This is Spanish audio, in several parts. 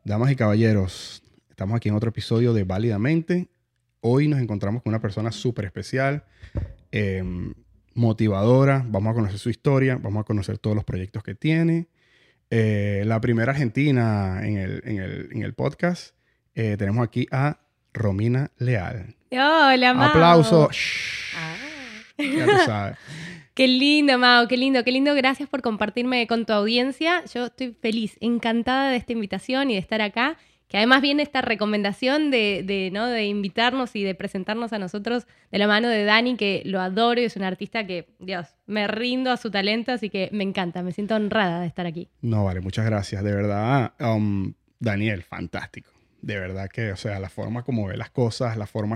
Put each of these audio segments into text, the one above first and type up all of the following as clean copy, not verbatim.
Damas y caballeros, estamos aquí en otro episodio de Válidamente. Hoy nos encontramos con una persona súper especial, eh, motivadora. Vamos a conocer su historia, vamos a conocer todos los proyectos que tiene. La primera argentina en el podcast. Tenemos aquí a Romina Leal. Hola, Aplauso. Mau. Shh. Ah. Ya tú sabes. Qué lindo, Mau, qué lindo, qué lindo. Gracias por compartirme con tu audiencia. Yo estoy feliz, encantada de esta invitación y de estar acá. Que además viene esta recomendación ¿no? de invitarnos y de presentarnos a nosotros de la mano de Dani, que lo adoro y es un artista que, Dios, me rindo a su talento, así que me encanta, me siento honrada de estar aquí. No, vale, muchas gracias. De verdad, Daniel, fantástico. De verdad que, o sea, la forma como ve las cosas, la forma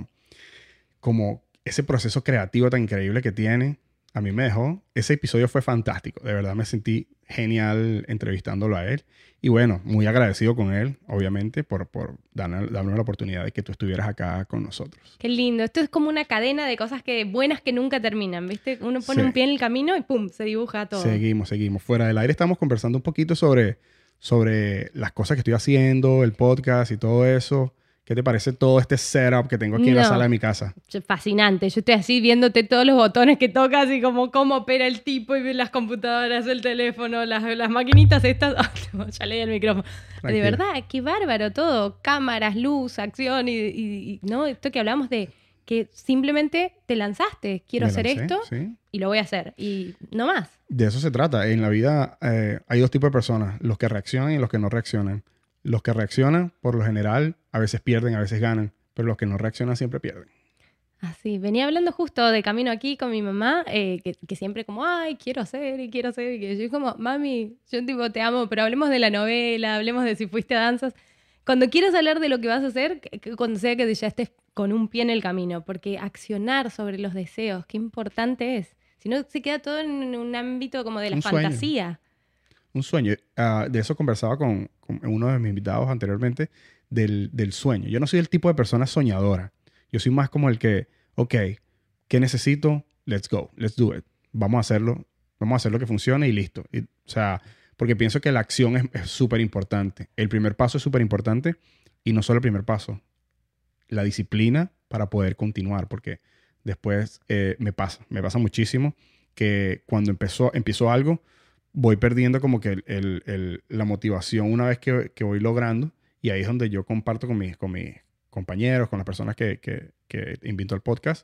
como ese proceso creativo tan increíble que tiene, a mí me dejó. Ese episodio fue fantástico. De verdad me sentí genial entrevistándolo a él. Y bueno, muy agradecido con él, obviamente, por darnos la oportunidad de que tú estuvieras acá con nosotros. Qué lindo. Esto es como una cadena de cosas buenas que nunca terminan, ¿viste? Uno pone Sí. un pie en el camino y ¡pum! Se dibuja todo. Seguimos. Fuera del aire estamos conversando un poquito sobre las cosas que estoy haciendo, el podcast y todo eso. ¿Qué te parece todo este setup que tengo aquí en la sala de mi casa? Fascinante. Yo estoy así viéndote todos los botones que tocas y como cómo opera el tipo y las computadoras, el teléfono, las maquinitas estas. Ya leí el micrófono. Tranquila. De verdad, qué bárbaro todo. Cámaras, luz, acción y ¿no? Esto que hablamos de que simplemente te lanzaste. Quiero Me hacer lancé, esto sí. y lo voy a hacer. Y no más. De eso se trata. En la vida hay dos tipos de personas, los que reaccionan y los que no reaccionan. Los que reaccionan, por lo general, a veces pierden, a veces ganan, pero los que no reaccionan siempre pierden. Así, venía hablando justo de camino aquí con mi mamá, que siempre como, ay, quiero hacer. Y que yo como, mami, yo tipo te amo, pero hablemos de la novela, hablemos de si fuiste a danzas. Cuando quieras hablar de lo que vas a hacer, cuando sea que ya estés con un pie en el camino, porque accionar sobre los deseos, qué importante es. Si no, se queda todo en un ámbito como de la Un sueño. fantasía. Un sueño. De eso conversaba con uno de mis invitados anteriormente, del sueño. Yo no soy el tipo de persona soñadora. Yo soy más como el que, ok, ¿qué necesito? Let's go, let's do it. Vamos a hacerlo que funcione y listo. O sea, porque pienso que la acción es súper importante. El primer paso es súper importante y no solo el primer paso, la disciplina para poder continuar, porque después me pasa muchísimo que cuando empiezo algo, voy perdiendo como que la motivación una vez que voy logrando, y ahí es donde yo comparto con mis compañeros, con las personas que invito al podcast,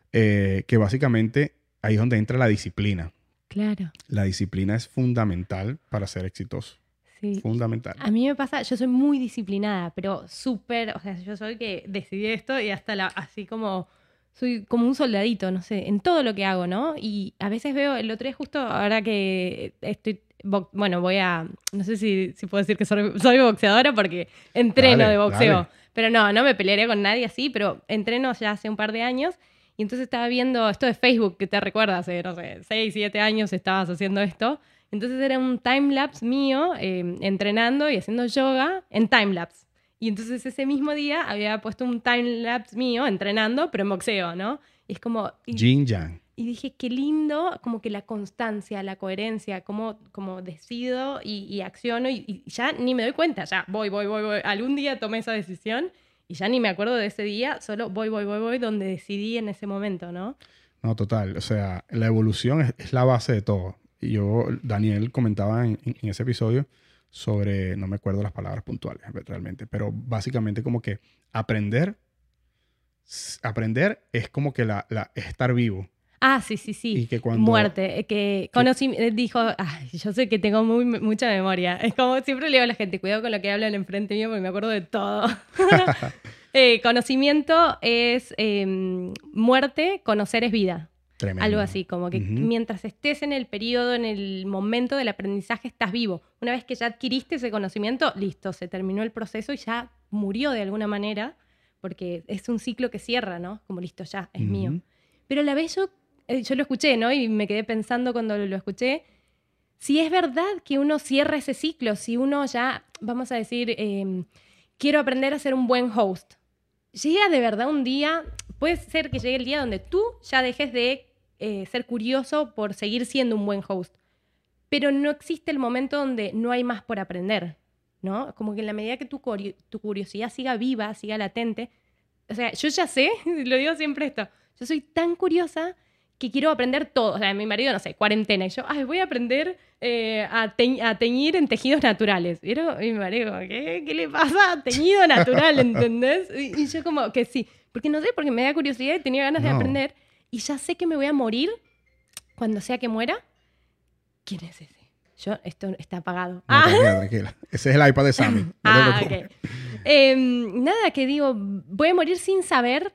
que básicamente ahí es donde entra la disciplina. Claro. La disciplina es fundamental para ser exitoso. Sí. Fundamental. A mí me pasa, yo soy muy disciplinada, pero súper, o sea, yo soy que decidí esto y hasta así como, soy como un soldadito, no sé, en todo lo que hago, ¿no? Y a veces veo, el otro día justo, ahora que estoy, bueno, no sé si puedo decir que soy boxeadora porque entreno Dale, de boxeo, dale. pero no me pelearía con nadie así, pero entreno ya hace un par de años. Y entonces estaba viendo esto de Facebook, que te recuerda, hace, no sé, 6, 7 años estabas haciendo esto. Entonces era un timelapse mío entrenando y haciendo yoga en timelapse. Y entonces ese mismo día había puesto un timelapse mío entrenando, pero en boxeo, ¿no? Y es como... Yin Yang. Y dije, qué lindo, como que la constancia, la coherencia, como decido y acciono y ya ni me doy cuenta, ya voy. Algún día tomé esa decisión y ya ni me acuerdo de ese día, solo voy donde decidí en ese momento, ¿no? No, total. O sea, la evolución es la base de todo. Y Daniel comentaba en ese episodio sobre, no me acuerdo las palabras puntuales realmente, pero básicamente como que aprender es como que es estar vivo. Ah, sí. Y que cuando... Muerte. Dijo, ay, yo sé que tengo mucha memoria. Es como siempre le digo a la gente, cuidado con lo que hablan enfrente mío porque me acuerdo de todo. Conocimiento es muerte, conocer es vida. Tremendo. Algo así, como que mientras estés en el periodo, en el momento del aprendizaje, estás vivo. Una vez que ya adquiriste ese conocimiento, listo, se terminó el proceso y ya murió de alguna manera, porque es un ciclo que cierra, ¿no? Como listo, ya, es mío. Pero a la vez yo lo escuché, ¿no? Y me quedé pensando cuando lo escuché, si es verdad que uno cierra ese ciclo, si uno ya, vamos a decir, quiero aprender a ser un buen host. Llega de verdad un día, puede ser que llegue el día donde tú ya dejes de ser curioso por seguir siendo un buen host, pero no existe el momento donde no hay más por aprender. ¿no? Como que en la medida que tu curiosidad siga viva, siga latente. O sea, yo ya sé, lo digo siempre esto, yo soy tan curiosa que quiero aprender todo. O sea, mi marido, no sé, cuarentena, y yo, ay, voy a aprender a teñir en tejidos naturales. ¿Vieron? Y mi marido, ¿qué le pasa? Teñido natural, ¿entendés? Y yo como que sí, porque no sé, porque me da curiosidad y tenía ganas de aprender, y ya sé que me voy a morir cuando sea que muera. ¿Quién es ese? Esto está apagado. No, tranquila. Ese es el iPad de Sammy. No te preocupes. Nada, que digo, voy a morir sin saber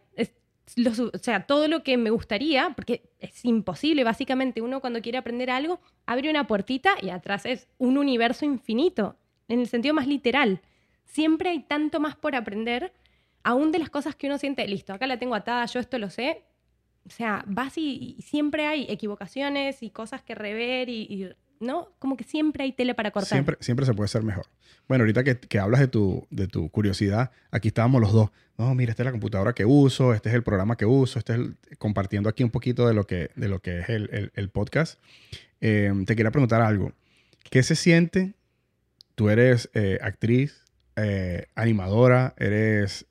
o sea, todo lo que me gustaría, porque es imposible, básicamente, uno cuando quiere aprender algo, abre una puertita y atrás es un universo infinito, en el sentido más literal. Siempre hay tanto más por aprender, aún de las cosas que uno siente, listo, acá la tengo atada, yo esto lo sé. O sea, vas y siempre hay equivocaciones y cosas que rever ¿no? Como que siempre hay tela para cortar. Siempre se puede ser mejor. Bueno, ahorita que hablas de tu curiosidad, aquí estábamos los dos. No, mira, esta es la computadora que uso, este es el programa que uso, compartiendo aquí un poquito de lo que es el podcast. Te quería preguntar algo. ¿Qué se siente? Tú eres actriz, animadora, eres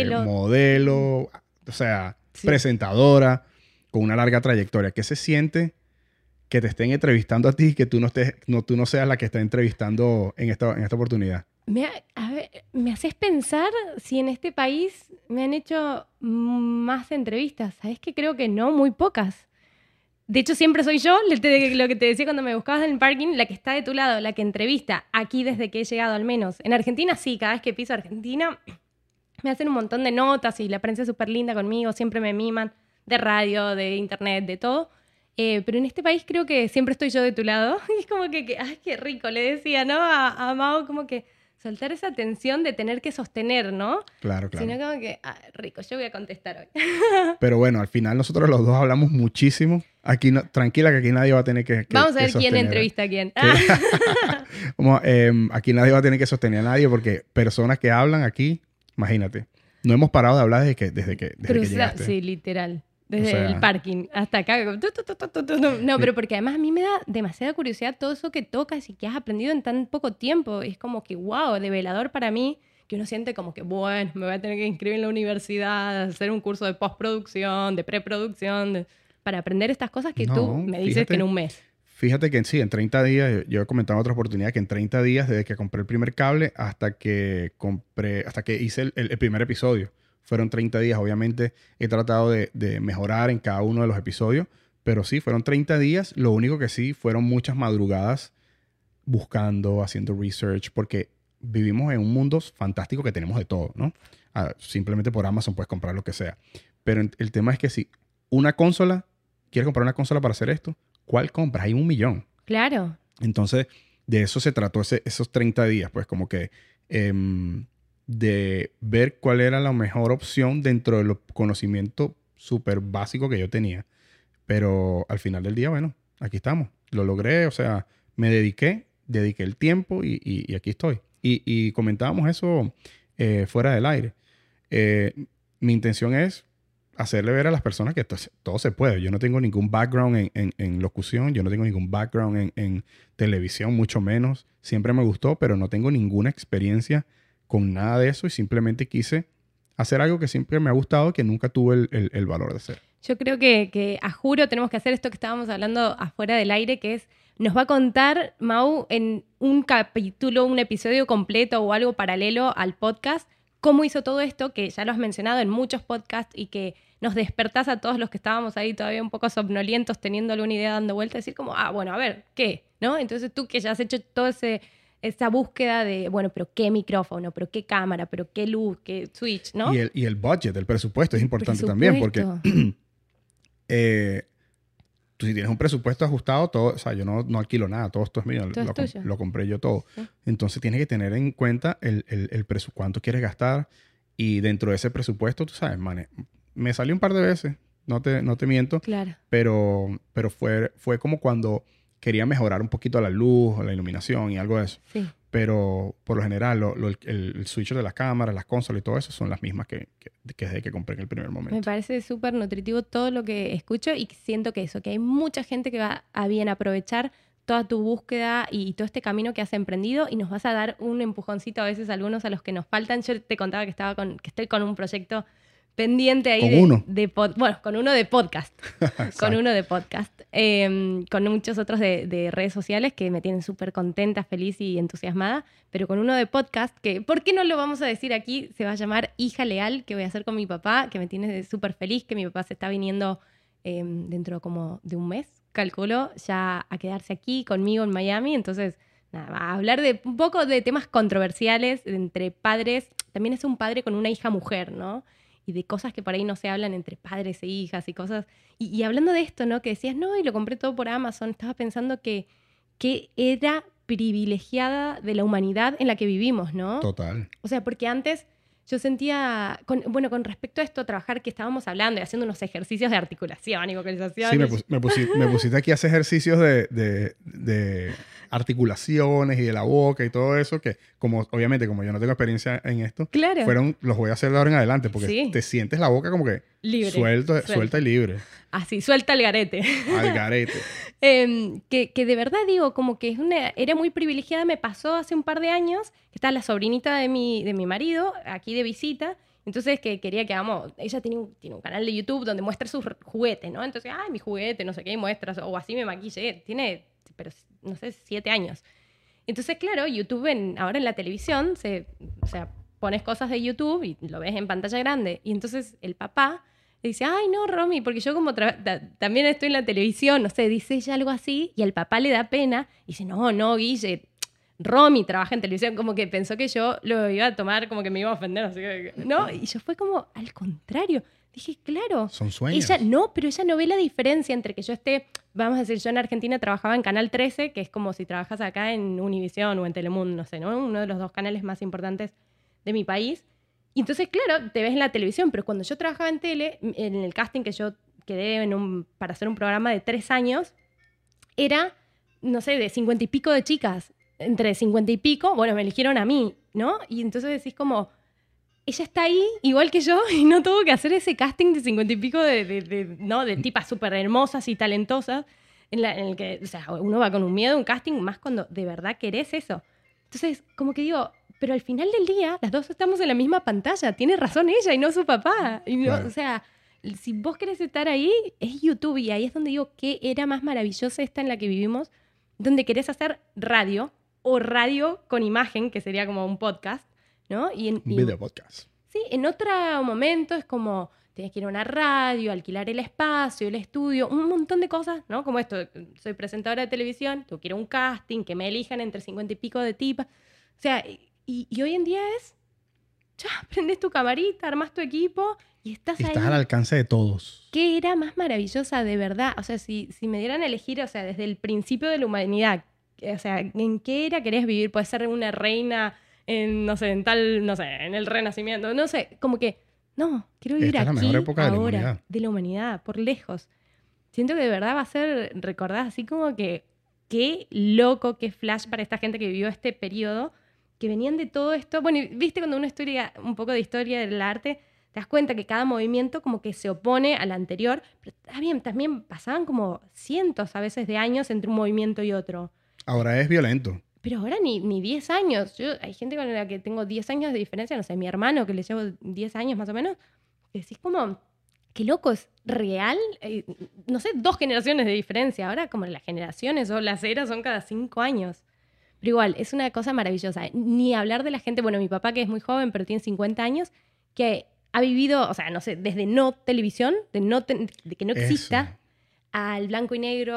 modelo, o sea, sí, presentadora, con una larga trayectoria. ¿Qué se siente que te estén entrevistando a ti y que tú no seas la que está entrevistando en esta oportunidad? Me haces pensar si en este país me han hecho más entrevistas. ¿Sabes qué? Creo que no, muy pocas. De hecho, siempre soy yo, lo que te decía cuando me buscabas en el parking, la que está de tu lado, la que entrevista, aquí desde que he llegado al menos. En Argentina sí, cada vez que piso Argentina me hacen un montón de notas y la prensa es súper linda conmigo, siempre me miman, de radio, de internet, de todo. Pero en este país creo que siempre estoy yo de tu lado. Y es como que ay, qué rico, le decía, ¿no? A Mau, como que soltar esa tensión de tener que sostener, ¿no? Claro. Sino como que, rico, yo voy a contestar hoy. Pero bueno, al final nosotros los dos hablamos muchísimo. Aquí tranquila que aquí nadie va a tener que vamos a ver quién entrevista a quién. Aquí nadie va a tener que sostener a nadie porque personas que hablan aquí, imagínate, no hemos parado de hablar desde que llegaste. Sí, literal. Desde el parking hasta acá. No, pero porque además a mí me da demasiada curiosidad todo eso que tocas y que has aprendido en tan poco tiempo. Es como que, wow, develador para mí, que uno siente como que, bueno, me voy a tener que inscribir en la universidad, hacer un curso de postproducción, de preproducción, para aprender estas cosas que tú me dices que en un mes. Fíjate que sí, en 30 días, yo he comentado en otra oportunidad que en 30 días, desde que compré el primer cable hasta que hice el primer episodio, fueron 30 días. Obviamente he tratado de mejorar en cada uno de los episodios, pero sí, fueron 30 días. Lo único que sí, fueron muchas madrugadas buscando, haciendo research, porque vivimos en un mundo fantástico que tenemos de todo, ¿no? Simplemente por Amazon puedes comprar lo que sea. Pero el tema es que si quieres comprar una consola para hacer esto, ¿cuál compras? Hay 1,000,000. Claro. Entonces, de eso se trató esos 30 días, pues como que de ver cuál era la mejor opción dentro del conocimiento súper básico que yo tenía. Pero al final del día, bueno, aquí estamos. Lo logré, o sea, me dediqué el tiempo y aquí estoy. Y comentábamos eso fuera del aire. Mi intención es hacerle ver a las personas que todo se puede. Yo no tengo ningún background en locución, yo no tengo ningún background en televisión, mucho menos. Siempre me gustó, pero no tengo ninguna experiencia con nada de eso y simplemente quise hacer algo que siempre me ha gustado y que nunca tuve el valor de hacer. Yo creo que a juro tenemos que hacer esto que estábamos hablando afuera del aire, que es, nos va a contar Mau en un capítulo, un episodio completo o algo paralelo al podcast, cómo hizo todo esto, que ya lo has mencionado en muchos podcasts y que nos despertás a todos los que estábamos ahí todavía un poco somnolientos, teniendo alguna idea dando vuelta, decir como, bueno, a ver, ¿qué? ¿No? Entonces tú que ya has hecho toda esa búsqueda de, bueno, pero qué micrófono, pero qué cámara, pero qué luz, qué switch, ¿no? Y el budget, el presupuesto es importante también, porque tú si tienes un presupuesto ajustado, todo, o sea, yo no alquilo nada, todo esto es mío, lo compré yo todo. ¿Sí? Entonces tienes que tener en cuenta el cuánto quieres gastar y dentro de ese presupuesto, tú sabes, me salió un par de veces, no te miento, claro. pero fue como cuando quería mejorar un poquito la luz, la iluminación y algo de eso. Sí. Pero por lo general, el switcher de las cámaras, las consolas y todo eso son las mismas que desde que compré en el primer momento. Me parece súper nutritivo todo lo que escucho y siento que hay mucha gente que va a bien aprovechar toda tu búsqueda y todo este camino que has emprendido y nos vas a dar un empujoncito a veces a algunos a los que nos faltan. Yo te contaba que estoy con un proyecto pendiente ahí ¿Con uno? bueno, con uno de podcast. Exacto. Con uno de podcast. Con muchos otros de redes sociales que me tienen súper contenta, feliz y entusiasmada. Pero con uno de podcast que, ¿por qué no lo vamos a decir aquí? Se va a llamar Hija Leal, que voy a hacer con mi papá, que me tiene súper feliz, que mi papá se está viniendo dentro como de un mes, calculo, ya a quedarse aquí conmigo en Miami. Entonces, nada, a hablar de un poco de temas controversiales entre padres. También es un padre con una hija mujer, ¿no? Y de cosas que por ahí no se hablan entre padres e hijas y cosas. Y hablando de esto, ¿no? Que decías, no, y lo compré todo por Amazon. Estaba pensando que era privilegiada de la humanidad en la que vivimos, ¿no? Total. O sea, porque antes yo sentía, con respecto a esto, trabajar que estábamos hablando y haciendo unos ejercicios de articulación y vocalización. Sí, me pusiste aquí a hacer ejercicios de articulaciones y de la boca y todo eso, que obviamente como yo no tengo experiencia en esto, Claro. los voy a hacer de ahora en adelante, porque Sí. te sientes la boca como que Libre. suelta y libre. Así, suelta el garete. Al garete. Que de verdad digo, como que era muy privilegiada. Me pasó hace un par de años que está la sobrinita de mi marido aquí de visita. Entonces que quería que ella tiene un canal de YouTube donde muestra sus juguetes, ¿no? Entonces, ay, mi juguete, no sé qué, y muestras, o así me maquillé. Tiene, pero no sé, 7 años. Entonces, claro, YouTube ahora en la televisión, o sea, pones cosas de YouTube y lo ves en pantalla grande. Y entonces el papá le dice, ay, no, Romy, porque yo como también estoy en la televisión, no sé, dice ella algo así, y al papá le da pena, y dice, no, Guille, Romy trabaja en televisión, como que pensó que yo lo iba a tomar, como que me iba a ofender, así que, ¿no? Y yo fue como, al contrario, dije, claro. Son sueños. Pero ella no ve la diferencia entre que yo esté, vamos a decir, yo en Argentina trabajaba en Canal 13, que es como si trabajas acá en Univisión o en Telemundo, no sé, ¿no? Uno de los 2 canales más importantes de mi país. Y entonces, claro, te ves en la televisión, pero cuando yo trabajaba en tele, en el casting que yo quedé para hacer un programa de 3 años, era, no sé, de 50 y pico de chicas. Entre 50 y pico, bueno, me eligieron a mí, ¿no? Y entonces decís como, ella está ahí igual que yo y no tuvo que hacer ese casting de 50 y pico de tipas súper hermosas y talentosas en el que, o sea, uno va con un miedo a un casting más cuando de verdad querés eso. Entonces, como que digo, pero al final del día, las dos estamos en la misma pantalla. Tiene razón ella y no su papá. Y no, Claro. O sea, si vos querés estar ahí, es YouTube. Y ahí es donde digo, ¿qué era más maravillosa esta en la que vivimos? Donde querés hacer radio o radio con imagen, que sería como un podcast, ¿no? Un video podcast. Sí, en otro momento es como tienes que ir a una radio, alquilar el espacio, el estudio, un montón de cosas, ¿no? Como esto, soy presentadora de televisión, tengo que ir a un casting, que me elijan entre 50 y pico de tipas. O sea, y hoy en día ya, prendes tu camarita, armas tu equipo y estás ahí. Estás al alcance de todos. ¿Qué era más maravillosa de verdad? O sea, si me dieran a elegir, o sea, desde el principio de la humanidad, o sea, ¿en qué era querés vivir? Puede ser una reina en, no sé, en el Renacimiento, no sé, como que, no, quiero vivir Esta es la aquí, mejor época ahora, de la humanidad, por lejos. Siento que de verdad va a ser recordada así como que, qué loco, qué flash para esta gente que vivió este periodo, que venían de todo esto. Bueno, y viste cuando uno estudia un poco de historia del arte, te das cuenta que cada movimiento como que se opone al anterior, pero también pasaban como cientos a veces de años entre un movimiento y otro. Ahora es violento. Pero ahora ni 10 años. Hay gente con la que tengo 10 años de diferencia, no sé, mi hermano que le llevo 10 años más o menos, que decís como, qué loco, es real. No sé, 2 generaciones de diferencia. Ahora como las generaciones o las eras son cada 5 años. Pero igual, es una cosa maravillosa. Ni hablar de la gente, bueno, mi papá que es muy joven, pero tiene 50 años, que ha vivido, o sea, no sé, desde no televisión, de que no exista, Eso. al blanco y negro,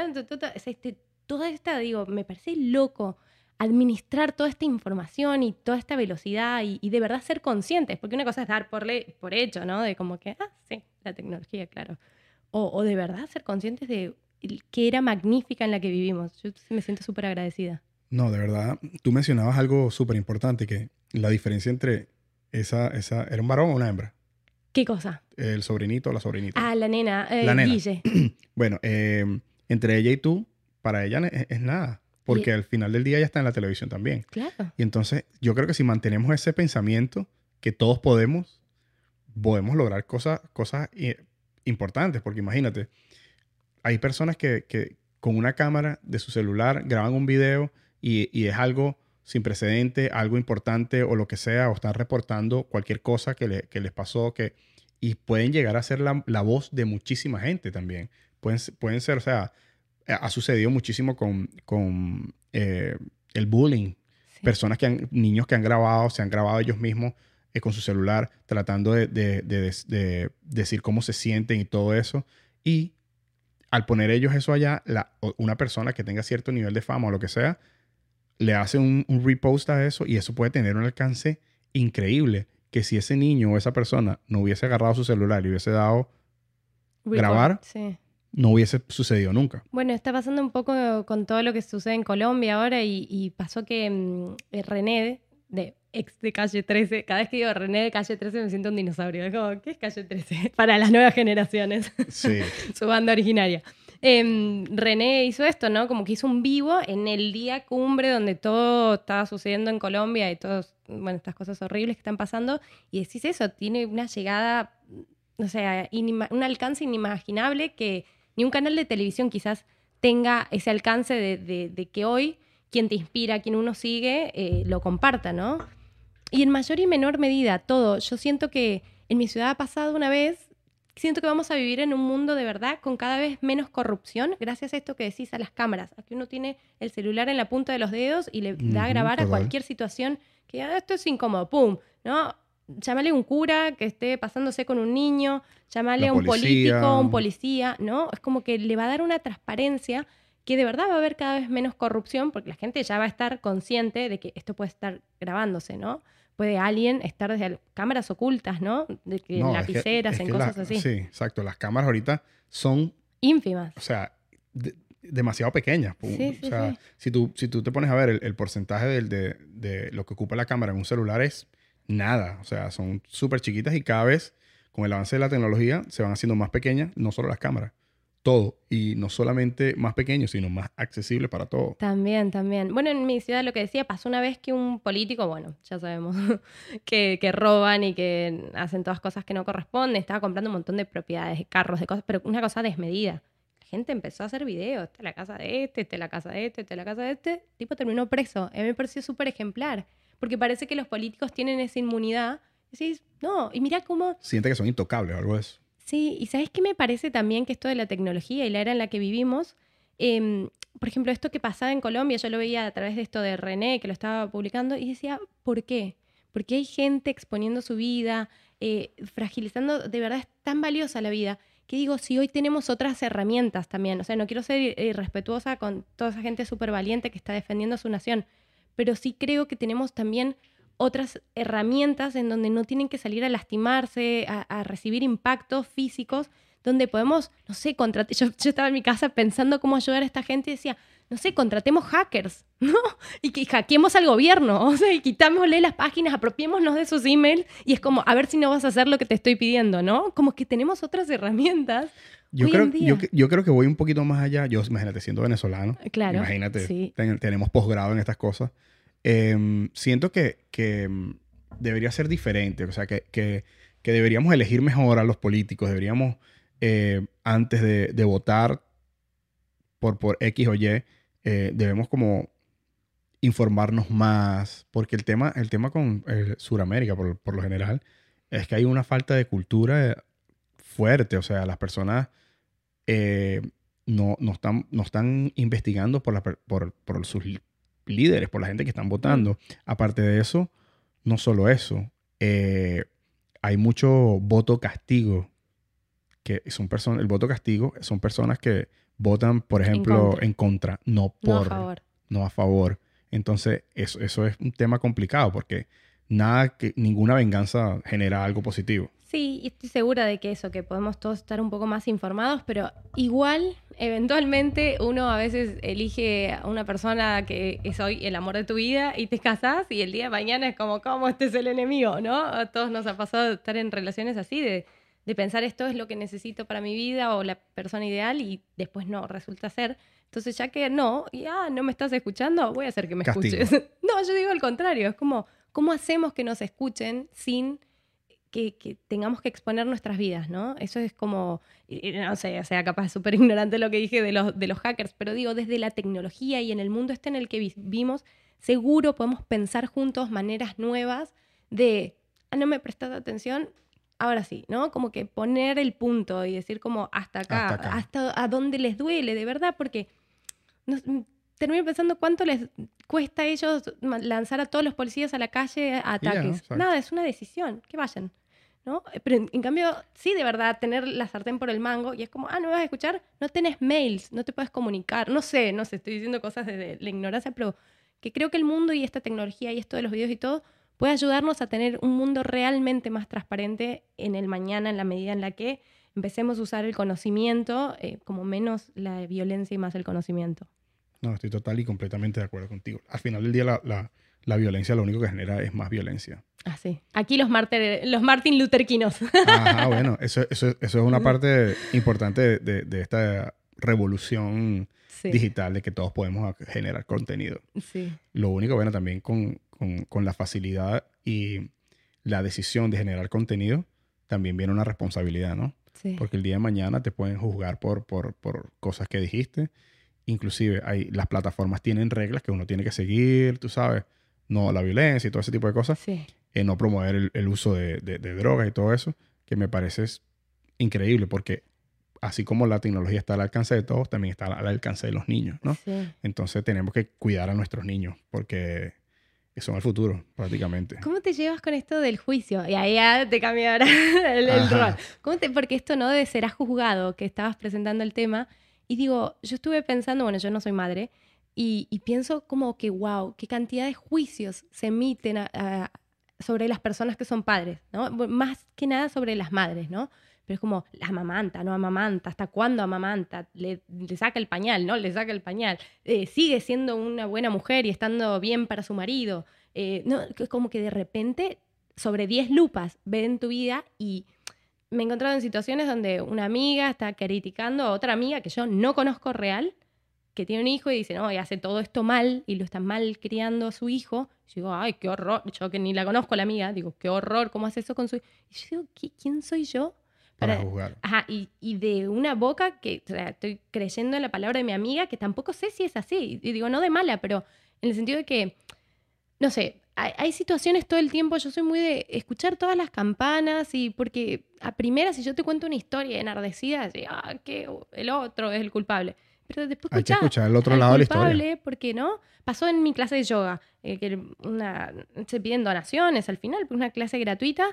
toda esta, digo, me parece loco administrar toda esta información y toda esta velocidad y de verdad ser conscientes, porque una cosa es dar por hecho, ¿no? De como que, sí, la tecnología, claro. O de verdad ser conscientes de que era magnífica en la que vivimos. Yo me siento súper agradecida. No, de verdad, tú mencionabas algo súper importante, que la diferencia entre ¿era un varón o una hembra? ¿Qué cosa? El sobrinito o la sobrinita. La nena, La nena. Guille. Bueno, entre ella y tú, para ella es nada, porque al final del día ella está en la televisión también. Claro. Y entonces yo creo que si mantenemos ese pensamiento, que todos podemos lograr cosas importantes, porque imagínate, hay personas que con una cámara de su celular graban un video y es algo sin precedente, algo importante o lo que sea, o están reportando cualquier cosa que les pasó, y pueden llegar a ser la voz de muchísima gente también. Pueden ser, o sea, ha sucedido muchísimo con el bullying. Sí. Personas niños que se han grabado ellos mismos con su celular tratando de decir cómo se sienten y todo eso. Y al poner ellos eso allá, una persona que tenga cierto nivel de fama o lo que sea, le hace un repost a eso y eso puede tener un alcance increíble. Que si ese niño o esa persona no hubiese agarrado su celular y hubiese dado grabar, sí, no hubiese sucedido nunca. Bueno, está pasando un poco con todo lo que sucede en Colombia ahora y pasó que René, ex de Calle 13, cada vez que digo René de Calle 13 me siento un dinosaurio. Es como, ¿qué es Calle 13? Para las nuevas generaciones. Sí. Su banda originaria. René hizo esto, ¿no? Como que hizo un vivo en el día cumbre donde todo estaba sucediendo en Colombia y todas, bueno, estas cosas horribles que están pasando. Y decís eso, tiene una llegada, o sea, un alcance inimaginable que ni un canal de televisión quizás tenga ese alcance de que hoy quien te inspira, quien uno sigue, lo comparta, ¿no? Y en mayor y menor medida, todo. Yo siento que en mi ciudad ha pasado una vez. Siento que vamos a vivir en un mundo de verdad con cada vez menos corrupción gracias a esto que decís, a las cámaras. Aquí uno tiene el celular en la punta de los dedos y le da a grabar a cualquier situación que esto es incómodo, ¡pum! ¿No? Llámale a un cura que esté pasándose con un niño, llámale a un político, un policía, ¿no? Es como que le va a dar una transparencia que de verdad va a haber cada vez menos corrupción porque la gente ya va a estar consciente de que esto puede estar grabándose, ¿no? Puede alguien estar desde cámaras ocultas, ¿no? En lapiceras, en cosas así. Sí, exacto. Las cámaras ahorita son... ínfimas. O sea, demasiado pequeñas. Sí, o sea, sí. Si tú te pones a ver el porcentaje de lo que ocupa la cámara en un celular es nada. O sea, son súper chiquitas y cada vez con el avance de la tecnología se van haciendo más pequeñas, no solo las cámaras. Todo. Y no solamente más pequeño, sino más accesible para todo. También. Bueno, en mi ciudad lo que decía, pasó una vez que un político, bueno, ya sabemos, que roban y que hacen todas cosas que no corresponden, estaba comprando un montón de propiedades, carros, de cosas, pero una cosa desmedida. La gente empezó a hacer videos, esta es la casa de este, esta es la casa de este, esta es la casa de este. El tipo terminó preso. A mí me pareció súper ejemplar, porque parece que los políticos tienen esa inmunidad. Decís, no, y mira cómo... Siente que son intocables o algo de eso. Sí, y ¿sabes qué me parece también que esto de la tecnología y la era en la que vivimos? Por ejemplo, esto que pasaba en Colombia, yo lo veía a través de esto de René, que lo estaba publicando, y decía, ¿por qué? Porque hay gente exponiendo su vida, fragilizando, de verdad es tan valiosa la vida, que digo, si hoy tenemos otras herramientas también, o sea, no quiero ser irrespetuosa con toda esa gente súper valiente que está defendiendo a su nación, pero sí creo que tenemos también otras herramientas en donde no tienen que salir a lastimarse, a recibir impactos físicos, donde podemos, no sé, yo estaba en mi casa pensando cómo ayudar a esta gente y decía, no sé, contratemos hackers, ¿no? Y que hackeemos al gobierno, o sea, y quitámosle las páginas, apropiémonos de sus emails y es como, a ver si no vas a hacer lo que te estoy pidiendo, ¿no? Como que tenemos otras herramientas. Yo creo que voy un poquito más allá. Yo, imagínate, siendo venezolano, claro, imagínate, sí. Tenemos posgrado en estas cosas. Siento que debería ser diferente. O sea, que deberíamos elegir mejor a los políticos. Deberíamos, antes de votar por X o Y, debemos como informarnos más. Porque el tema con Sudamérica, por lo general, es que hay una falta de cultura fuerte. O sea, las personas no están investigando por sus líderes, por la gente que están votando. Aparte de eso, no solo eso, hay mucho voto castigo, que son personas, el voto castigo son personas que votan, por ejemplo, en contra, no a favor. Entonces, eso es un tema complicado porque ninguna venganza genera algo positivo. Sí, y estoy segura de que que podemos todos estar un poco más informados, pero igual, eventualmente, uno a veces elige a una persona que es hoy el amor de tu vida y te casás y el día de mañana es como, ¿cómo este es el enemigo? ¿No? A todos nos ha pasado estar en relaciones así, de pensar esto es lo que necesito para mi vida o la persona ideal y después no resulta ser. Entonces, ya que no me estás escuchando, voy a hacer que me escuches. No, yo digo al contrario, es como, ¿cómo hacemos que nos escuchen sin que tengamos que exponer nuestras vidas, ¿no? Eso es como, no sé, o sea, capaz súper ignorante lo que dije de los hackers, pero digo, desde la tecnología y en el mundo en el que vivimos, seguro podemos pensar juntos maneras nuevas de, no me prestas atención, ahora sí, ¿no? Como que poner el punto y decir como hasta acá, hasta a dónde les duele, de verdad, porque termino pensando cuánto les cuesta a ellos lanzar a todos los policías a la calle a ataques. Nada, es una decisión, que vayan, ¿no? Pero en cambio, sí, de verdad, tener la sartén por el mango y es como, ¿no me vas a escuchar? No tenés mails, no te puedes comunicar, no sé, estoy diciendo cosas desde la ignorancia, pero que creo que el mundo y esta tecnología y esto de los videos y todo puede ayudarnos a tener un mundo realmente más transparente en el mañana, en la medida en la que empecemos a usar el conocimiento como menos la violencia y más el conocimiento. No, estoy total y completamente de acuerdo contigo. Al final del día la violencia lo único que genera es más violencia. Ah, sí. Aquí los Martin Luther Kingos. Ajá, bueno, eso es una parte importante de esta revolución digital de que todos podemos generar contenido. Sí. Lo único, bueno, también con la facilidad y la decisión de generar contenido, también viene una responsabilidad, ¿no? Sí. Porque el día de mañana te pueden juzgar por cosas que dijiste. Inclusive las plataformas tienen reglas que uno tiene que seguir, tú sabes, no la violencia y todo ese tipo de cosas. Sí. No promover el uso de drogas y todo eso, que me parece increíble porque así como la tecnología está al alcance de todos, también está al alcance de los niños, ¿no? Sí. Entonces tenemos que cuidar a nuestros niños porque son el futuro, prácticamente. ¿Cómo te llevas con esto del juicio? Y ahí ya te cambiará el rol. Porque esto no debe ser a juzgado, que estabas presentando el tema. Y digo, yo estuve pensando, bueno, yo no soy madre, y pienso como que, wow, qué cantidad de juicios se emiten sobre las personas que son padres, ¿no? Más que nada sobre las madres, ¿no? Pero es como, la amamanta, no amamanta, ¿hasta cuándo amamanta? Le saca el pañal, ¿no? Le saca el pañal. Sigue siendo una buena mujer y estando bien para su marido. No, como que de repente, sobre 10 lupas ven tu vida y me he encontrado en situaciones donde una amiga está criticando a otra amiga que yo no conozco real, que tiene un hijo y dice, no, y hace todo esto mal y lo está mal criando a su hijo. Y yo digo, ay, qué horror. Yo que ni la conozco la amiga, digo, qué horror, ¿cómo hace eso con su hijo? Y yo digo, ¿quién soy yo? Para juzgar. Ajá, y de una boca que, o sea, estoy creyendo en la palabra de mi amiga, que tampoco sé si es así. Y digo, no de mala, pero en el sentido de que, no sé, hay situaciones todo el tiempo, yo soy muy de escuchar todas las campanas y porque a primera si yo te cuento una historia enardecida, que el otro es el culpable. Pero después hay que escuchar el otro lado de la historia. Porque no, pasó en mi clase de yoga, que se piden donaciones al final, una clase gratuita,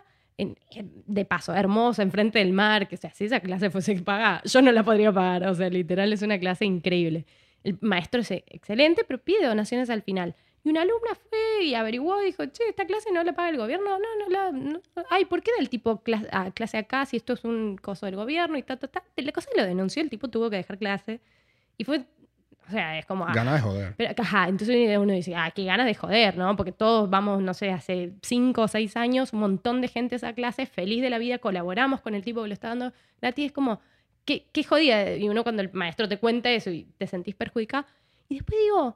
de paso, hermosa, enfrente del mar, que o sea, si esa clase fuese pagada, yo no la podría pagar, o sea, literal es una clase increíble. El maestro es excelente, pero pide donaciones al final. Y una alumna fue y averiguó y dijo, che, esta clase no la paga el gobierno. No. Ay, ¿por qué da el tipo clase acá si esto es un coso del gobierno y ta? La cosa lo denunció, el tipo tuvo que dejar clase. Y fue, o sea, es como... Ganas de joder. Pero, entonces uno dice, qué ganas de joder, ¿no? Porque todos vamos, no sé, hace 5 o 6 años, un montón de gente a esa clase, feliz de la vida, colaboramos con el tipo que lo está dando gratis. Es como, qué jodida. Y uno cuando el maestro te cuenta eso y te sentís perjudicado. Y después digo...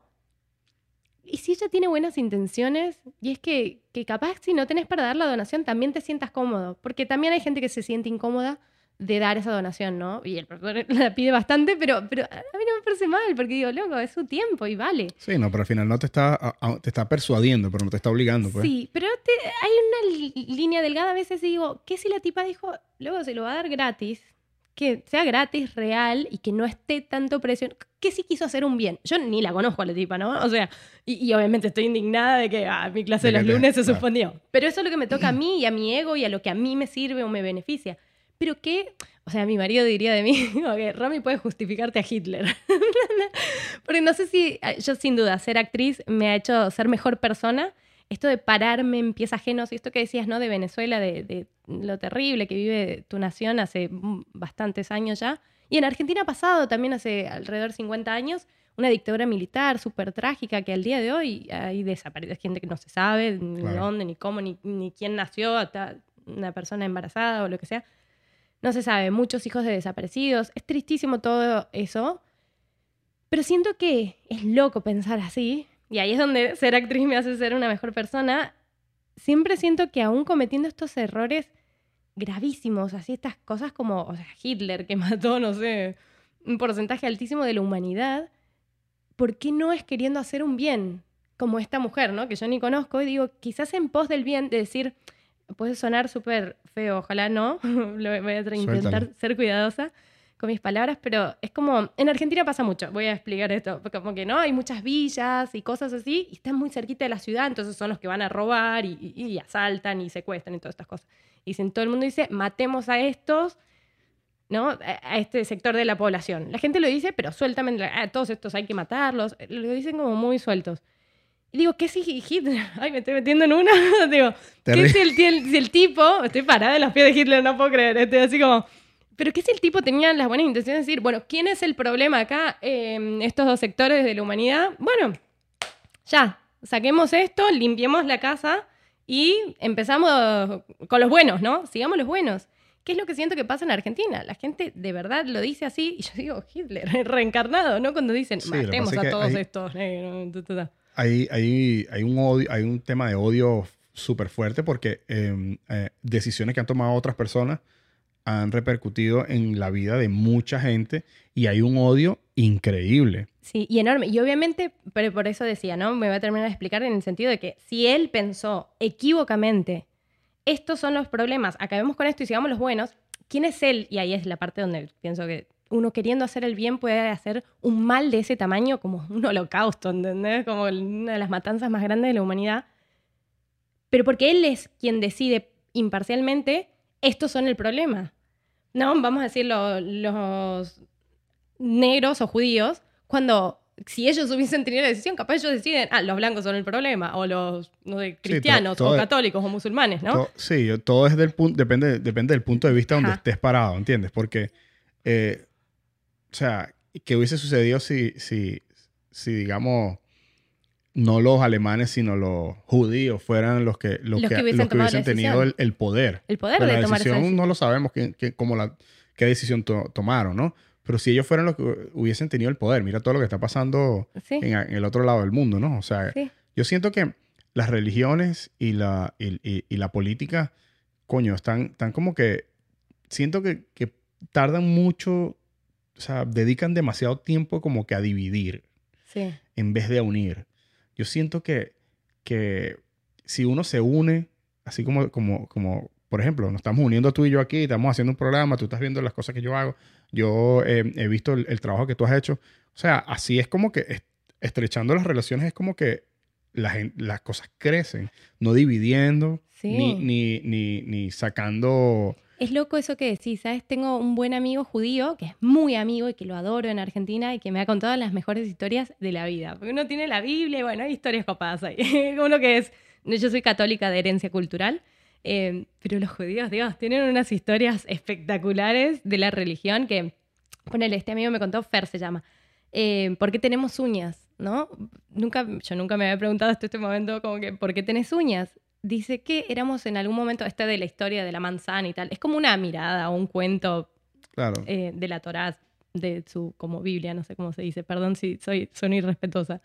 ¿Y si ella tiene buenas intenciones? Y es que capaz si no tenés para dar la donación también te sientas cómodo. Porque también hay gente que se siente incómoda de dar esa donación, ¿no? Y el profesor la pide bastante, pero a mí no me parece mal, porque digo, loco, es su tiempo y vale. Sí, no, pero al final no te está persuadiendo, pero no te está obligando, pues. Sí, pero hay una línea delgada a veces y digo, ¿qué si la tipa dijo, luego se lo va a dar gratis? Que sea gratis, real y que no esté tanto presión. Que sí quiso hacer un bien. Yo ni la conozco a la tipa, ¿no? O sea, y obviamente estoy indignada de que mi clase de los lunes se suspendió. Pero eso es lo que me toca a mí y a mi ego y a lo que a mí me sirve o me beneficia. Pero que, o sea, mi marido diría de mí, okay, Romy puede justificarte a Hitler. Porque no sé si, yo sin duda, ser actriz me ha hecho ser mejor persona. Esto de pararme en pies ajenos y esto que decías, ¿no? De Venezuela, de lo terrible que vive tu nación hace bastantes años ya. Y en Argentina ha pasado también hace alrededor de 50 años una dictadura militar súper trágica que al día de hoy hay desaparecido gente que no se sabe ni dónde, ni cómo, ni quién nació, hasta una persona embarazada o lo que sea. No se sabe, muchos hijos de desaparecidos. Es tristísimo todo eso. Pero siento que es loco pensar así. Y ahí es donde ser actriz me hace ser una mejor persona. Siempre siento que aún cometiendo estos errores, gravísimos, así estas cosas como, o sea, Hitler que mató, no sé, un porcentaje altísimo de la humanidad, ¿por qué no es queriendo hacer un bien? Como esta mujer, ¿no? Que yo ni conozco, y digo, quizás en pos del bien, de decir, puede sonar súper feo, ojalá no, voy a intentar Suéltalo. ser cuidadosa con mis palabras, pero es como, en Argentina pasa mucho, voy a explicar esto, como que no, hay muchas villas y cosas así, y están muy cerquita de la ciudad, entonces son los que van a robar y asaltan y secuestran y todas estas cosas. Y todo el mundo dice, matemos a estos, ¿no? A este sector de la población. La gente lo dice, pero sueltamente, todos estos hay que matarlos, lo dicen como muy sueltos. Y digo, ¿qué si Hitler? Ay, me estoy metiendo en una. Digo, ¿qué si el tipo, estoy parada en los pies de Hitler, no puedo creer, estoy así como, pero ¿qué si el tipo tenía las buenas intenciones de decir, bueno, ¿quién es el problema acá? Estos dos sectores de la humanidad. Bueno, ya, saquemos esto, limpiemos la casa y empezamos con los buenos, ¿no? Sigamos los buenos. ¿Qué es lo que siento que pasa en Argentina? La gente de verdad lo dice así, y yo digo, Hitler, reencarnado, ¿no? Cuando dicen, Sí, lo que matemos pasa es a que todos estos negros. hay un odio, hay un tema de odio súper fuerte porque decisiones que han tomado otras personas han repercutido en la vida de mucha gente y hay un odio increíble. Sí, y enorme. Y obviamente, pero por eso decía, ¿no? Me voy a terminar de explicar en el sentido de que si él pensó equívocamente, estos son los problemas, acabemos con esto y sigamos los buenos, ¿quién es él? Y ahí es la parte donde pienso que uno queriendo hacer el bien puede hacer un mal de ese tamaño como un holocausto, ¿entendés? Como una de las matanzas más grandes de la humanidad. Pero porque él es quien decide imparcialmente, estos son el problema. No, vamos a decir los negros o judíos, cuando si ellos hubiesen tenido la decisión, capaz ellos deciden, los blancos son el problema, o los no sé, cristianos, todo o católicos, o musulmanes, ¿no? Sí, todo es depende del punto de vista donde Ajá. estés parado, ¿entiendes? Porque, o sea, ¿qué hubiese sucedido si digamos, no los alemanes, sino los judíos fueran los que Hubiesen tomado la tenido decisión. el poder? El poder Pero de la tomar esa decisión decisión. no lo sabemos qué decisión tomaron, ¿no? Pero si ellos fueran los que hubiesen tenido el poder, mira todo lo que está pasando Sí, en el otro lado del mundo, ¿no? O sea, sí. yo siento que las religiones y la política, coño, están como que, siento que tardan mucho, o sea, dedican demasiado tiempo como que a dividir Sí. en vez de a unir. Yo siento que si uno se une, así como, por ejemplo, nos estamos uniendo tú y yo aquí, estamos haciendo un programa, tú estás viendo las cosas que yo hago, yo he visto el trabajo que tú has hecho. O sea, así es como que estrechando las relaciones es como que las cosas crecen, no dividiendo, Sí. ni sacando... Es loco eso que decís, ¿sabes? Tengo un buen amigo judío que es muy amigo y que lo adoro en Argentina y que me ha contado las mejores historias de la vida. Porque uno tiene la Biblia y bueno, hay historias copadas ahí. Uno que es, yo soy católica de herencia cultural, pero los judíos, Dios, tienen unas historias espectaculares de la religión que, ponele, este amigo me contó, Fer se llama, ¿por qué tenemos uñas? ¿No? Yo nunca me había preguntado hasta este momento como que, ¿por qué tenés uñas? Dice que éramos en algún momento, de la historia de la manzana y tal, es como una mirada o un cuento Claro. de la Torá, de su como Biblia, no sé cómo se dice, perdón si soy irrespetuosa,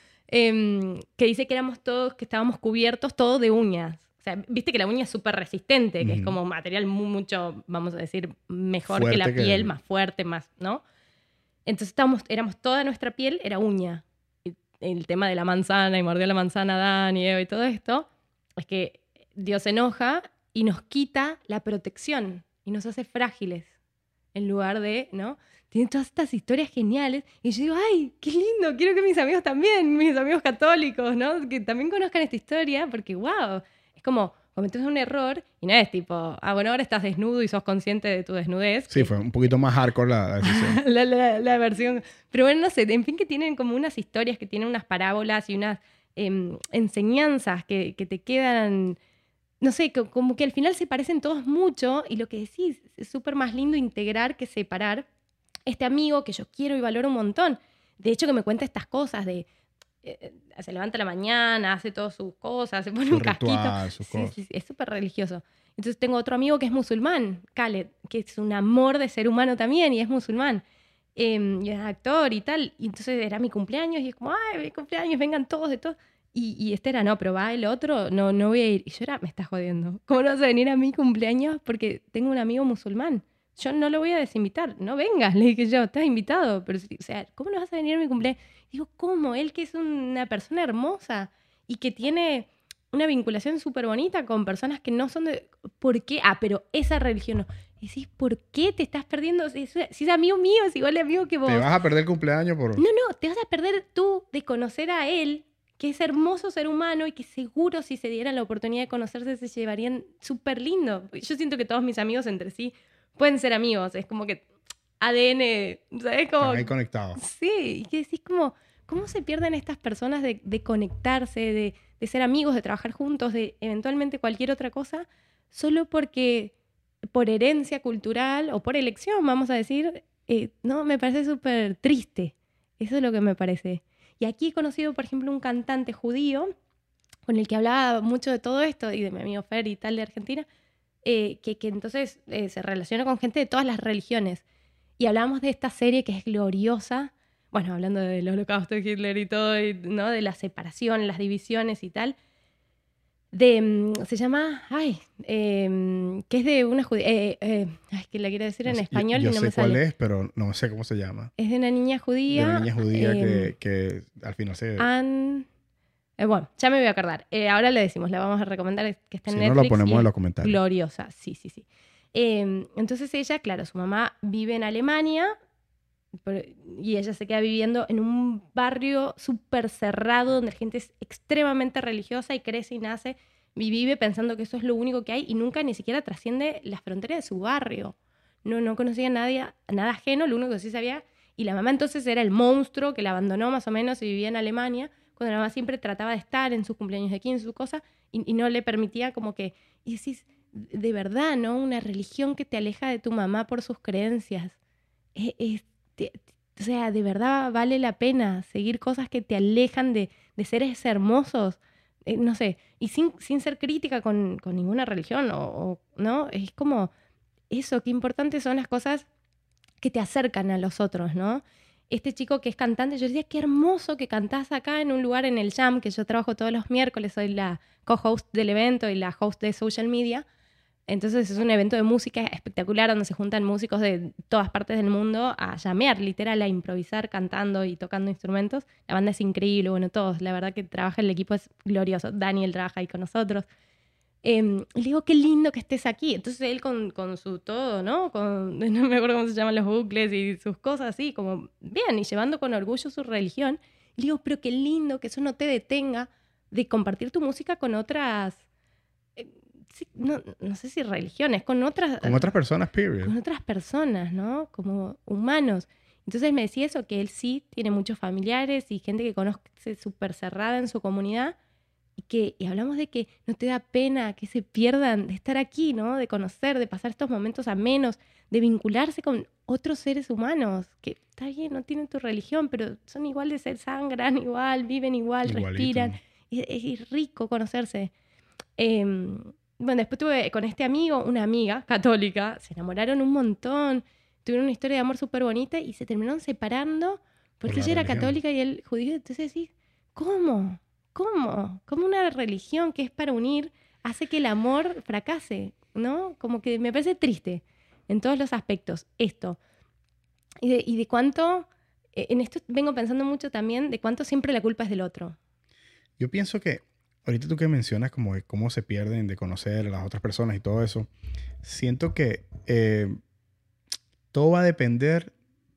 que dice que éramos todos, que estábamos cubiertos todos de uñas. O sea, viste que la uña es súper resistente, que es como un material mucho, vamos a decir, mejor que la Fuerte piel, más fuerte, más, ¿no? Entonces éramos toda nuestra piel, era uña. Y el tema de la manzana, y mordió la manzana Adán y Eva y todo esto, es que Dios se enoja y nos quita la protección y nos hace frágiles en lugar de, ¿no? Tienen todas estas historias geniales y yo digo, ¡ay, qué lindo! Quiero que mis amigos también, mis amigos católicos, ¿no? Que también conozcan esta historia porque, wow, es como cometes un error y no es tipo, bueno, ahora estás desnudo y sos consciente de tu desnudez. Sí, fue un poquito más hardcore la decisión. la versión. Pero bueno, no sé, en fin que tienen como unas historias, que tienen unas parábolas y unas enseñanzas que te quedan, no sé, como que al final se parecen todos mucho y lo que decís es súper más lindo integrar que separar. Este amigo que yo quiero y valoro un montón, de hecho que me cuenta estas cosas de... se levanta a la mañana, hace todas sus cosas, se pone Su un ritual, casquito. sus Sí, cosas. sí, sí, es súper religioso. Entonces tengo otro amigo que es musulmán, Khaled, que es un amor de ser humano también y es musulmán. Y es actor y tal. Y entonces era mi cumpleaños y es como, ¡ay, mi cumpleaños! Vengan todos de todos. Y este era, no, pero va el otro, no, no voy a ir. Y yo era, me estás jodiendo. ¿Cómo no vas a venir a mi cumpleaños? Porque tengo un amigo musulmán. Yo no lo voy a desinvitar. No vengas, le dije yo, estás invitado. Pero, o sea, ¿cómo no vas a venir a mi cumpleaños? Digo, ¿cómo? Él que es una persona hermosa y que tiene una vinculación súper bonita con personas que no son de... ¿Por qué? Ah, pero esa religión no. Y decís, ¿por qué te estás perdiendo? Si es amigo mío, es igual de amigo que vos. Te vas a perder el cumpleaños por... No, no, te vas a perder tú de conocer a él, que es hermoso ser humano y que seguro si se dieran la oportunidad de conocerse se llevarían súper lindo. Yo siento que todos mis amigos entre sí pueden ser amigos, es como que ADN, ¿sabes? Como... Están ahí conectados. Sí, y que decís como, ¿cómo se pierden estas personas de conectarse, de ser amigos, de trabajar juntos, de eventualmente cualquier otra cosa, solo porque por herencia cultural o por elección, vamos a decir, no, me parece súper triste. Eso es lo que me parece. Y aquí he conocido, por ejemplo, un cantante judío con el que hablaba mucho de todo esto y de mi amigo Fer y tal de Argentina, que entonces se relaciona con gente de todas las religiones. Y hablábamos de esta serie que es gloriosa, bueno, hablando del holocausto de Hitler y todo, ¿no? De la separación, las divisiones y tal. Se llama, que es de una judía, que la quiero decir No en sé, español yo y no me sé cuál sale. es, pero no sé cómo se llama. Es de una niña De judía. una niña judía que al final se... Bueno, ya me voy a acordar. Ahora le decimos, la vamos a recomendar, que está en Si no, Netflix. lo ponemos y en los es comentarios. gloriosa, sí, sí, sí. Entonces ella, claro, su mamá vive en Alemania y ella se queda viviendo en un barrio súper cerrado donde la gente es extremadamente religiosa y crece y nace y vive pensando que eso es lo único que hay y nunca ni siquiera trasciende las fronteras de su barrio. No conocía a nadie, nada ajeno, lo único que sí sabía. Y la mamá entonces era el monstruo que la abandonó más o menos y vivía en Alemania, cuando la mamá siempre trataba de estar en sus cumpleaños de 15, su cosa, y no le permitía como que... Y decís, de verdad, ¿no? Una religión que te aleja de tu mamá por sus creencias. Te- o sea, de verdad vale la pena seguir cosas que te alejan de seres hermosos. No sé, y sin ser crítica con ninguna religión, ¿no? Es como eso, qué importantes son las cosas que te acercan a los otros, ¿no? Este chico que es cantante, yo decía, qué hermoso que cantás acá en un lugar en el Jam, que yo trabajo todos los miércoles, soy la co-host del evento y la host de social media. Entonces es un evento de música espectacular donde se juntan músicos de todas partes del mundo a llamear, literal, a improvisar, cantando y tocando instrumentos. La banda es increíble, bueno, todos, la verdad que trabaja, el equipo es glorioso. Daniel trabaja ahí con nosotros. Le digo, qué lindo que estés aquí. Entonces él con su todo, ¿no? No me acuerdo cómo se llaman los bucles y sus cosas así, como bien, y llevando con orgullo su religión. Le digo, pero qué lindo que eso no te detenga de compartir tu música con otras, eh, sí, no sé si religiones, Con otras personas, period. con otras personas, ¿no? Como humanos. Entonces me decía eso, que él sí tiene muchos familiares y gente que conoce súper cerrada en su comunidad y hablamos de que no te da pena que se pierdan de estar aquí, ¿no? De conocer, de pasar estos momentos amenos, de vincularse con otros seres humanos, que está bien, no tienen tu religión, pero son igual de ser, sangran igual, viven igual, Igualito. respiran. Es rico conocerse. Bueno, después tuve con este amigo, una amiga católica, se enamoraron un montón, tuvieron una historia de amor súper bonita y se terminaron separando Por porque la ella era religión. católica y él judío. Entonces decís, ¿cómo? ¿Cómo? ¿Cómo una religión que es para unir hace que el amor fracase? ¿No? Como que me parece triste en todos los aspectos esto. Y de cuánto, en esto vengo pensando mucho también, de cuánto siempre la culpa es del otro. Yo pienso que ahorita tú que mencionas como de cómo se pierden de conocer a las otras personas y todo eso, siento que todo va a depender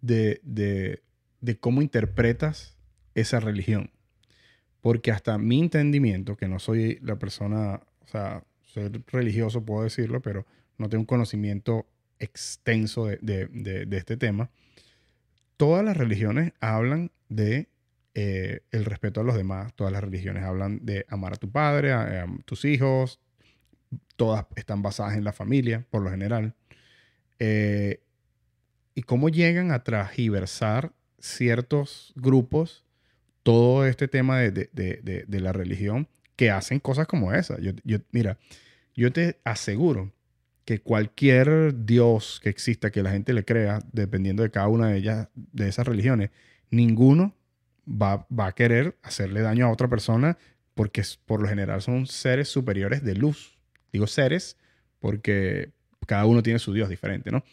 de cómo interpretas esa religión. Porque hasta mi entendimiento, que no soy la persona, o sea, soy religioso, puedo decirlo, pero no tengo un conocimiento extenso de este tema, todas las religiones hablan de el respeto a los demás. Todas las religiones hablan de amar a tu padre, a tus hijos. Todas están basadas en la familia, por lo general. Eh, y cómo llegan a transgiversar ciertos grupos todo este tema de la religión que hacen cosas como esa. Mira, yo te aseguro que cualquier Dios que exista, que la gente le crea, dependiendo de cada una de ellas, de esas religiones, ninguno va a querer hacerle daño a otra persona porque por lo general son seres superiores de luz. Digo seres porque cada uno tiene su Dios diferente, ¿no?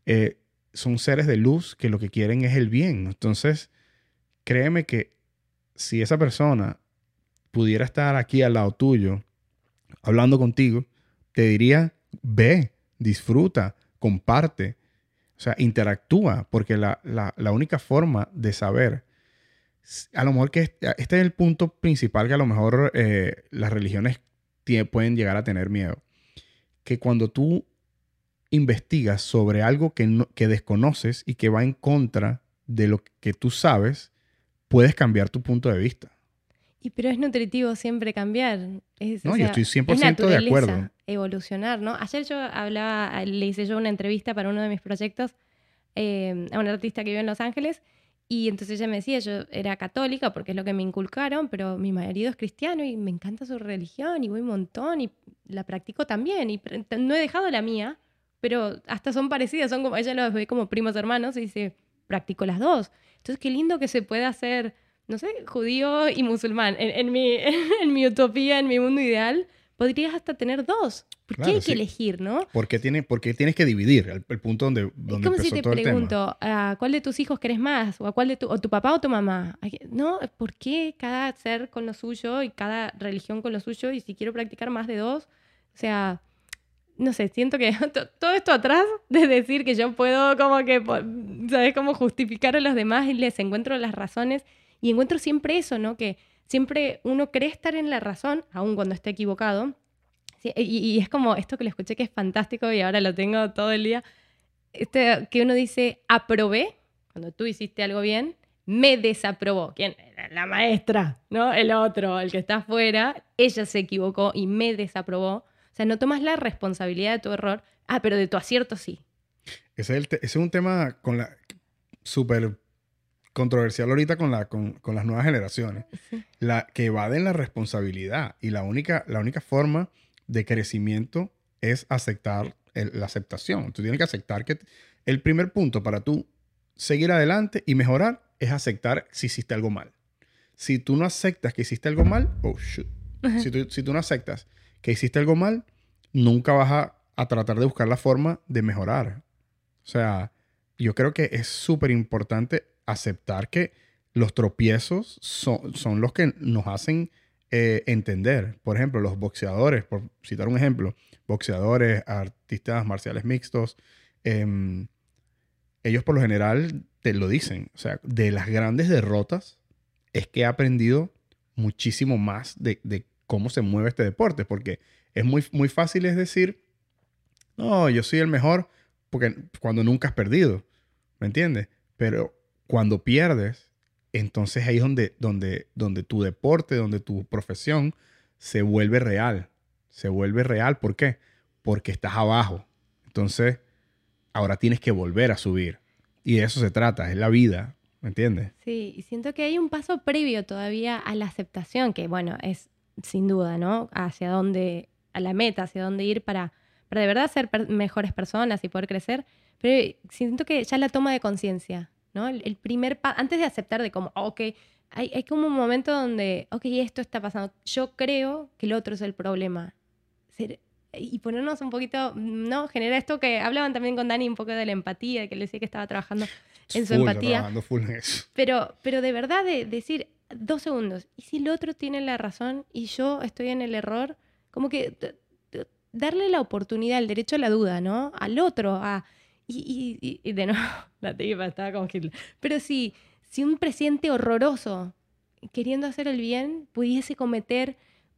Son seres de luz que lo que quieren es el bien. Entonces, créeme que si esa persona pudiera estar aquí al lado tuyo, hablando contigo, te diría, ve, disfruta, comparte, o sea, interactúa, porque la única forma de saber, a lo mejor que este es el punto principal que a lo mejor las religiones pueden llegar a tener miedo, que cuando tú investigas sobre algo que desconoces y que va en contra de lo que tú sabes, puedes cambiar tu punto de vista. Pero es nutritivo siempre cambiar. No, O yo sea, estoy es 100% de acuerdo. naturaleza evolucionar, ¿no? Ayer yo le hice yo una entrevista para uno de mis proyectos a una artista que vive en Los Ángeles, y entonces ella me decía, yo era católica porque es lo que me inculcaron, pero mi marido es cristiano y me encanta su religión y voy un montón y la practico también y no he dejado la mía, pero hasta son parecidas, son como, ella los ve como primos hermanos y dice, practico las dos. Entonces qué lindo que se pueda hacer, no sé, judío y musulmán. En mi, en mi utopía, en mi mundo ideal, podrías hasta tener dos. ¿Por qué Claro, hay que sí. elegir, no? ¿Por qué tienes que dividir el punto donde Es como empezó si te todo el tema? pregunto, ¿a cuál de tus hijos querés más? ¿O a cuál de o tu papá o tu mamá? No, ¿por qué cada ser con lo suyo y cada religión con lo suyo? Y si quiero practicar más de dos, o sea, no sé, siento que todo esto atrás de decir que yo puedo como que, ¿sabes? Como justificar a los demás y les encuentro las razones y encuentro siempre eso, ¿no? Que siempre uno cree estar en la razón, aun cuando esté equivocado. Sí, y es como esto que le escuché que es fantástico y ahora lo tengo todo el día, que uno dice, aprobé, cuando tú hiciste algo bien, me desaprobó. ¿Quién? La maestra, ¿no? El otro, el que está afuera, ella se equivocó y me desaprobó. O sea, no tomas la responsabilidad de tu error, pero de tu acierto sí. Ese es un tema súper controversial ahorita con las nuevas generaciones. Sí. Que evaden la responsabilidad. Y la única forma de crecimiento es aceptar la aceptación. Tú tienes que aceptar que el primer punto para tú seguir adelante y mejorar es aceptar si hiciste algo mal. Si tú no aceptas que hiciste algo mal, oh shoot. Si tú no aceptas que hiciste algo mal, nunca vas a tratar de buscar la forma de mejorar. O sea, yo creo que es súper importante aceptar que los tropiezos son los que nos hacen entender. Por ejemplo, los boxeadores, por citar un ejemplo, boxeadores, artistas marciales mixtos, ellos por lo general te lo dicen. O sea, de las grandes derrotas es que he aprendido muchísimo más de cómo se mueve este deporte. Porque es muy, muy fácil es decir, no, yo soy el mejor porque cuando nunca has perdido, ¿me entiendes? Pero cuando pierdes, entonces ahí es donde tu deporte, donde tu profesión se vuelve real. Se vuelve real, ¿por qué? Porque estás abajo. Entonces, ahora tienes que volver a subir. Y de eso se trata, es la vida, ¿me entiendes? Sí, y siento que hay un paso previo todavía a la aceptación, que bueno, es sin duda, ¿no? Hacia dónde, a la meta, hacia dónde ir para de verdad ser mejores personas y poder crecer. Pero siento que ya la toma de conciencia, ¿no? El primer paso, antes de aceptar de como, ok, hay como un momento donde, ok, esto está pasando. Yo creo que el otro es el problema. Y ponernos un poquito, ¿no? Genera esto que hablaban también con Dani un poco de la empatía, que le decía que estaba trabajando en su empatía. Trabajando full en eso. Pero de verdad de decir 2 segundos, ¿y si el otro tiene la razón y yo estoy en el error? Como que darle la oportunidad, el derecho a la duda, ¿no? Al otro, y de nuevo, la tipa estaba como Hitler. Pero si un presidente horroroso, queriendo hacer el bien, pudiese cometer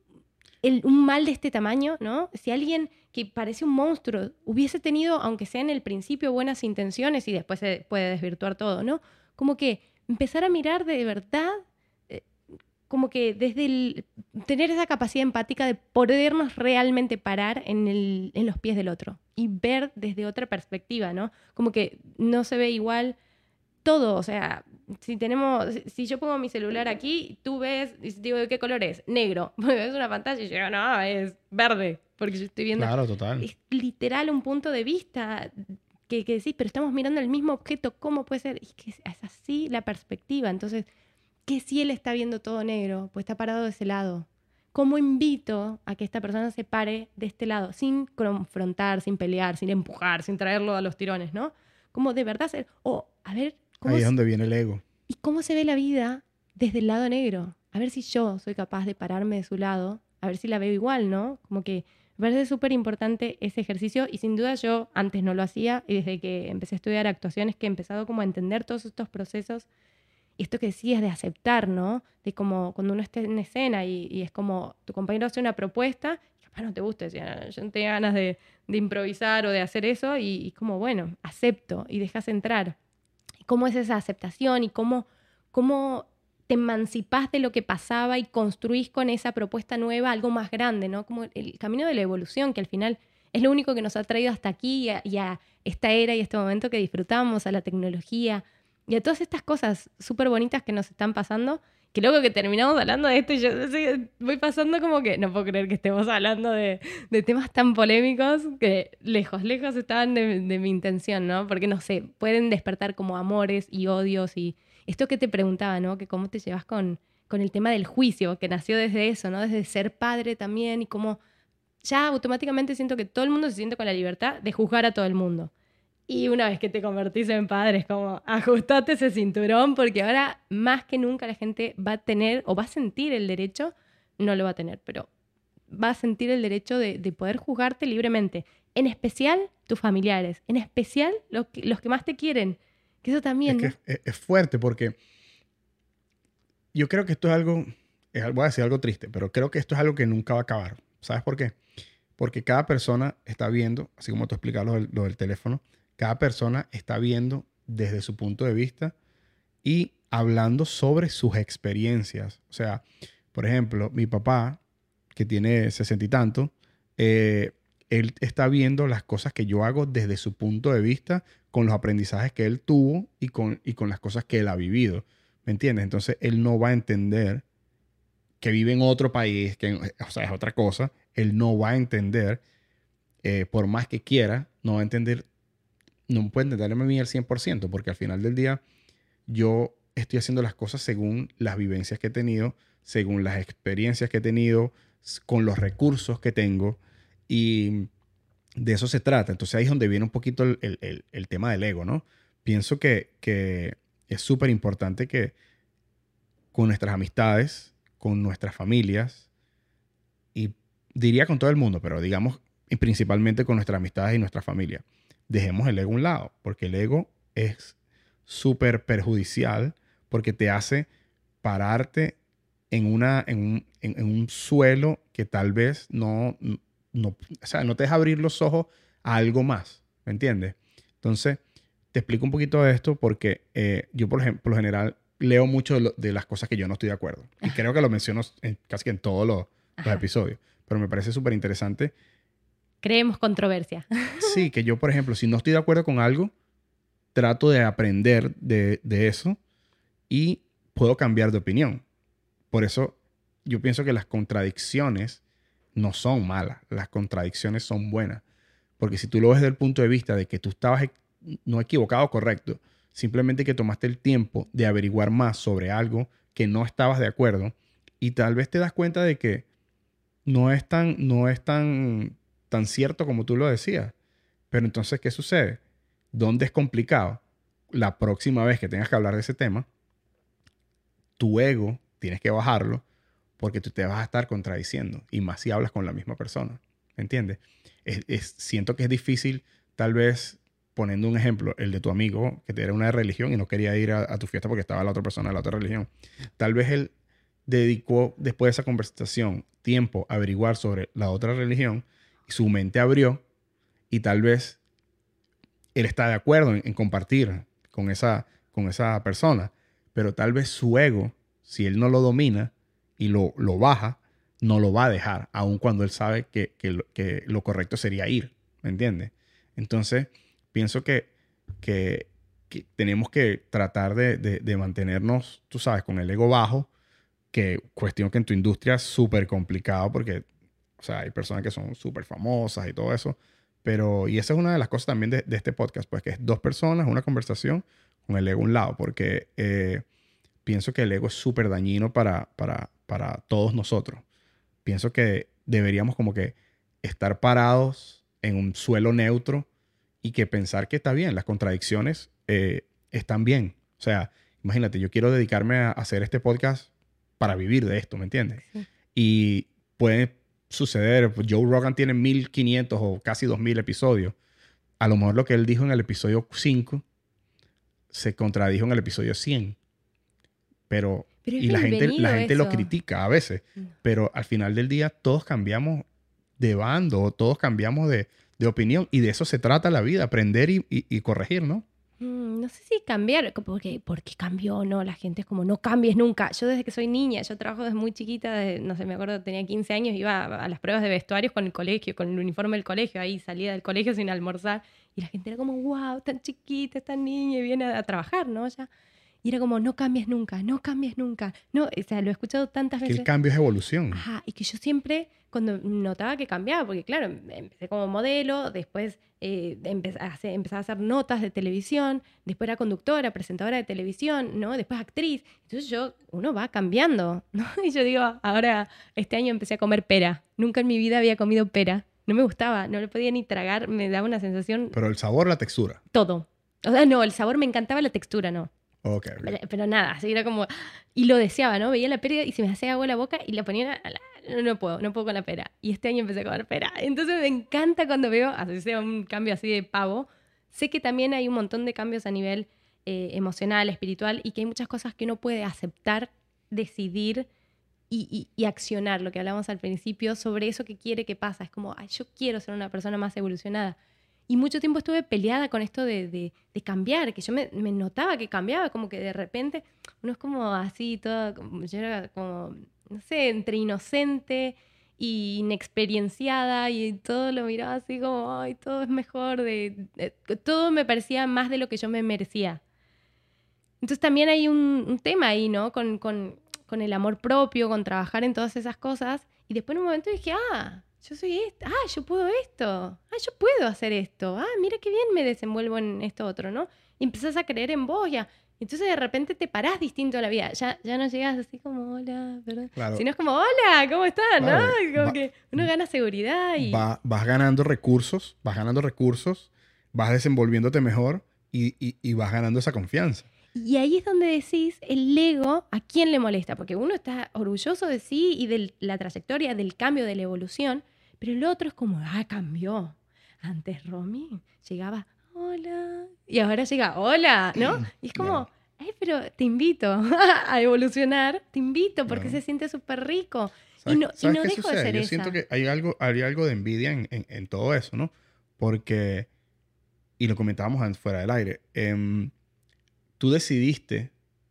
un mal de este tamaño, ¿no? Si alguien que parece un monstruo hubiese tenido, aunque sea en el principio, buenas intenciones y después se puede desvirtuar todo, ¿no? Como que empezar a mirar de verdad, como que desde tener esa capacidad empática de podernos realmente parar en los pies del otro y ver desde otra perspectiva, ¿no? Como que no se ve igual todo, o sea, si yo pongo mi celular aquí, tú ves, y digo, ¿de qué color es? Negro. Es una pantalla y yo digo, no, es verde, porque yo estoy viendo. Claro, total. Es literal un punto de vista que decís, pero estamos mirando el mismo objeto, ¿cómo puede ser? Y que es así la perspectiva. Entonces, ¿qué si él está viendo todo negro? Pues está parado de ese lado. ¿cómo invito a que esta persona se pare de este lado? Sin confrontar, sin pelear, sin empujar, sin traerlo a los tirones, ¿no? Como de verdad ser, a ver, Ahí es donde viene el ego. ¿y cómo se ve la vida desde el lado negro? A ver si yo soy capaz de pararme de su lado, a ver si la veo igual, ¿no? Como que me parece súper importante ese ejercicio y sin duda yo antes no lo hacía y desde que empecé a estudiar actuación es que he empezado como a entender todos estos procesos y esto que decías de aceptar, ¿no? De como cuando uno está en escena y es como tu compañero hace una propuesta, capaz no te gusta, yo no tenía ganas de improvisar o de hacer eso y como, bueno, acepto y dejas entrar. ¿Cómo es esa aceptación y cómo te emancipás de lo que pasaba y construís con esa propuesta nueva algo más grande, ¿no? Como el camino de la evolución, que al final es lo único que nos ha traído hasta aquí y a esta era y este momento que disfrutamos, a la tecnología y a todas estas cosas súper bonitas que nos están pasando, que luego que terminamos hablando de esto, yo voy pasando como que no puedo creer que estemos hablando de temas tan polémicos que lejos estaban de mi intención, ¿no? Porque, no sé, pueden despertar como amores y odios y esto que te preguntaba, ¿no? Que cómo te llevas con el tema del juicio, que nació desde eso, ¿no? Desde ser padre también y cómo ya automáticamente siento que todo el mundo se siente con la libertad de juzgar a todo el mundo. Y una vez que te convertís en padre, es como ajustate ese cinturón, porque ahora más que nunca la gente va a tener o va a sentir el derecho, no lo va a tener, pero va a sentir el derecho de poder juzgarte libremente. En especial tus familiares, en especial los que más te quieren. Que eso Es también, que ¿no? es fuerte porque yo creo que esto es algo, voy a decir algo triste, pero creo que esto es algo que nunca va a acabar. ¿Sabes por qué? Porque cada persona está viendo, así como tú explicabas lo del teléfono, cada persona está viendo desde su punto de vista y hablando sobre sus experiencias. O sea, por ejemplo, mi papá, que tiene 60 y tanto, él está viendo las cosas que yo hago desde su punto de vista, con los aprendizajes que él tuvo y con las cosas que él ha vivido. ¿Me entiendes? Entonces, él no va a entender que vive en otro país, que, o sea, es otra cosa. Él no va a entender, por más que quiera, no va a entender, no puede entenderme a mí al 100%, porque al final del día yo estoy haciendo las cosas según las vivencias que he tenido, según las experiencias que he tenido, con los recursos que tengo, y de eso se trata. Entonces ahí es donde viene un poquito el tema del ego, ¿no? Pienso que es súper importante que con nuestras amistades, con nuestras familias, y diría con todo el mundo, pero digamos y principalmente con nuestras amistades y nuestra familia, dejemos el ego a un lado, porque el ego es súper perjudicial porque te hace pararte en un suelo que tal vez o sea, no te deja abrir los ojos a algo más, ¿me entiendes? Entonces, te explico un poquito de esto porque yo, por ejemplo, por lo general, leo mucho de las cosas que yo no estoy de acuerdo. Y creo que lo menciono casi que en todos los episodios. Pero me parece súper interesante. Creemos controversia. Sí, que yo, por ejemplo, si no estoy de acuerdo con algo, trato de aprender de eso y puedo cambiar de opinión. Por eso yo pienso que las contradicciones no son malas, las contradicciones son buenas. Porque si tú lo ves desde el punto de vista de que tú estabas no equivocado o correcto, simplemente que tomaste el tiempo de averiguar más sobre algo que no estabas de acuerdo y tal vez te das cuenta de que no es tan cierto como tú lo decías. Pero entonces, ¿qué sucede? ¿Dónde es complicado? La próxima vez que tengas que hablar de ese tema, tu ego tienes que bajarlo porque tú te vas a estar contradiciendo. Y más si hablas con la misma persona. ¿Me entiendes? Siento que es difícil, tal vez, poniendo un ejemplo, el de tu amigo que era una religión y no quería ir a tu fiesta porque estaba la otra persona de la otra religión. Tal vez él dedicó, después de esa conversación, tiempo a averiguar sobre la otra religión y su mente abrió y tal vez él está de acuerdo en compartir con esa persona, pero tal vez su ego, si él no lo domina y lo baja, no lo va a dejar, aun cuando él sabe que lo correcto sería ir, ¿me entiendes? Entonces, pienso que tenemos que tratar de mantenernos, tú sabes, con el ego bajo, que cuestión que en tu industria es súper complicado porque, o sea, hay personas que son súper famosas y todo eso, pero, y esa es una de las cosas también de este podcast, pues que es dos personas, una conversación con el ego a un lado, porque pienso que el ego es súper dañino para todos nosotros. pienso que deberíamos como que estar parados en un suelo neutro y que pensar que está bien, las contradicciones están bien. O sea, imagínate, yo quiero dedicarme a hacer este podcast para vivir de esto, ¿me entiendes? Sí. Y puede suceder, pues, Joe Rogan tiene 1500 o casi 2000 episodios. A lo mejor lo que él dijo en el episodio 5 se contradijo en el episodio 100. Pero es Y la gente lo bienvenido eso. critica a veces. Pero al final del día todos cambiamos de bando, todos cambiamos de opinión. Y de eso se trata la vida, aprender y corregir, ¿no? No sé si cambiar, porque cambió, ¿no? La gente es como, no cambies nunca. Yo desde que soy niña, yo trabajo desde muy chiquita, no sé, me acuerdo, tenía 15 años, iba a las pruebas de vestuarios con el colegio, con el uniforme del colegio, ahí salía del colegio sin almorzar. Y la gente era como, wow, tan chiquita, esta niña, y viene a trabajar, ¿no? Ya. Y era como, no cambies nunca, no cambies nunca. No, o sea, lo he escuchado tantas Es que el veces. cambio es evolución. Ajá, y que yo siempre, cuando notaba que cambiaba, porque claro, empecé como modelo, después empecé a hacer notas de televisión, después era conductora, presentadora de televisión, ¿no? Después actriz. Entonces uno va cambiando, ¿no? Y yo digo, ahora, este año empecé a comer pera. Nunca en mi vida había comido pera. No me gustaba, no lo podía ni tragar, me daba una sensación, Pero el sabor, la textura. todo. O sea, no, el sabor me encantaba, la textura no. Ok. Pero nada, así era como... Y lo deseaba, ¿no? Veía la pera y se me hacía agua en la boca y la ponía... No puedo con la pera. Y este año empecé a comer pera. Entonces me encanta cuando veo, así sea un cambio así de pavo. Sé que también hay un montón de cambios a nivel emocional, espiritual, y que hay muchas cosas que uno puede aceptar, decidir y accionar, lo que hablábamos al principio, sobre eso que quiere que pasa. Es como, ay, yo quiero ser una persona más evolucionada. Y mucho tiempo estuve peleada con esto de cambiar, que yo me notaba que cambiaba, como que de repente uno es como así, toda, yo era como, no sé, entre inocente y inexperienciada y todo lo miraba así como, ay, todo es mejor, todo me parecía más de lo que yo me merecía. Entonces también hay un tema ahí, ¿no? Con el amor propio, con trabajar en todas esas cosas. Y después en un momento dije, yo soy esto, yo puedo esto, yo puedo hacer esto, mira qué bien me desenvuelvo en esto otro, ¿no? Y empezás a creer en vos ya. Entonces de repente te parás distinto a la vida. Ya no llegas así como, hola, perdón. Claro. Sino es como, hola, ¿cómo estás? Claro. ¿No? Y como que uno gana seguridad y... Vas ganando recursos, vas desenvolviéndote mejor y vas ganando esa confianza. Y ahí es donde decís, el ego, ¿a quién le molesta? Porque uno está orgulloso de sí y de la trayectoria, del cambio, de la evolución, pero el otro es como, cambió. Antes Romy llegaba, hola, y ahora llega, hola, ¿no? Y es como, pero te invito a evolucionar, te invito porque se siente súper rico. ¿Sabes, y no qué dejo sucede? de ser Yo esa. siento que hay algo de envidia en todo eso, ¿no? Porque, y lo comentábamos fuera del aire, tú decidiste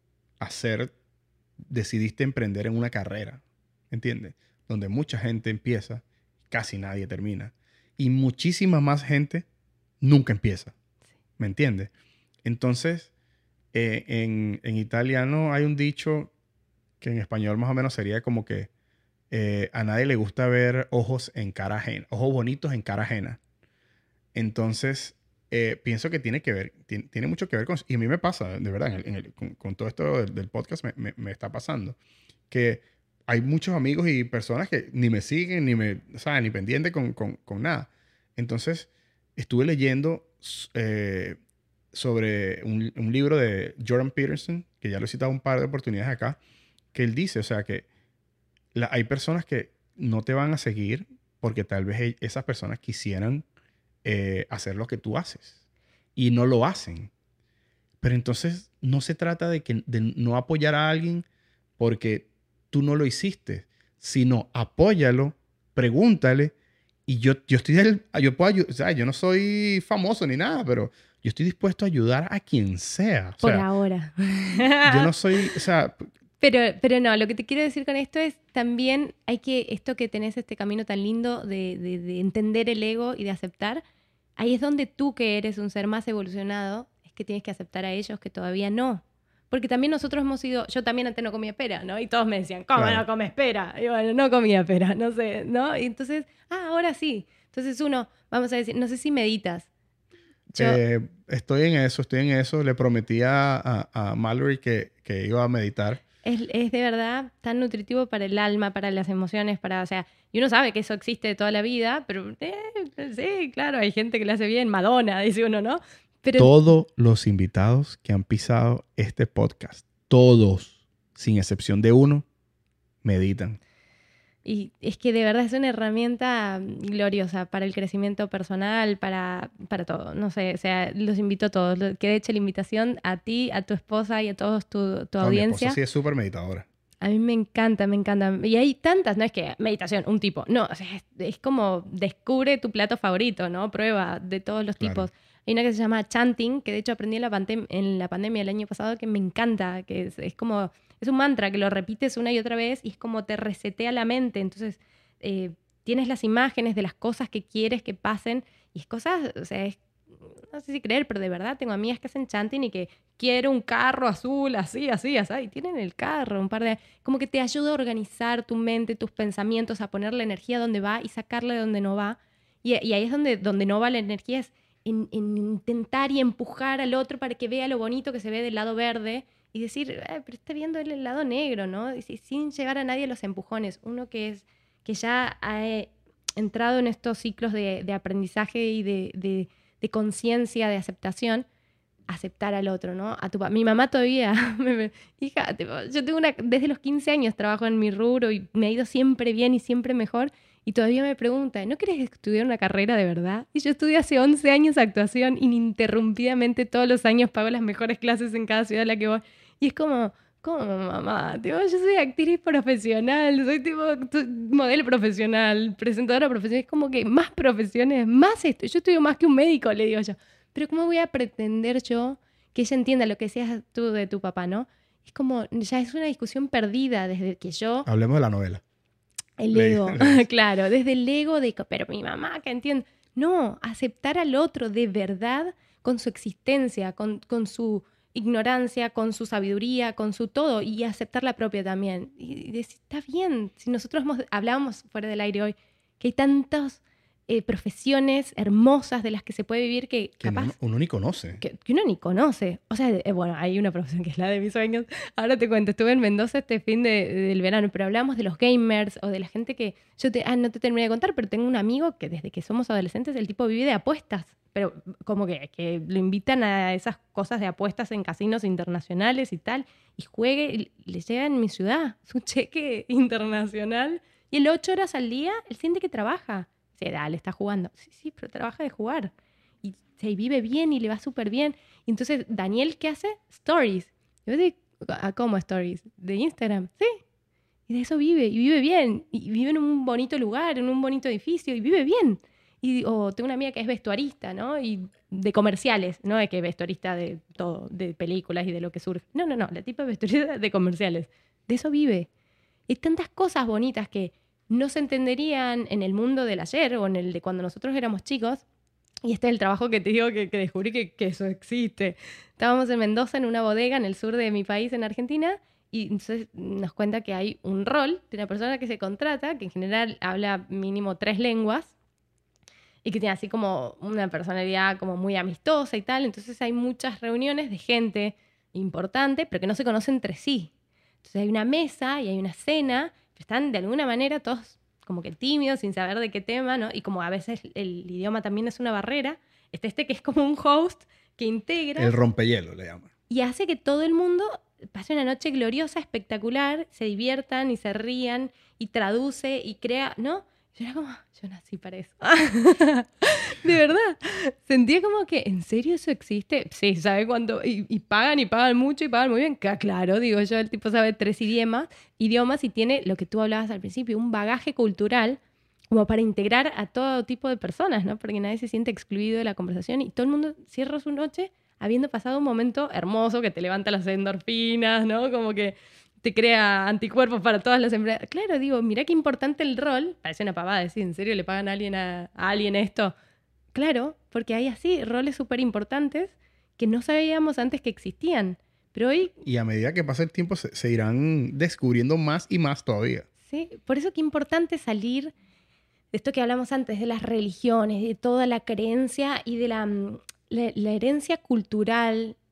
emprender en una carrera, ¿entiendes? Donde mucha gente empieza, casi nadie termina. Y muchísima más gente nunca empieza. ¿Me entiendes? Entonces, en italiano hay un dicho que en español más o menos sería como que a nadie le gusta ver ojos bonitos en cara ajena. Entonces, pienso que tiene mucho que ver con... Y a mí me pasa, de verdad, con todo esto del podcast me está pasando. Que hay muchos amigos y personas que ni me siguen, ni pendiente con nada. Entonces, estuve leyendo sobre un libro de Jordan Peterson, que ya lo he citado un par de oportunidades acá, que él dice, o sea, que hay personas que no te van a seguir porque tal vez esas personas quisieran hacer lo que tú haces y no lo hacen. Pero entonces no se trata de no apoyar a alguien porque tú no lo hiciste, sino apóyalo, pregúntale y yo puedo ayudar, o sea, yo no soy famoso ni nada, pero yo estoy dispuesto a ayudar a quien sea. Por ahora. Yo no soy, o sea... Pero no, lo que te quiero decir con esto es también esto que tenés este camino tan lindo de entender el ego y de aceptar, ahí es donde tú que eres un ser más evolucionado, es que tienes que aceptar a ellos que todavía no. Porque también nosotros yo también antes no comía pera, ¿no? Y todos me decían, ¿cómo no comes pera? Y bueno, no comía pera, no sé, ¿no? Y entonces, ahora sí. Entonces vamos a decir, no sé si meditas. Estoy en eso. Le prometí a Mallory que iba a meditar. Es de verdad tan nutritivo para el alma, para las emociones, o sea, y uno sabe que eso existe de toda la vida, pero sí, claro, hay gente que le hace bien, Madonna, dice uno, ¿no? Pero Todos los invitados que han pisado este podcast, todos, sin excepción de uno, meditan. y es que de verdad es una herramienta gloriosa para el crecimiento personal, para todo. No sé, o sea, los invito a todos. Que de hecho la invitación a ti, a tu esposa y a todos tu No, mi audiencia. esposa sí es súper meditadora. A mí me encanta, me encanta. Y hay tantas, no es que meditación, un tipo. No, o sea, es como descubre tu plato favorito, ¿no? Prueba de todos los Claro. tipos. Hay una que se llama chanting, que de hecho aprendí en la pandemia el año pasado, que me encanta, que es como, es un mantra que lo repites una y otra vez y es como te resetea la mente. Entonces, tienes las imágenes de las cosas que quieres que pasen y es cosas, o sea, no sé si creer, pero de verdad tengo amigas que hacen chanting y que quiero un carro azul, así, así, así, y tienen el carro, un par de... Como que te ayuda a organizar tu mente, tus pensamientos, a poner la energía donde va y sacarla de donde no va. Y ahí es donde no va la energía, es en intentar y empujar al otro para que vea lo bonito que se ve del lado verde y decir, pero está viendo el lado negro, ¿no? Y sin llevar a nadie a los empujones. Uno que ya ha entrado en estos ciclos de aprendizaje y de conciencia, de aceptación, aceptar al otro, ¿no? Mi mamá todavía, hija, yo tengo desde los 15 años trabajo en mi rubro y me ha ido siempre bien y siempre mejor y todavía me pregunta, ¿no querés estudiar una carrera de verdad? Y yo estudié hace 11 años actuación ininterrumpidamente todos los años, pago las mejores clases en cada ciudad a la que voy y es como... ¿Cómo, mamá? Tipo, yo soy actriz profesional, soy tipo modelo profesional, presentadora profesional. Es como que más profesiones, más esto. Yo estudio más que un médico, le digo yo. Pero ¿cómo voy a pretender yo que ella entienda lo que decías tú de tu papá, ¿no? Es como, ya es una discusión perdida desde que yo, Hablemos de la novela. el Le- ego, le dice. claro, desde el ego de, pero mi mamá que entiende. No, aceptar al otro de verdad con su existencia, con su ignorancia, con su sabiduría, con su todo, y aceptar la propia también. Y decir, está bien, si nosotros hablábamos fuera del aire hoy, que hay tantas profesiones hermosas de las que se puede vivir que Que capaz uno ni conoce. que uno ni conoce. O sea, bueno, hay una profesión que es la de mis sueños. Ahora te cuento, estuve en Mendoza este fin del verano, pero hablamos de los gamers o de la gente que... no te terminé de contar, pero tengo un amigo que desde que somos adolescentes el tipo vive de apuestas. Pero como que lo invitan a esas cosas de apuestas en casinos internacionales y tal, y juegue, y le llega en mi ciudad su cheque internacional, y él 8 horas al día, él siente que trabaja. Dice, dale, está jugando. Sí, sí, pero trabaja de jugar y se vive bien y le va súper bien. Y entonces, Daniel, ¿qué hace? Stories. Yo digo, ¿cómo stories? ¿De Instagram? Sí. Y de eso vive, y vive bien. Y vive en un bonito lugar, en un bonito edificio, y vive bien. Tengo una amiga que es vestuarista, ¿no? Y de comerciales, no es que es vestuarista de todo, de películas y de lo que surge. No, no, no, la tipa es vestuarista de comerciales. De eso vive. Hay tantas cosas bonitas que no se entenderían en el mundo del ayer o en el de cuando nosotros éramos chicos. Y este es el trabajo que te digo que descubrí que eso existe. Estábamos en Mendoza, en una bodega en el sur de mi país, en Argentina, y entonces nos cuenta que hay un rol de una persona que se contrata, que en general habla mínimo 3 lenguas, y que tiene así como una personalidad como muy amistosa y tal. Entonces hay muchas reuniones de gente importante, pero que no se conoce entre sí. Entonces hay una mesa y hay una cena, pero están de alguna manera todos como que tímidos, sin saber de qué tema, ¿no? Y como a veces el idioma también es una barrera, este que es como un host que integra El rompehielo le llaman. y hace que todo el mundo pase una noche gloriosa, espectacular, se diviertan y se rían y traduce y crea, ¿no? Yo era como, yo nací para eso. De verdad. Sentía como que, ¿en serio eso existe? Sí, ¿sabe cuánto? Y pagan mucho y pagan muy bien. Claro, digo yo, el tipo sabe 3 idiomas y tiene lo que tú hablabas al principio, un bagaje cultural como para integrar a todo tipo de personas, ¿no? Porque nadie se siente excluido de la conversación y todo el mundo cierra su noche habiendo pasado un momento hermoso que te levanta las endorfinas, ¿no? Como que te crea anticuerpos para todas las enfermedades. Claro, digo, mirá qué importante el rol. Parece una pavada decir, ¿en serio le pagan a alguien esto? Claro, porque hay así roles súper importantes que no sabíamos antes que existían. Pero hoy, Y a medida que pasa el tiempo se irán descubriendo más y más todavía. sí, por eso qué importante salir de esto que hablamos antes, de las religiones, de toda la creencia y de la herencia cultural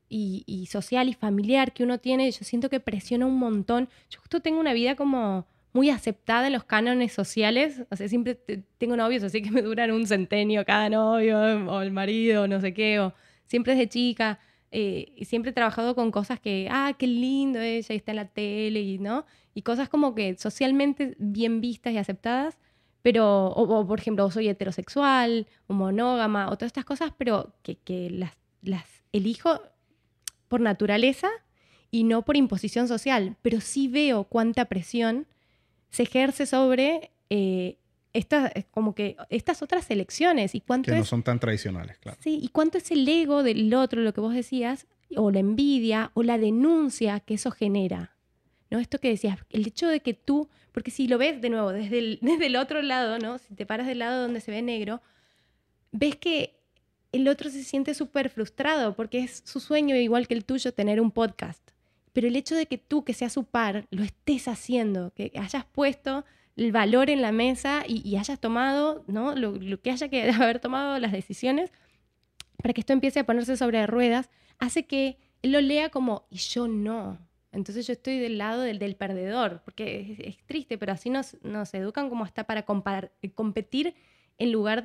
y social y familiar que uno tiene, yo siento que presiona un montón. Yo justo tengo una vida como muy aceptada en los cánones sociales. O sea, siempre tengo novios, así que me duran un centenio cada novio, o el marido, no sé qué, o siempre desde chica. Y siempre he trabajado con cosas que, qué lindo ella, y está en la tele, y, ¿no? Y cosas como que socialmente bien vistas y aceptadas, pero, o, por ejemplo, soy heterosexual, o monógama, o todas estas cosas, pero que las elijo por naturaleza y no por imposición social. Pero sí veo cuánta presión se ejerce sobre como que estas otras elecciones y cuánto Que no son tan tradicionales, claro. Sí, y cuánto es el ego del otro, lo que vos decías, o la envidia, o la denuncia que eso genera. ¿No? Esto que decías, el hecho de que tú, porque si lo ves de nuevo desde el otro lado, ¿no? Si te paras del lado donde se ve negro, ves que el otro se siente súper frustrado porque es su sueño, igual que el tuyo, tener un podcast. Pero el hecho de que tú, que seas su par, lo estés haciendo, que hayas puesto el valor en la mesa y hayas tomado, ¿no? Lo que haya que haber tomado, las decisiones, para que esto empiece a ponerse sobre ruedas, hace que él lo lea como, y yo no. Entonces yo estoy del lado del perdedor, porque es triste, pero así nos educan como hasta para competir en lugar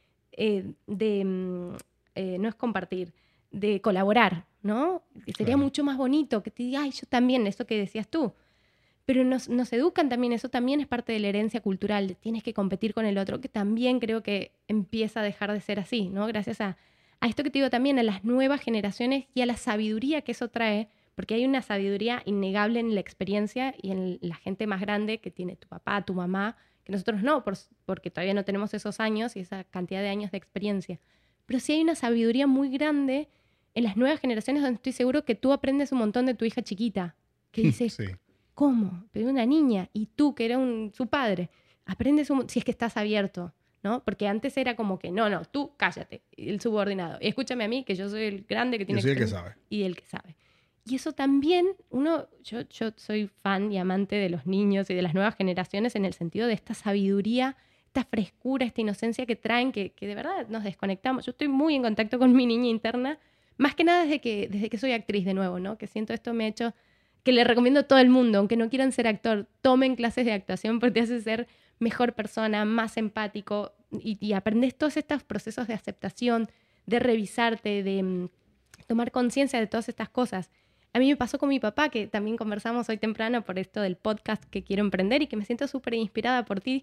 no es compartir, de colaborar, ¿no? Que sería Claro. mucho más bonito que te diga, ay, yo también, eso que decías tú. Pero nos educan también, eso también es parte de la herencia cultural, tienes que competir con el otro, que también creo que empieza a dejar de ser así, ¿no? Gracias a esto que te digo también, a las nuevas generaciones y a la sabiduría que eso trae, porque hay una sabiduría innegable en la experiencia y en la gente más grande que tiene tu papá, tu mamá, que nosotros no, porque todavía no tenemos esos años y esa cantidad de años de experiencia. Pero sí hay una sabiduría muy grande en las nuevas generaciones donde estoy seguro que tú aprendes un montón de tu hija chiquita, que dices, Sí. ¿cómo? Pero una niña, y tú, que eres su padre, aprendes si es que estás abierto, ¿no? Porque antes era como que, no, tú cállate, el subordinado. Y escúchame a mí, que yo soy el grande que tiene Yo soy el que experiencia. sabe. Y el que sabe. Y eso también, yo soy fan y amante de los niños y de las nuevas generaciones en el sentido de esta sabiduría, esta frescura, esta inocencia que traen, que de verdad nos desconectamos. Yo estoy muy en contacto con mi niña interna, más que nada desde que soy actriz de nuevo, ¿no? Que siento esto me ha hecho, que le recomiendo a todo el mundo, aunque no quieran ser actor, tomen clases de actuación porque te hace ser mejor persona, más empático y aprendes todos estos procesos de aceptación, de revisarte, de tomar conciencia de todas estas cosas. A mí me pasó con mi papá, que también conversamos hoy temprano por esto del podcast que quiero emprender y que me siento súper inspirada por ti,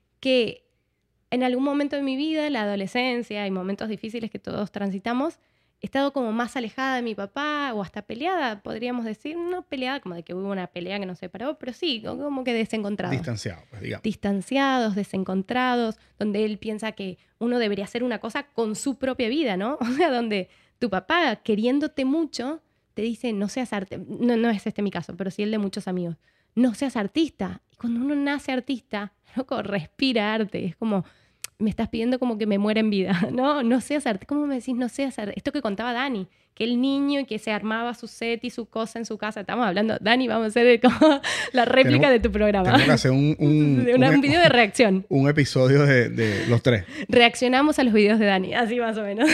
que en algún momento de mi vida, la adolescencia y momentos difíciles que todos transitamos, he estado como más alejada de mi papá o hasta peleada, podríamos decir, no peleada como de que hubo una pelea que nos separó, pero sí, como que desencontrados. Distanciado, pues digamos. Distanciados, desencontrados, donde él piensa que uno debería hacer una cosa con su propia vida, ¿no? O sea, donde tu papá, queriéndote mucho, te dice, no seas artista, no es este mi caso, pero sí el de muchos amigos, no seas artista. Y cuando uno nace artista, loco, respira arte, es como, me estás pidiendo como que me muera en vida, ¿no? No seas artista. ¿Cómo me decís no seas artista? Esto que contaba Dani, que el niño que se armaba su set y su cosa en su casa. Estamos hablando, Dani, vamos a hacer como la réplica de tu programa. Tenemos que hacer un video de reacción. Un episodio de los tres. Reaccionamos a los videos de Dani, así más o menos.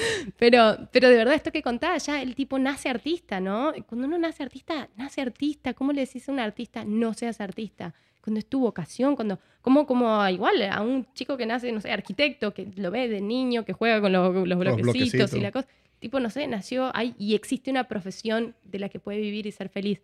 Pero de verdad, esto que contaba, ya el tipo nace artista, ¿no? Cuando uno nace artista. ¿Cómo le decís a un artista, no seas artista? Cuando es tu vocación, como igual a un chico que nace, no sé, arquitecto, que lo ve de niño, que juega con los bloquecitos y la cosa. Tipo, no sé, nació ahí y existe una profesión de la que puede vivir y ser feliz.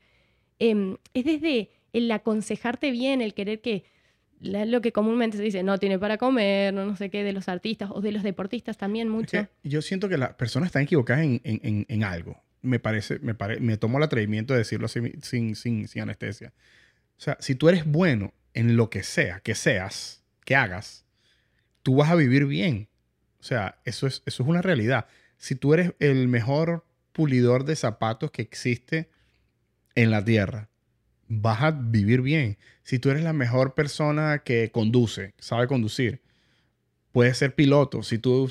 Es desde el aconsejarte bien, el querer que lo que comúnmente se dice, no tiene para comer, no sé qué, de los artistas o de los deportistas también mucho. Es que yo siento que las personas están equivocadas en algo. Me tomo el atrevimiento de decirlo así, sin anestesia. O sea, si tú eres bueno en lo que sea, que seas, que hagas, tú vas a vivir bien. O sea, eso es una realidad. Si tú eres el mejor pulidor de zapatos que existe en la tierra, vas a vivir bien. Si tú eres la mejor persona que conduce, sabe conducir, puedes ser piloto. Si tú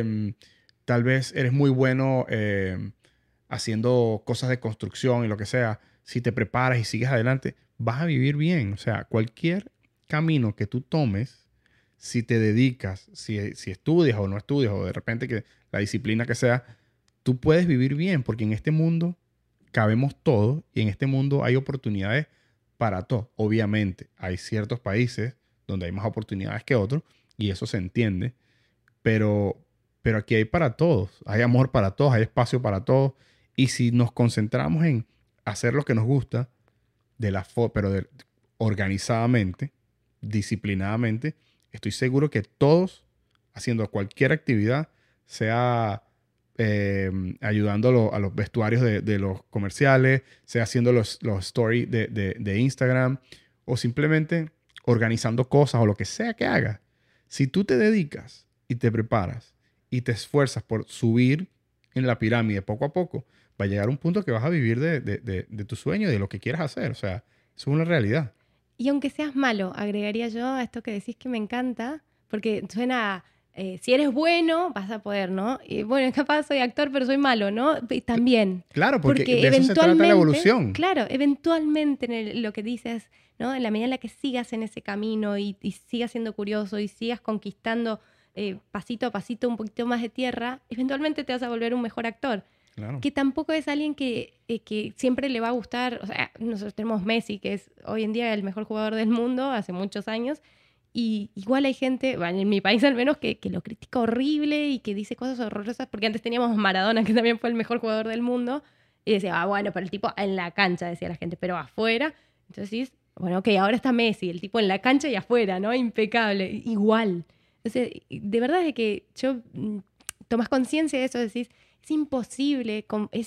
tal vez eres muy bueno haciendo cosas de construcción y lo que sea, si te preparas y sigues adelante, vas a vivir bien. O sea, cualquier camino que tú tomes, si te dedicas, si estudias o no estudias, o de repente que la disciplina que sea, tú puedes vivir bien porque en este mundo cabemos todos y en este mundo hay oportunidades para todos. Obviamente, hay ciertos países donde hay más oportunidades que otros y eso se entiende, pero aquí hay para todos, hay amor para todos, hay espacio para todos y si nos concentramos en hacer lo que nos gusta, organizadamente, disciplinadamente, estoy seguro que todos haciendo cualquier actividad, sea ayudando a los vestuarios de los comerciales, sea haciendo los stories de Instagram o simplemente organizando cosas o lo que sea que hagas. Si tú te dedicas y te preparas y te esfuerzas por subir en la pirámide poco a poco, va a llegar un punto que vas a vivir de tu sueño, de lo que quieras hacer. O sea, eso es una realidad. Y aunque seas malo, agregaría yo a esto que decís que me encanta, porque suena, si eres bueno, vas a poder, ¿no? Y bueno, capaz soy actor, pero soy malo, ¿no? Y también. Claro, porque de eso se trata la evolución. Claro, eventualmente lo que dices, ¿no? En la medida en la que sigas en ese camino y sigas siendo curioso y sigas conquistando pasito a pasito un poquito más de tierra, eventualmente te vas a volver un mejor actor. Claro. Que tampoco es alguien que siempre le va a gustar. O sea, nosotros tenemos Messi, que es hoy en día el mejor jugador del mundo, hace muchos años, y igual hay gente, bueno, en mi país al menos, que lo critica horrible y que dice cosas horrorosas, porque antes teníamos Maradona, que también fue el mejor jugador del mundo, y decía, bueno, pero el tipo en la cancha, decía la gente, pero afuera. Entonces dices, bueno, ok, ahora está Messi, el tipo en la cancha y afuera, ¿no? Impecable, igual. Entonces, de verdad es que yo tomas conciencia de eso, decís, es imposible,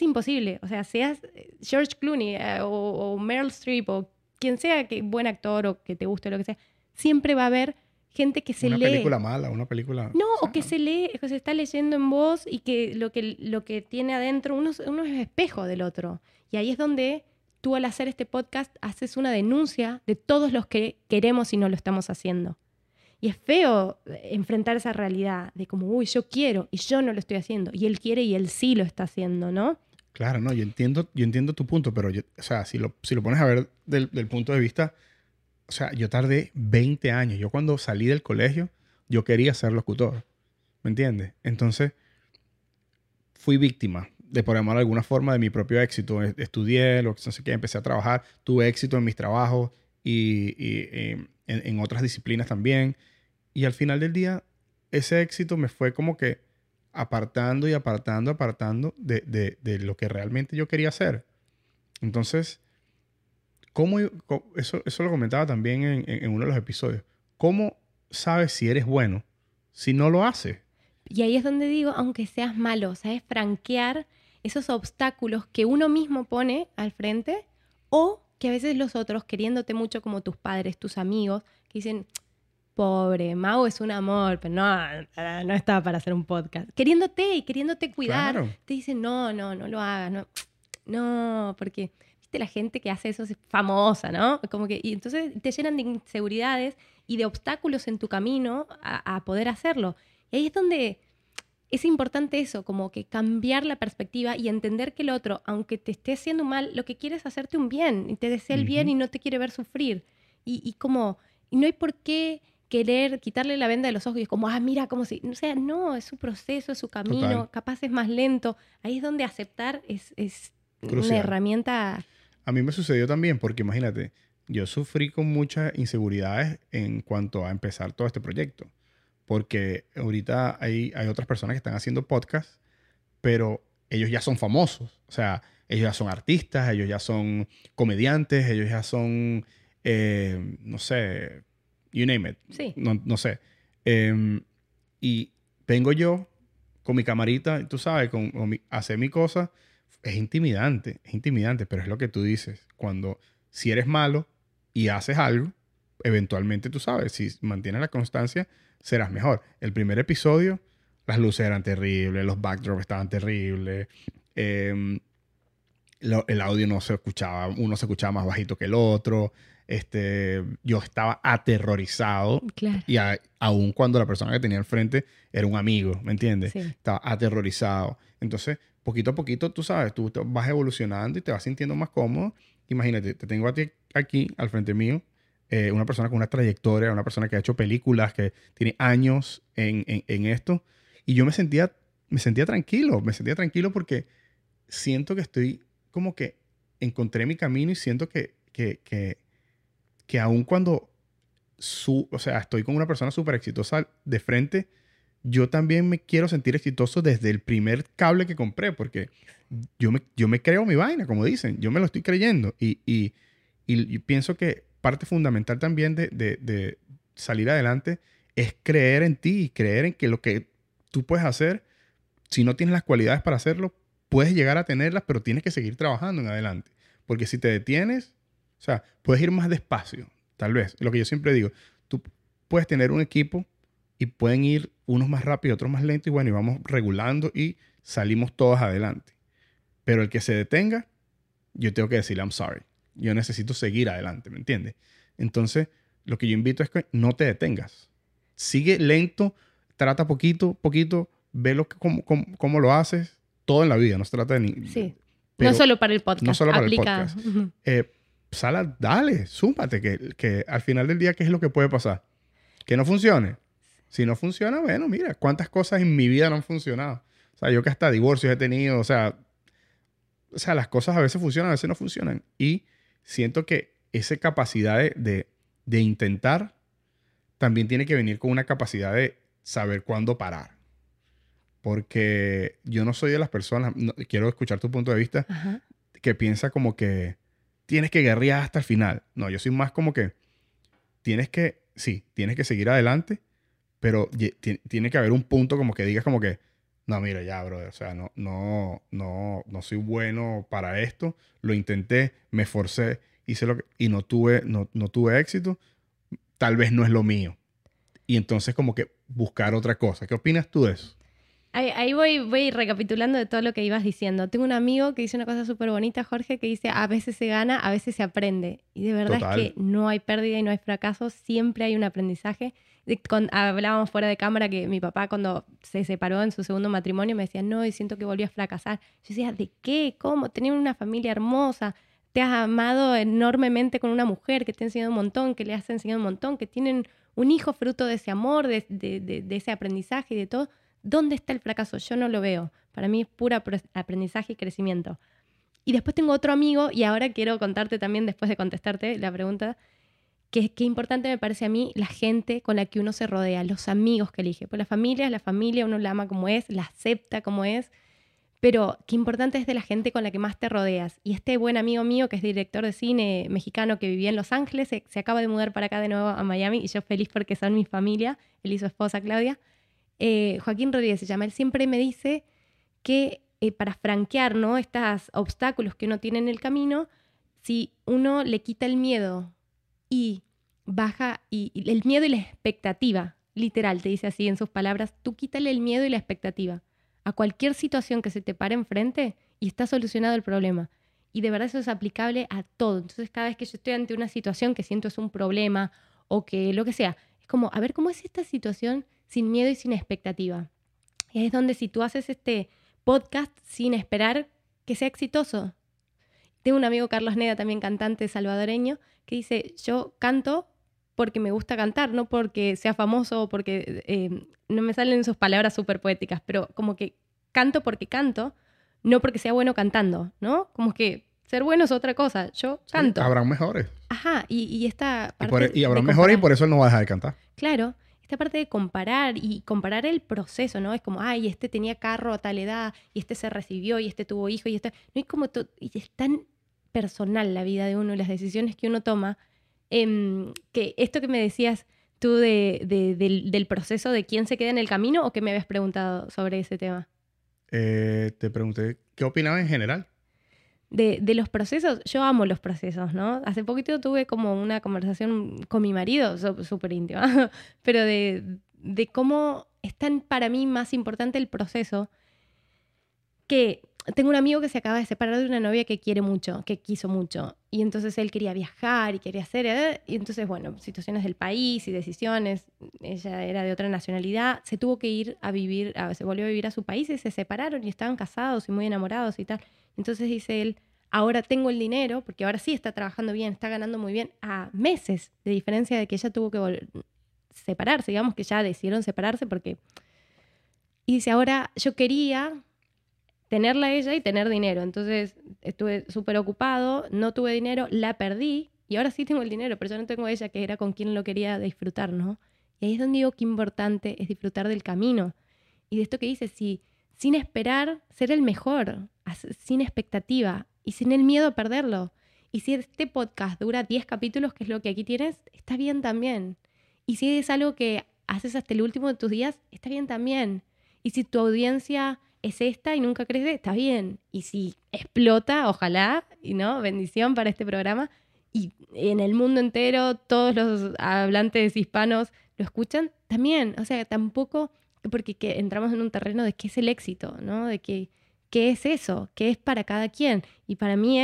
o sea, seas George Clooney o Meryl Streep o quien sea que buen actor o que te guste lo que sea, siempre va a haber gente que se lee. Una película mala, una película... No, o que se lee, que se está leyendo en voz y que lo que tiene adentro, uno es espejo del otro. Y ahí es donde tú al hacer este podcast haces una denuncia de todos los que queremos y no lo estamos haciendo. Y es feo enfrentar esa realidad de como, uy, yo quiero y yo no lo estoy haciendo. Y él quiere y él sí lo está haciendo, ¿no? Claro, no, yo entiendo tu punto, pero o sea, si lo pones a ver del punto de vista, o sea, yo tardé 20 años. Yo cuando salí del colegio, yo quería ser locutor, ¿me entiendes? Entonces, fui víctima, por llamarlo de alguna forma, de mi propio éxito. Estudié, no sé qué, empecé a trabajar, tuve éxito en mis trabajos y en otras disciplinas también. Y al final del día, ese éxito me fue como que apartando de lo que realmente yo quería hacer. Entonces, eso lo comentaba también en uno de los episodios. ¿Cómo sabes si eres bueno si no lo haces? Y ahí es donde digo, aunque seas malo, ¿sabes? Franquear esos obstáculos que uno mismo pone al frente o que a veces los otros, queriéndote mucho como tus padres, tus amigos, que dicen, pobre, Mau es un amor, pero no está para hacer un podcast. Queriéndote y queriéndote cuidar, Claro. te dicen, no lo hagas, no, porque, viste, la gente que hace eso es famosa, ¿no? Como que, y entonces te llenan de inseguridades y de obstáculos en tu camino a poder hacerlo. Y ahí es donde es importante eso, como que cambiar la perspectiva y entender que el otro, aunque te esté haciendo mal, lo que quiere es hacerte un bien y te desea el bien y no te quiere ver sufrir. Y no hay por qué querer quitarle la venda de los ojos y es como, mira, como si... O sea, no, es su proceso, es su camino, Total. capaz es más lento. Ahí es donde aceptar es Crucial. una herramienta... A mí me sucedió también porque imagínate, yo sufrí con muchas inseguridades en cuanto a empezar todo este proyecto. Porque ahorita hay otras personas que están haciendo podcasts, pero ellos ya son famosos. O sea, ellos ya son artistas, ellos ya son comediantes, ellos ya son, no sé, you name it. Sí. No sé. Y vengo yo con mi camarita, tú sabes, hacer mi cosa. Es intimidante, pero es lo que tú dices. Si eres malo y haces algo, eventualmente tú sabes, si mantienes la constancia, serás mejor. El primer episodio, las luces eran terribles, los backdrops estaban terribles, el audio no se escuchaba, uno se escuchaba más bajito que el otro. Yo estaba aterrorizado. Claro. Y aun cuando la persona que tenía al frente era un amigo, ¿me entiendes? Sí. Estaba aterrorizado. Entonces, poquito a poquito, tú sabes, tú vas evolucionando y te vas sintiendo más cómodo. Imagínate, te tengo a ti aquí, al frente mío, una persona con una trayectoria, una persona que ha hecho películas, que tiene años en esto. Y yo me sentía me sentía tranquilo porque siento que estoy como que encontré mi camino y siento que aun cuando o sea, estoy con una persona súper exitosa de frente, yo también me quiero sentir exitoso desde el primer cable que compré, porque yo me creo mi vaina, como dicen, yo me lo estoy creyendo. Y pienso que parte fundamental también de salir adelante es creer en ti y creer en que lo que tú puedes hacer, si no tienes las cualidades para hacerlo, puedes llegar a tenerlas, pero tienes que seguir trabajando en adelante. Porque si te detienes, o sea, puedes ir más despacio, tal vez. Lo que yo siempre digo, tú puedes tener un equipo y pueden ir unos más rápido, otros más lento y bueno, y vamos regulando y salimos todos adelante. Pero el que se detenga, yo tengo que decirle, I'm sorry. Yo necesito seguir adelante, ¿me entiendes? Entonces, lo que yo invito es que no te detengas. Sigue lento, trata poquito, ve cómo lo haces. Todo en la vida, no se trata de ni... Sí. No solo para el podcast. No solo para aplica. el podcast. Dale, súmate, que al final del día, ¿qué es lo que puede pasar? Que no funcione. Si no funciona, bueno, mira, cuántas cosas en mi vida no han funcionado. O sea, yo que hasta divorcios he tenido, o sea, las cosas a veces funcionan, a veces no funcionan. Y siento que esa capacidad de intentar también tiene que venir con una capacidad de saber cuándo parar. Porque yo no soy de las personas, quiero escuchar tu punto de vista, Ajá. que piensa como que tienes que guerrear hasta el final. No, yo soy más como que tienes que seguir adelante, pero tiene que haber un punto como que digas como que, no, mira, ya, bro, o sea, no soy bueno para esto. Lo intenté, me esforcé, hice lo que, y no tuve éxito. Tal vez no es lo mío. Y entonces como que buscar otra cosa. ¿Qué opinas tú de eso? Ahí voy recapitulando de todo lo que ibas diciendo. Tengo un amigo que dice una cosa súper bonita, Jorge, que dice, a veces se gana, a veces se aprende. Y de verdad Total. es que no hay pérdida y no hay fracaso, siempre hay un aprendizaje. Hablábamos fuera de cámara que mi papá cuando se separó en su segundo matrimonio me decía, no, y siento que volví a fracasar. Yo decía, ¿de qué? ¿Cómo? Tenían una familia hermosa, te has amado enormemente con una mujer que te ha enseñado un montón, que le has enseñado un montón, que tienen un hijo fruto de ese amor, de ese aprendizaje y de todo. ¿Dónde está el fracaso? Yo no lo veo. Para mí es pura aprendizaje y crecimiento. Y después tengo otro amigo, y ahora quiero contarte también, después de contestarte la pregunta, que importante me parece a mí la gente con la que uno se rodea, los amigos que elige. Pues la familia es la familia, uno la ama como es, la acepta como es, pero qué importante es de la gente con la que más te rodeas. Y este buen amigo mío, que es director de cine mexicano que vivía en Los Ángeles, se acaba de mudar para acá de nuevo a Miami, y yo feliz porque son mi familia, él y su esposa Claudia. Joaquín Rodríguez se llama, él siempre me dice que para franquear, ¿no?, estos obstáculos que uno tiene en el camino, si uno le quita el miedo y baja, y el miedo y la expectativa, literal, te dice así en sus palabras, tú quítale el miedo y la expectativa a cualquier situación que se te pare enfrente y está solucionado el problema. Y de verdad eso es aplicable a todo. Entonces cada vez que yo estoy ante una situación que siento es un problema o que lo que sea, es como, a ver, ¿cómo es esta situación sin miedo y sin expectativa? Y ahí es donde si tú haces este podcast sin esperar que sea exitoso. Tengo un amigo, Carlos Neda, también cantante salvadoreño, que dice, yo canto porque me gusta cantar, no porque sea famoso o porque no me salen sus palabras súper poéticas, pero como que canto porque canto, no porque sea bueno cantando, ¿no? Como que ser bueno es otra cosa, yo canto. Sí, habrán mejores. Ajá, y esta parte y habrán mejores y por eso él no va a dejar de cantar. Claro, esta parte de comparar y comparar el proceso, ¿no? Es como, ay, este tenía carro a tal edad y este se recibió y este tuvo hijo y este... No es como y es tan personal la vida de uno y las decisiones que uno toma, que esto que me decías tú del proceso de quién se queda en el camino, o que me habías preguntado sobre ese tema. Te pregunté, ¿qué opinaba en general? De los procesos, yo amo los procesos, ¿no? Hace poquito tuve como una conversación con mi marido, súper íntima, pero de cómo es tan para mí más importante el proceso, que tengo un amigo que se acaba de separar de una novia que quiere mucho, que quiso mucho, y entonces él quería viajar y quería hacer, y entonces, bueno, situaciones del país y decisiones, ella era de otra nacionalidad, se tuvo que ir a vivir, se volvió a vivir a su país y se separaron y estaban casados y muy enamorados y tal. Entonces dice él, ahora tengo el dinero, porque ahora sí está trabajando bien, está ganando muy bien, a meses de diferencia de que ella tuvo que separarse, digamos que ya decidieron separarse porque Y dice, ahora yo quería tenerla a ella y tener dinero. Entonces estuve súper ocupado, no tuve dinero, la perdí y ahora sí tengo el dinero, pero yo no tengo a ella, que era con quien lo quería disfrutar, ¿no? Y ahí es donde digo que importante es disfrutar del camino. Y de esto que dice, si sin esperar ser el mejor, sin expectativa y sin el miedo a perderlo. Y si este podcast dura 10 capítulos, que es lo que aquí tienes, está bien también. Y si es algo que haces hasta el último de tus días, está bien también. Y si tu audiencia es esta y nunca crece, está bien. Y si explota, ojalá, y no, bendición para este programa. Y en el mundo entero, todos los hablantes hispanos lo escuchan, también. O sea, tampoco, porque entramos en un terreno de qué es el éxito, ¿no? De qué es eso, qué es para cada quien. Y para mí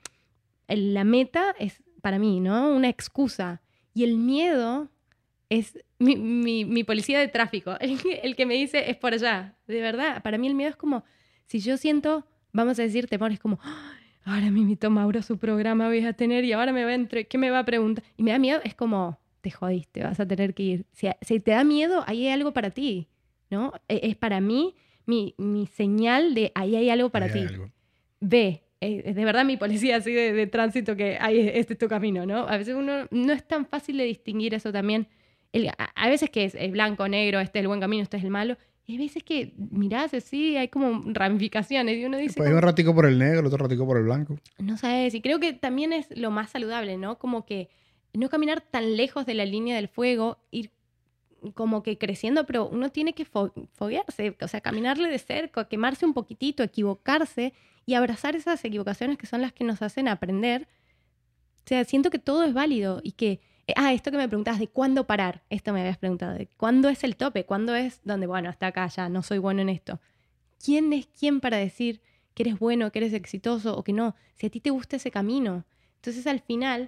la meta es, para mí, ¿no? Una excusa. Y el miedo es mi policía de tráfico, el que me dice es por allá. De verdad, para mí el miedo es como, si yo siento, vamos a decir, temor, es como, "Ay, ahora me invitó Mauro a su programa, voy a tener y ahora me va a ¿qué me va a preguntar?". Y me da miedo, es como, te jodiste, vas a tener que ir. Si te da miedo, ahí hay algo para ti, ¿no? Es para mí mi señal de ahí hay algo para Ahí ti. hay algo. Ve, es de verdad mi policía así de tránsito que ahí este es tu camino, ¿no? A veces uno no es tan fácil de distinguir eso también. A veces que es blanco, negro, este es el buen camino, este es el malo. Y hay veces que mirás así, hay como ramificaciones y uno dice, Pues un ratico por el negro, otro ratico por el blanco. no sabes, y creo que también es lo más saludable, ¿no? Como que no caminar tan lejos de la línea del fuego, ir como que creciendo, pero uno tiene que foguearse, o sea, caminarle de cerca, quemarse un poquitito, equivocarse y abrazar esas equivocaciones que son las que nos hacen aprender. O sea, siento que todo es válido y que, esto que me preguntabas de cuándo parar, esto me habías preguntado, de cuándo es el tope, cuándo es donde, bueno, hasta acá ya, no soy bueno en esto. ¿Quién es quién para decir que eres bueno, que eres exitoso o que no? Si a ti te gusta ese camino. Entonces al final,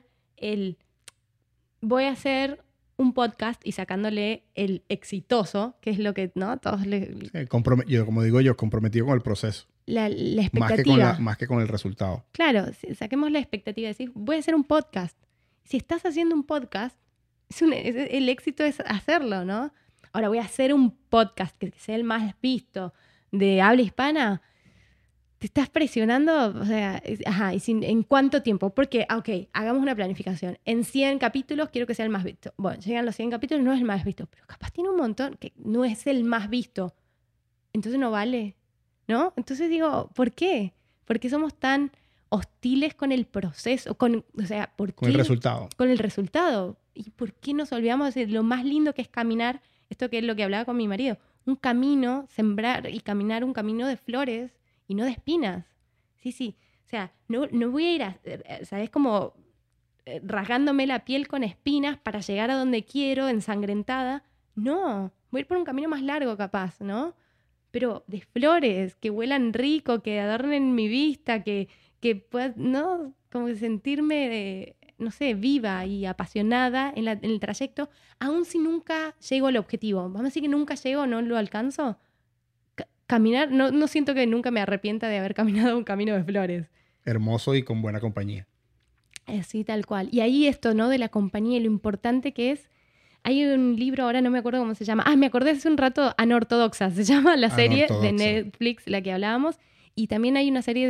voy a hacer un podcast y sacándole el exitoso, que es lo que, ¿no? Todos Yo, como digo yo, comprometido con el proceso. la expectativa. Más que con el resultado. Claro, saquemos la expectativa de decir, voy a hacer un podcast. Si estás haciendo un podcast, el éxito es hacerlo, ¿no? Ahora voy a hacer un podcast que sea el más visto de habla hispana. Te estás presionando, o sea, ¿en cuánto tiempo? Porque, ok, hagamos una planificación. En 100 capítulos quiero que sea el más visto. Bueno, llegan los 100 capítulos, no es el más visto, pero capaz tiene un montón que no es el más visto. Entonces no vale, ¿no? Entonces digo, ¿por qué? ¿Por qué somos tan hostiles con el proceso? O sea, ¿por qué? Con el resultado. Con el resultado. ¿Y por qué nos olvidamos de lo más lindo que es caminar? Esto que es lo que hablaba con mi marido. Un camino, sembrar y caminar un camino de flores y no de espinas. Sí, sí. O sea, no voy a ir ¿sabes? Como rasgándome la piel con espinas para llegar a donde quiero, ensangrentada. No, voy a ir por un camino más largo capaz, ¿no? Pero de flores, que huelan rico, que adornen mi vista, que pueda, ¿no? Como que sentirme, no sé, viva y apasionada en el trayecto, aun si nunca llego al objetivo. Vamos a decir que nunca llego, no lo alcanzo. Caminar, no siento que nunca me arrepienta de haber caminado un camino de flores. Hermoso y con buena compañía. Así, tal cual. Y ahí esto, ¿no? De la compañía y lo importante que es. Hay un libro, ahora no me acuerdo cómo se llama. Me acordé hace un rato, Anortodoxa. Se llama la serie de Netflix, la que hablábamos. Y también hay una serie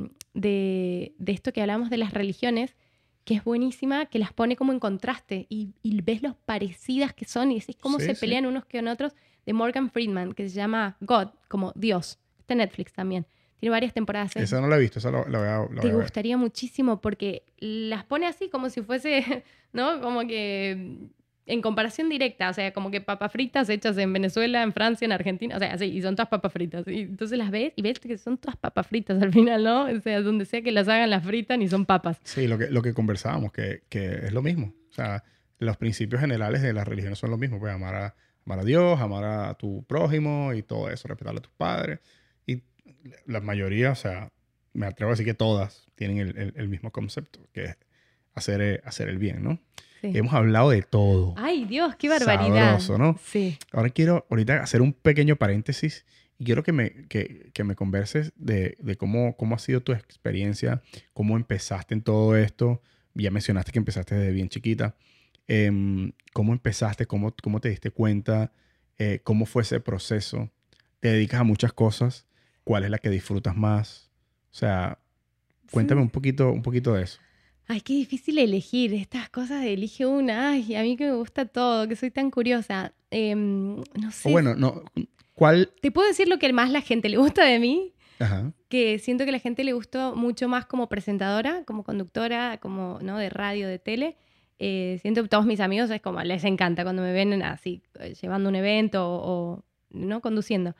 de esto que hablábamos de las religiones, que es buenísima, que las pone como en contraste. Y ves los parecidas que son y decís cómo se pelean unos con otros. De Morgan Freeman, que se llama God, como Dios. Está en Netflix también. Tiene varias temporadas. Esa no la he visto, esa la voy a ver. Te gustaría muchísimo porque las pone así como si fuese, ¿no? Como que en comparación directa, o sea, como que papas fritas hechas en Venezuela, en Francia, en Argentina, o sea, así, y son todas papas fritas. Y entonces las ves y ves que son todas papas fritas al final, ¿no? O sea, donde sea que las hagan, las fritan y son papas. Sí, lo que conversábamos, que es lo mismo. O sea, los principios generales de las religiones son lo mismo. Pues amar a Dios, amar a tu prójimo y todo eso, respetar a tus padres. Y la mayoría, o sea, me atrevo a decir que todas tienen el mismo concepto, que es hacer el bien, ¿no? Sí. Hemos hablado de todo. ¡Ay, Dios! ¡Qué barbaridad! Sabroso, ¿no? Sí. Ahora quiero ahorita hacer un pequeño paréntesis y quiero que me converses de cómo ha sido tu experiencia, cómo empezaste en todo esto. Ya mencionaste que empezaste desde bien chiquita. ¿Cómo empezaste? ¿Cómo te diste cuenta? ¿Cómo fue ese proceso? te dedicas a muchas cosas. ¿Cuál es la que disfrutas más? O sea, cuéntame Sí. un poquito de eso. Ay, qué difícil elegir estas cosas, elige una. Ay, a mí que me gusta todo, que soy tan curiosa. No O sé, bueno, no, ¿cuál? te puedo decir lo que más la gente le gusta de mí, Ajá. que siento que a la gente le gustó mucho más como presentadora, como conductora, como, ¿no? De radio, de tele. Siento que todos mis amigos es como, les encanta cuando me ven así, llevando un evento ¿no? Conduciendo.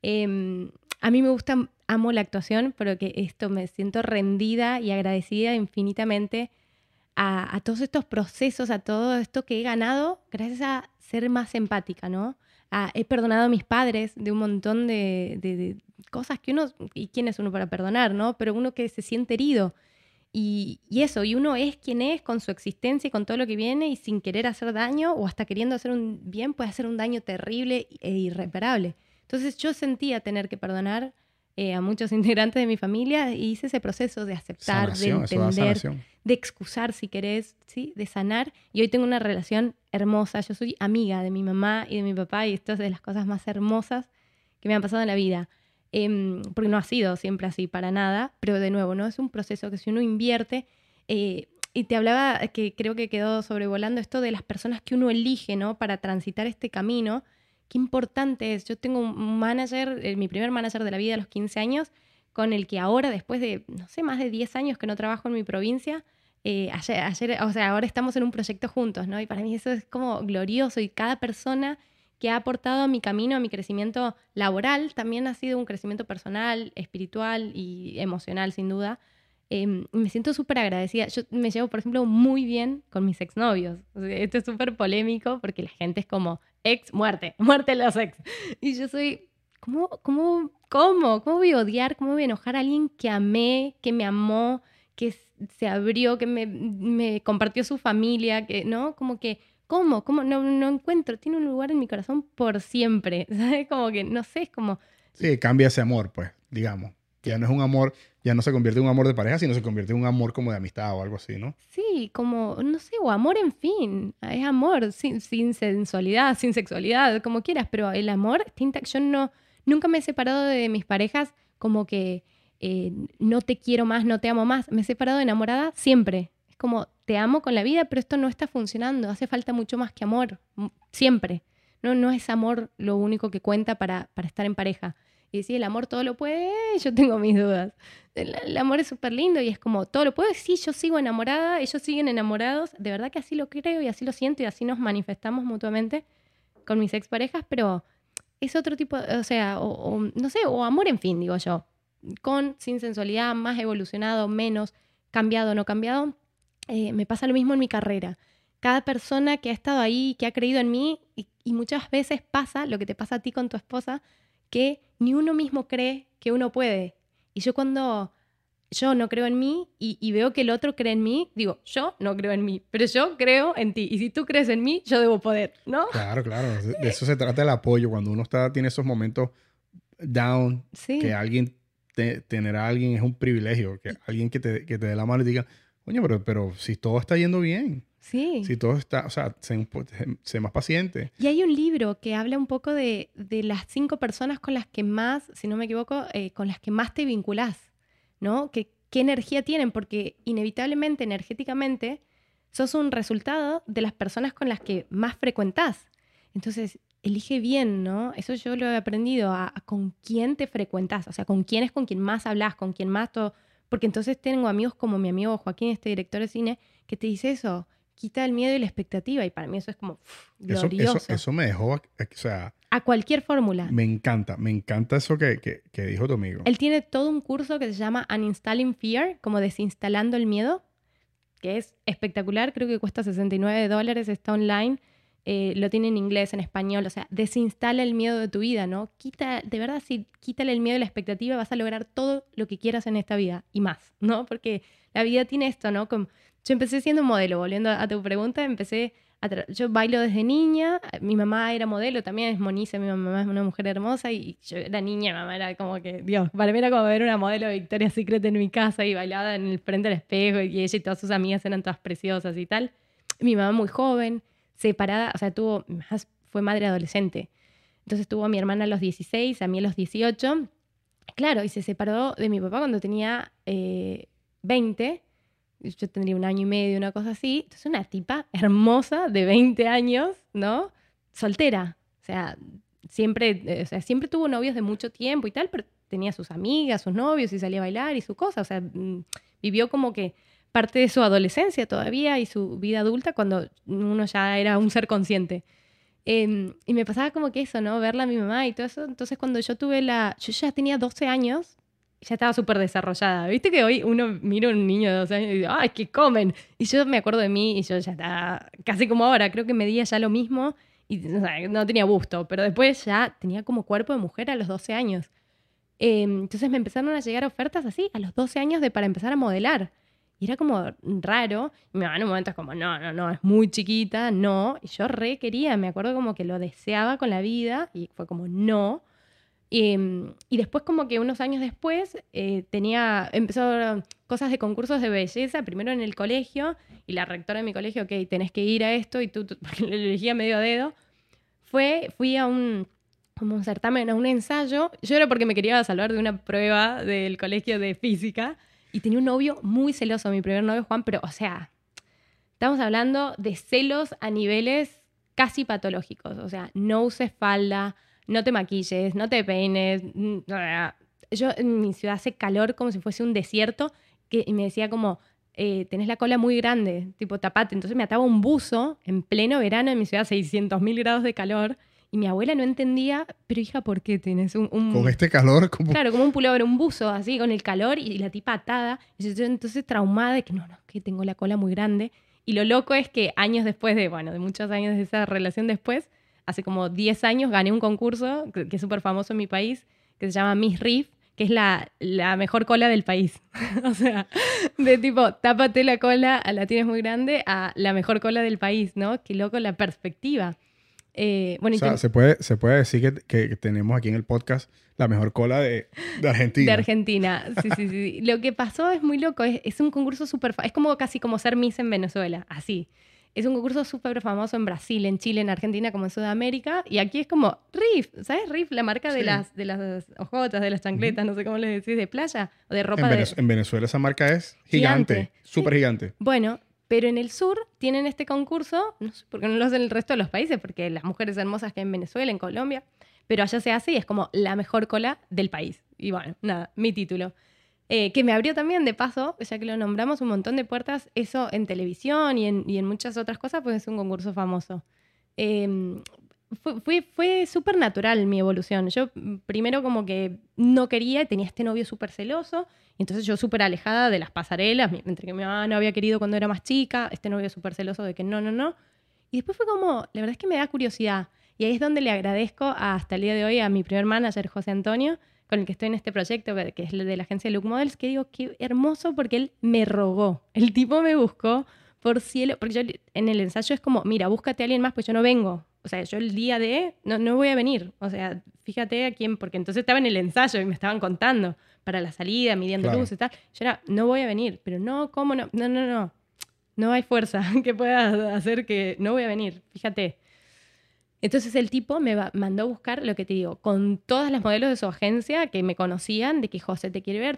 A mí me gusta, amo la actuación, pero que esto me siento rendida y agradecida infinitamente a todos estos procesos, a todo esto que he ganado gracias a ser más empática, ¿no? He perdonado a mis padres de un montón de cosas que uno, y quién es uno para perdonar, ¿no? Pero uno que se siente herido. Y eso, y uno es quien es con su existencia y con todo lo que viene y sin querer hacer daño o hasta queriendo hacer un bien puede hacer un daño terrible e irreparable. Entonces yo sentía tener que perdonar a muchos integrantes de mi familia y hice ese proceso de aceptar, de Sanación, eso da entender, sanación. de excusar si querés, ¿sí? De sanar. Y hoy tengo una relación hermosa. Yo soy amiga de mi mamá y de mi papá y esto es de las cosas más hermosas que me han pasado en la vida. Porque no ha sido siempre así para nada, pero de nuevo, ¿no? Es un proceso que si uno invierte, y te hablaba que creo que quedó sobrevolando esto de las personas que uno elige, ¿no? Para transitar este camino, qué importante es. Yo tengo un manager, mi primer manager de la vida a los 15 años, con el que ahora, después de, no sé, más de 10 años que no trabajo en mi provincia, ayer, o sea, ahora estamos en un proyecto juntos, ¿no? Y para mí eso es como glorioso y cada persona que ha aportado a mi camino, a mi crecimiento laboral, también ha sido un crecimiento personal, espiritual y emocional, sin duda. Me siento súper agradecida. Yo me llevo, por ejemplo, muy bien con mis exnovios. O sea, esto es súper polémico porque la gente es como ex, muerte, muerte a los ex. Y yo soy, ¿cómo voy a odiar, cómo voy a enojar a alguien que amé, que me amó, que se abrió, que me compartió su familia, que, ¿no? Como que ¿cómo? No encuentro. Tiene un lugar en mi corazón por siempre. ¿Sabes? Como que, no sé, es como... Sí, cambia ese amor, pues, digamos. Ya no es un amor, ya no se convierte en un amor de pareja, sino se convierte en un amor como de amistad o algo así, ¿no? Sí, como, no sé, o amor, en fin. Es amor, sin sensualidad, sin sexualidad, como quieras, pero el amor está intacto. Yo nunca me he separado de mis parejas como que no te quiero más, no te amo más. Me he separado de enamorada siempre. Es como, te amo con la vida, pero esto no está funcionando. Hace falta mucho más que amor, siempre. No es amor lo único que cuenta para estar en pareja. Y si el amor todo lo puede, yo tengo mis dudas. El amor es súper lindo y es como, todo lo puedo, sí, yo sigo enamorada, ellos siguen enamorados, de verdad que así lo creo y así lo siento y así nos manifestamos mutuamente con mis exparejas, pero es otro tipo, o sea, no sé, o amor en fin, digo yo, sin sensualidad, más evolucionado, menos, cambiado, no cambiado. Me pasa lo mismo en mi carrera. Cada persona que ha estado ahí, que ha creído en mí, y muchas veces pasa lo que te pasa a ti con tu esposa, que ni uno mismo cree que uno puede. Y yo cuando yo no creo en mí y veo que el otro cree en mí, digo, yo no creo en mí, pero yo creo en ti. Y si tú crees en mí, yo debo poder, ¿no? Claro, claro. De eso se trata el apoyo. Cuando uno tiene esos momentos down, que Sí, tener a alguien es un privilegio. Que alguien que te dé la mano y diga, oye, pero si todo está yendo bien, sí. si todo está, o sea, sé más paciente. Y hay un libro que habla un poco de las 5 personas con las que más, si no me equivoco, con las que más te vinculás, ¿no? ¿Qué energía tienen? Porque inevitablemente, energéticamente, sos un resultado de las personas con las que más frecuentás. Entonces, elige bien, ¿no? Eso yo lo he aprendido, a con quién te frecuentás, o sea, con quién es con quien más hablas, con quién más todo. Porque entonces tengo amigos como mi amigo Joaquín, este director de cine, que te dice eso, quita el miedo y la expectativa. Y para mí eso es como glorioso. Eso me dejó, o sea, A cualquier fórmula. me encanta eso que dijo tu amigo. Él tiene todo un curso que se llama Uninstalling Fear, como desinstalando el miedo, que es espectacular, creo que cuesta $69, está online, lo tiene en inglés, en español, o sea, desinstala el miedo de tu vida, ¿no? De verdad, si quítale el miedo y la expectativa, vas a lograr todo lo que quieras en esta vida y más, ¿no? Porque la vida tiene esto, ¿no? Yo empecé siendo modelo, volviendo a tu pregunta, yo bailo desde niña, mi mamá era modelo, también es moniza, mi mamá es una mujer hermosa y yo era niña, mi mamá era como que, Dios, para mí era como ver una modelo de Victoria's Secret en mi casa y bailaba en el frente del espejo y ella y todas sus amigas eran todas preciosas y tal. Mi mamá muy joven, separada, o sea, fue madre adolescente. Entonces tuvo a mi hermana a los 16, a mí a los 18. Claro, y se separó de mi papá cuando tenía 20. Yo tendría 1 año y medio, una cosa así. Entonces una tipa hermosa de 20 años, ¿no? Soltera. O sea, siempre tuvo novios de mucho tiempo y tal, pero tenía sus amigas, sus novios y salía a bailar y su cosa. O sea, vivió como que parte de su adolescencia todavía y su vida adulta cuando uno ya era un ser consciente. Y me pasaba como que eso, ¿no? Verla a mi mamá y todo eso. Entonces cuando yo ya tenía 12 años, ya estaba súper desarrollada. ¿Viste que hoy uno mira a un niño de 12 años y dice, ¡ay, qué comen! Y yo me acuerdo de mí y yo ya estaba casi como ahora. Creo que medía ya lo mismo y o sea, no tenía busto. Pero después ya tenía como cuerpo de mujer a los 12 años. Entonces me empezaron a llegar ofertas así a los 12 años para empezar a modelar. Y era como raro. Y mi mamá en un momento es como, no, es muy chiquita, no. Y yo quería, me acuerdo como que lo deseaba con la vida y fue como, no. Y después como que unos años después empezó cosas de concursos de belleza, primero en el colegio, y la rectora de mi colegio, ok, tenés que ir a esto, y tú porque lo elegía medio a dedo. Fui a como un certamen, a un ensayo. Yo era porque me quería salvar de una prueba del colegio de física, y tenía un novio muy celoso, mi primer novio Juan, pero o sea, estamos hablando de celos a niveles casi patológicos. O sea, no uses falda, no te maquilles, no te peines. Yo en mi ciudad hace calor como si fuese un desierto y me decía como, tenés la cola muy grande, tipo tapate. Entonces me ataba un buzo en pleno verano en mi ciudad, 600.000 grados de calor. Y mi abuela no entendía, pero hija, ¿por qué tienes Con este calor, como... Claro, como un pullover, un buzo, así, con el calor y la tipa atada. Y yo entonces traumada de que no, que tengo la cola muy grande. Y lo loco es que años después de muchos años de esa relación después, hace como 10 años gané un concurso que es súper famoso en mi país, que se llama Miss Riff, que es la mejor cola del país. O sea, de tipo, tápate la cola, la tienes muy grande, a la mejor cola del país, ¿no? Qué loco la perspectiva. O sea, se puede decir que tenemos aquí en el podcast la mejor cola de Argentina. De Argentina, sí. Lo que pasó es muy loco. Es un concurso súper... Es como casi como ser Miss en Venezuela, así. Es un concurso súper famoso en Brasil, en Chile, en Argentina, como en Sudamérica. Y aquí es como Riff, ¿sabes? Riff, la marca de las hojotas, de las chancletas, no sé cómo les decís, de playa o de ropa en Venezuela esa marca es gigante. Súper gigante. Bueno, pero en el sur tienen este concurso, no sé por qué no lo hacen en el resto de los países, porque las mujeres hermosas que hay en Venezuela, en Colombia, pero allá se hace y es como la mejor cola del país. Y bueno, nada, mi título. Que me abrió también, de paso, ya que lo nombramos, un montón de puertas, eso en televisión y en muchas otras cosas, pues es un concurso famoso. Fue súper natural mi evolución. Yo primero como que no quería, tenía este novio súper celoso, y entonces yo súper alejada de las pasarelas, entre que mi mamá no había querido cuando era más chica, este novio súper celoso de que no. Y después fue como, la verdad es que me da curiosidad. Y ahí es donde le agradezco hasta el día de hoy a mi primer manager, José Antonio, con el que estoy en este proyecto, que es el de la agencia Look Models, que digo, qué hermoso, porque él me rogó. El tipo me buscó por cielo, porque yo en el ensayo es como, mira, búscate a alguien más, pues yo no vengo. O sea, yo el día no voy a venir. O sea, fíjate a quién, porque entonces estaba en el ensayo y me estaban contando para la salida, midiendo luz y tal. Yo era, no voy a venir, pero no, ¿cómo no? No. No hay fuerza que pueda hacer que no voy a venir, fíjate. Entonces el tipo me mandó a buscar, lo que te digo, con todas las modelos de su agencia que me conocían, de que José te quiere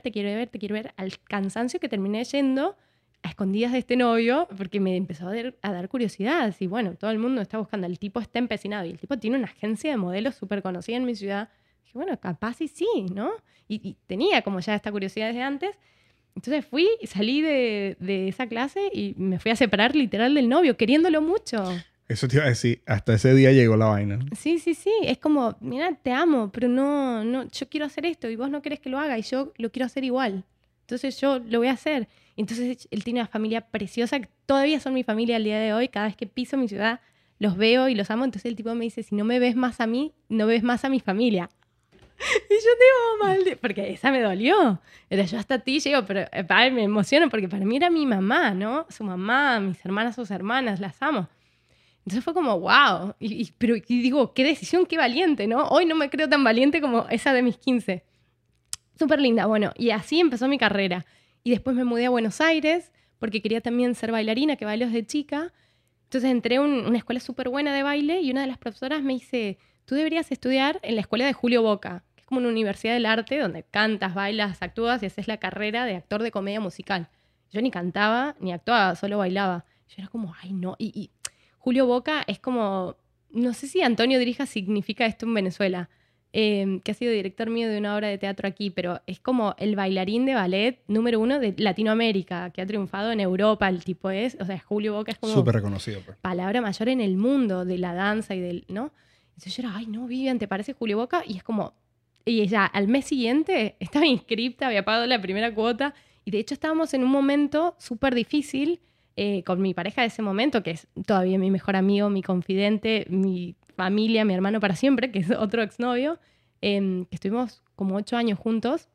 ver, al cansancio que terminé yendo a escondidas de este novio, porque me empezó a dar curiosidad. Y bueno, todo el mundo está buscando, el tipo está empecinado y el tipo tiene una agencia de modelos súper conocida en mi ciudad. Dije, bueno, capaz y sí, ¿no? Y tenía como ya esta curiosidad desde antes. Entonces fui y salí de esa clase y me fui a separar literal del novio, queriéndolo mucho. Eso te iba a decir, hasta ese día llegó la vaina. Sí. Es como, mira, te amo, pero no, yo quiero hacer esto y vos no querés que lo haga y yo lo quiero hacer igual. Entonces yo lo voy a hacer. Entonces él tiene una familia preciosa, que todavía son mi familia al día de hoy. Cada vez que piso mi ciudad, los veo y los amo. Entonces el tipo me dice, si no me ves más a mí, no ves más a mi familia. Y yo digo, mal, porque esa me dolió. Era yo hasta a ti llego, pero me emociono porque para mí era mi mamá, ¿no? Su mamá, mis hermanas, sus hermanas, las amo. Entonces fue como, wow. Pero digo, qué decisión, qué valiente, ¿no? Hoy no me creo tan valiente como esa de mis 15. Súper linda. Bueno, y así empezó mi carrera. Y después me mudé a Buenos Aires porque quería también ser bailarina, que bailo desde chica. Entonces entré a una escuela súper buena de baile y una de las profesoras me dice, tú deberías estudiar en la escuela de Julio Boca, que es como una universidad del arte donde cantas, bailas, actúas y haces la carrera de actor de comedia musical. Yo ni cantaba ni actuaba, solo bailaba. Yo era como, ay no. Y Julio Boca es como, no sé si Antonio Drija significa esto en Venezuela, que ha sido director mío de una obra de teatro aquí, pero es como el bailarín de ballet número 1 de Latinoamérica, que ha triunfado en Europa, el tipo es, o sea, Julio Boca es como... Súper reconocido, pues. Palabra mayor en el mundo de la danza y del, ¿no? Entonces yo era, ay no, Vivian, ¿te parece Julio Boca? Y es como, y ya al mes siguiente estaba inscripta, había pagado la primera cuota, y de hecho estábamos en un momento súper difícil con mi pareja de ese momento, que es todavía mi mejor amigo, mi confidente, mi familia, mi hermano para siempre, que es otro exnovio, que estuvimos como 8 años juntos,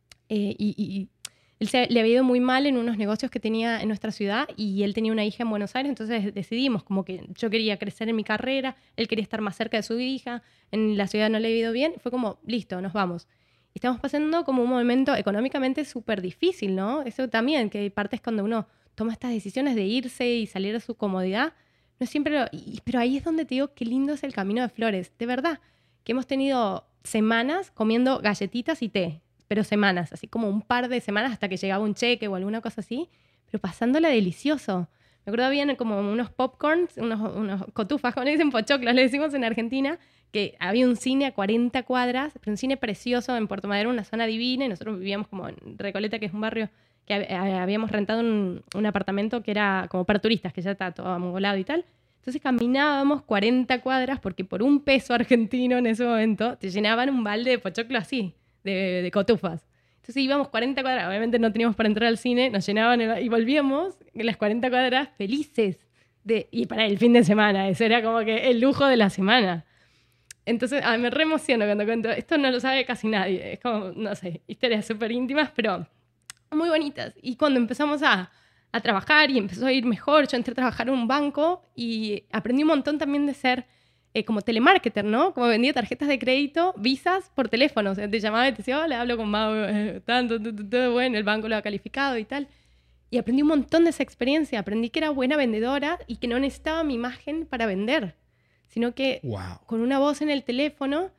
y él le había ido muy mal en unos negocios que tenía en nuestra ciudad y él tenía una hija en Buenos Aires, entonces decidimos como que yo quería crecer en mi carrera, él quería estar más cerca de su hija, en la ciudad no le había ido bien, fue como, listo, nos vamos. Y estamos pasando como un momento económicamente súper difícil, ¿no? Eso también, que hay partes cuando uno toma estas decisiones de irse y salir de su comodidad, no es siempre pero ahí es donde te digo qué lindo es el camino de flores, de verdad, que hemos tenido semanas comiendo galletitas y té, pero semanas, así como un par de semanas hasta que llegaba un cheque o alguna cosa así, pero pasándola delicioso. Me acuerdo bien como unos popcorns, unos cotufas, como le dicen pochoclos, le decimos en Argentina, que había un cine a 40 cuadras, pero un cine precioso en Puerto Madero, una zona divina, y nosotros vivíamos como en Recoleta, que es un barrio que habíamos rentado un apartamento que era como para turistas, que ya está todo amolado y tal. Entonces caminábamos 40 cuadras porque por $1 argentino en ese momento te llenaban un balde de pochoclo así, de cotufas. Entonces íbamos 40 cuadras, obviamente no teníamos para entrar al cine, nos llenaban y volvíamos en las 40 cuadras felices. Y para el fin de semana, eso era como que el lujo de la semana. Entonces, me re emociono cuando cuento. Esto no lo sabe casi nadie. Es como, no sé, historias súper íntimas, pero muy bonitas. Y cuando empezamos a trabajar y empezó a ir mejor, yo entré a trabajar en un banco y aprendí un montón también de ser como telemarketer, ¿no? Como vendía tarjetas de crédito, visas por teléfono. O sea, te llamaba y te decía, hola, hablo con Mau, tanto, bueno, el banco lo ha calificado y tal. Y aprendí un montón de esa experiencia. Aprendí que era buena vendedora y que no necesitaba mi imagen para vender, sino que con una voz en el teléfono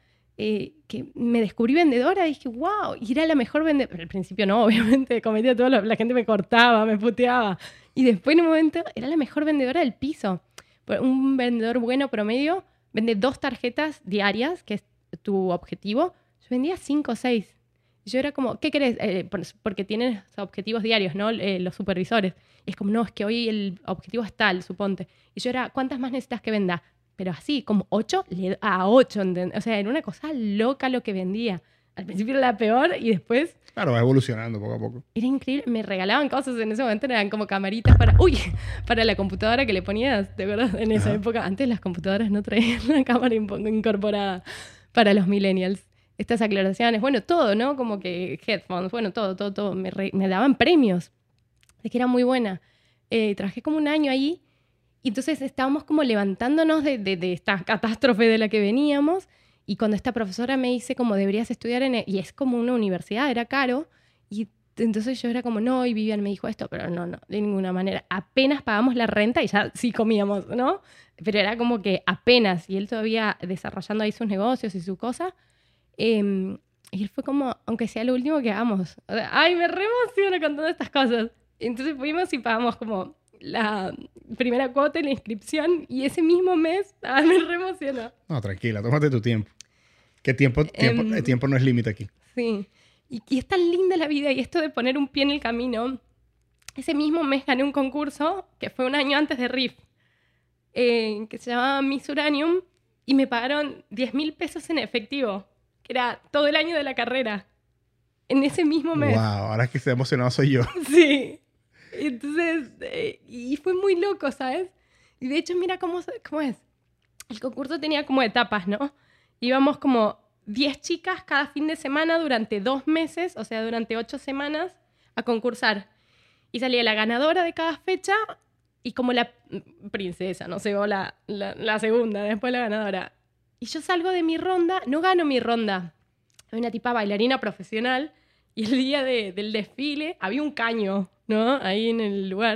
que me descubrí vendedora y dije, wow, y era la mejor vendedora. Al principio no, obviamente, cometía todo la gente me cortaba, me puteaba. Y después en un momento era la mejor vendedora del piso. Un vendedor bueno promedio vende 2 tarjetas diarias, que es tu objetivo. Yo vendía 5 o 6. Yo era como, ¿qué querés? Porque tienen objetivos diarios, ¿no? Los supervisores. Y es como, no, es que hoy el objetivo es tal, suponte. Y yo era, ¿cuántas más necesitas que venda? Pero así, como 8 a 8, ¿entendés? O sea, era una cosa loca lo que vendía. Al principio era la peor y después... Claro, va evolucionando poco a poco. Era increíble. Me regalaban cosas en ese momento, eran como camaritas para... ¡Uy! Para la computadora que le ponías, ¿te acuerdas? En esa época, antes las computadoras no traían una cámara incorporada para los millennials. Estas aclaraciones, bueno, todo, ¿no? Como que headphones, bueno, todo. Me daban premios. Es que era muy buena. Trabajé como un año ahí. Y entonces estábamos como levantándonos de esta catástrofe de la que veníamos, y cuando esta profesora me dice como deberías estudiar y es como una universidad, era caro, y entonces yo era como no, y Vivian me dijo esto, pero no, de ninguna manera. Apenas pagamos la renta y ya sí comíamos, ¿no? Pero era como que apenas, y él todavía desarrollando ahí sus negocios y su cosa, y él fue como, aunque sea lo último que hagamos. O sea, ay, me re emociono con todas estas cosas. Entonces fuimos y pagamos como la primera cuota en la inscripción y ese mismo mes me re emocionó. No, tranquila, tómate tu tiempo. Que el tiempo no es límite aquí. Sí. Y es tan linda la vida y esto de poner un pie en el camino. Ese mismo mes gané un concurso que fue un año antes de RIF, que se llamaba Miss Uranium, y me pagaron 10.000 pesos en efectivo, que era todo el año de la carrera. En ese mismo mes. Wow, ahora que estoy emocionado soy yo. Sí. Entonces, y fue muy loco, ¿sabes? Y de hecho, mira cómo es. El concurso tenía como etapas, ¿no? Íbamos como 10 chicas cada fin de semana durante 2 meses, o sea, durante 8 semanas, a concursar. Y salía la ganadora de cada fecha y como la princesa, no sé, o la segunda, después la ganadora. Y yo salgo de mi ronda, no gano mi ronda. Hay una tipa bailarina profesional y el día del desfile había un caño, ¿no? Ahí en el lugar.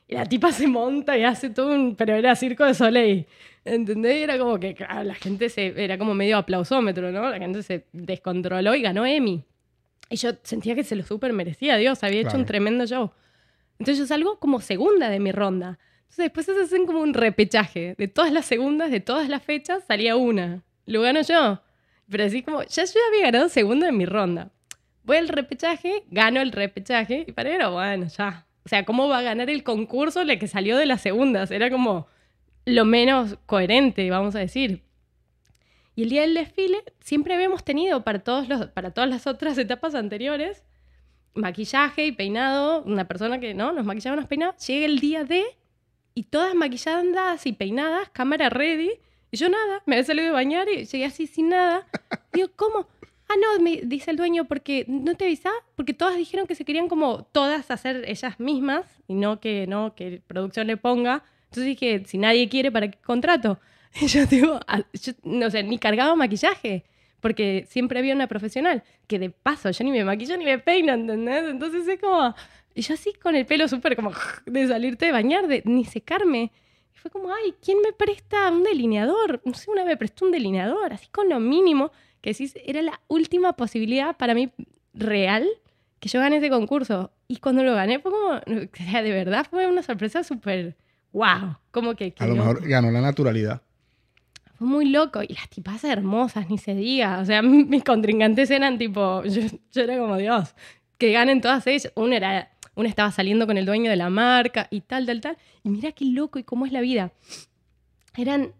Y la tipa se monta y hace todo pero era Circo de Soleil, ¿entendés? Y era como que, claro, la gente era como medio aplausómetro, ¿no? La gente se descontroló y ganó Emmy. Y yo sentía que se lo súper merecía, Dios, había hecho un tremendo show. Entonces yo salgo como segunda de mi ronda. Entonces después se hacen como un repechaje. De todas las segundas, de todas las fechas, salía una. Lo gano yo. Pero así como, ya yo había ganado segunda en mi ronda. Voy al repechaje, gano el repechaje. Y para mí era, bueno, ya. O sea, ¿cómo va a ganar el concurso la que salió de las segundas? Era como lo menos coherente, vamos a decir. Y el día del desfile siempre habíamos tenido para todas las otras etapas anteriores maquillaje y peinado, una persona que no nos maquillaba, nos peinaba. Llega el día de y todas maquilladas y peinadas, cámara ready. Y yo nada, me había salido de bañar y llegué así sin nada. Digo, ¿cómo? Ah, no, me dice el dueño, porque no te avisaba, porque todas dijeron que se querían como todas hacer ellas mismas y no que producción le ponga. Entonces dije, si nadie quiere, ¿para qué contrato? Y yo digo, yo, no sé, ni cargaba maquillaje, porque siempre había una profesional, que de paso yo ni me maquillo ni me peino, ¿entendés? Entonces es como, y yo así con el pelo súper como de salirte de bañar, de ni secarme. Y fue como, ay, ¿quién me presta un delineador? No sé, una me prestó un delineador, así con lo mínimo, que sí era la última posibilidad para mí real que yo gane ese concurso. Y cuando lo gané fue como, o sea, de verdad fue una sorpresa súper, wow, como que a lo mejor ganó la naturalidad. Fue muy loco. Y las tipas hermosas, ni se diga. O sea, mis contrincantes eran tipo, yo era como, Dios, que ganen todas ellas. Una estaba saliendo con el dueño de la marca y tal. Y mira qué loco y cómo es la vida. Eran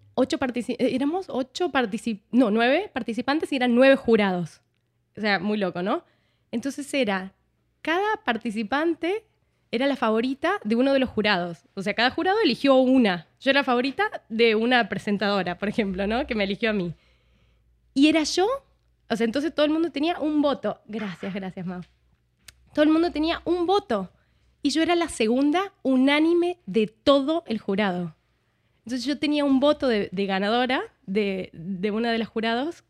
9 participantes y eran 9 jurados. O sea, muy loco, ¿no? Entonces cada participante era la favorita de uno de los jurados. O sea, cada jurado eligió una. Yo era la favorita de una presentadora, por ejemplo, ¿no? Que me eligió a mí. Y era yo. O sea, entonces todo el mundo tenía un voto. Gracias, Mau. Todo el mundo tenía un voto. Y yo era la segunda unánime de todo el jurado. Entonces yo tenía un voto de ganadora de una de las jurados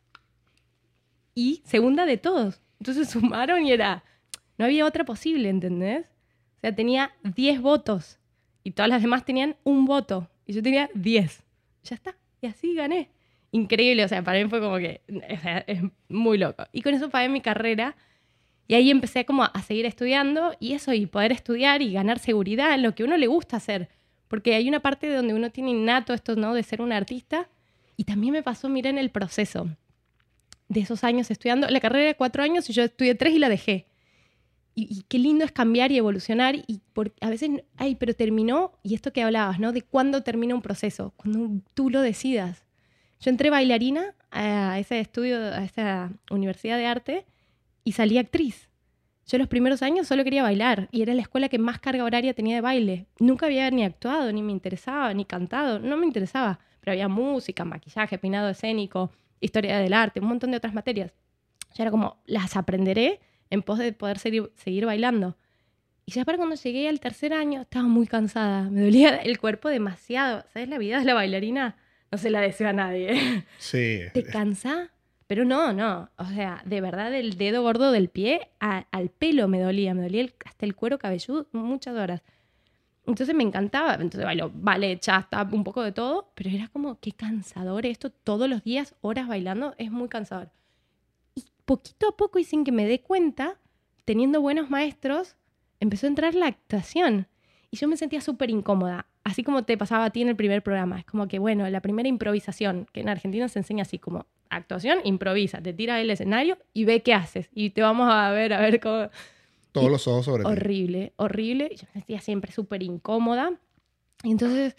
y segunda de todos. Entonces sumaron y no había otra posible, ¿entendés? O sea, tenía 10 votos y todas las demás tenían un voto y yo tenía 10. Ya está, y así gané. Increíble, o sea, para mí fue como que, o sea, es muy loco. Y con eso pagué mi carrera y ahí empecé como a seguir estudiando y poder estudiar y ganar seguridad en lo que a uno le gusta hacer. Porque hay una parte donde uno tiene innato esto, ¿no? De ser un artista. Y también me pasó, mira, en el proceso de esos años estudiando. La carrera de 4 años y yo estudié 3 y la dejé. Y qué lindo es cambiar y evolucionar. Y a veces, pero terminó, y esto que hablabas, ¿no? De cuándo termina un proceso, cuando tú lo decidas. Yo entré bailarina a ese estudio, a esa universidad de arte, y salí actriz. Yo los primeros años solo quería bailar, y era la escuela que más carga horaria tenía de baile. Nunca había ni actuado, ni me interesaba, ni cantado, no me interesaba. Pero había música, maquillaje, peinado escénico, historia del arte, un montón de otras materias. Yo era como, las aprenderé en pos de poder seguir bailando. Y ya para cuando llegué al 3er año, estaba muy cansada. Me dolía el cuerpo demasiado. ¿Sabes? La vida de la bailarina no se la deseo a nadie. Sí. ¿Te cansa? Pero no. O sea, de verdad, del dedo gordo del pie al pelo me dolía. Me dolía hasta el cuero cabelludo muchas horas. Entonces me encantaba. Entonces bailo ballet, chasta, un poco de todo. Pero era como, qué cansador esto. Todos los días, horas bailando, es muy cansador. Y poquito a poco y sin que me dé cuenta, teniendo buenos maestros, empezó a entrar la actuación. Y yo me sentía súper incómoda. Así como te pasaba a ti en el primer programa. Es como que, bueno, la primera improvisación, que en Argentina se enseña así como actuación, improvisa, te tira el escenario y ve qué haces. Y te vamos a ver cómo... Todos los ojos sobre ti. Horrible. Yo me sentía siempre súper incómoda. Y entonces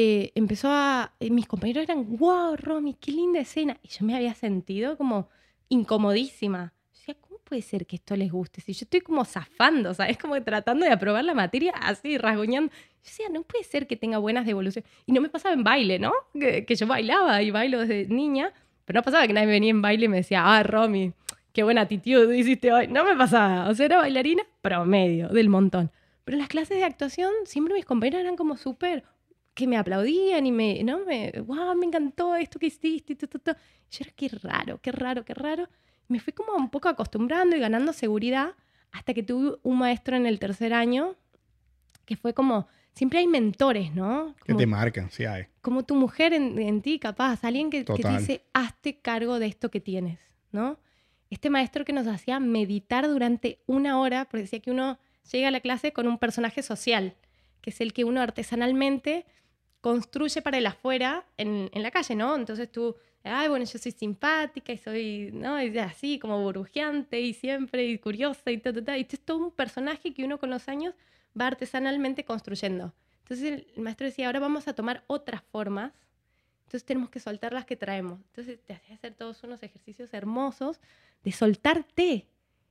mis compañeros eran, wow, Romy, qué linda escena. Y yo me había sentido como incomodísima. Yo decía, ¿cómo puede ser que esto les guste? Si yo estoy como zafando, ¿sabes? Como tratando de aprobar la materia así, rasguñando. Yo decía, no puede ser que tenga buenas devoluciones. Y no me pasaba en baile, ¿no? Que yo bailaba y bailo desde niña. Pero no pasaba que nadie me venía en baile y me decía, Romy, qué buena actitud hiciste hoy. No me pasaba. O sea, era bailarina promedio del montón. Pero en las clases de actuación siempre mis compañeros eran como súper... que me aplaudían y wow, me encantó esto que hiciste. Yo era, qué raro. Me fui como un poco acostumbrando y ganando seguridad hasta que tuve un maestro en el 3er año que fue como siempre hay mentores, ¿no? Que te marcan, sí hay. Como tu mujer en ti, capaz, alguien que te Total. dice, hazte cargo de esto que tienes, ¿no? Este maestro que nos hacía meditar durante 1 hora, porque decía que uno llega a la clase con un personaje social, que es el que uno artesanalmente construye para el afuera en la calle, ¿no? Entonces tú, ay, bueno, yo soy simpática y soy, ¿no? Y así, como burbujeante y siempre y curiosa y ta, ta, ta. Y esto es todo un personaje que uno con los años va artesanalmente construyendo. Entonces el maestro decía, ahora vamos a tomar otras formas, entonces tenemos que soltar las que traemos. Entonces te hacía hacer todos unos ejercicios hermosos de soltarte.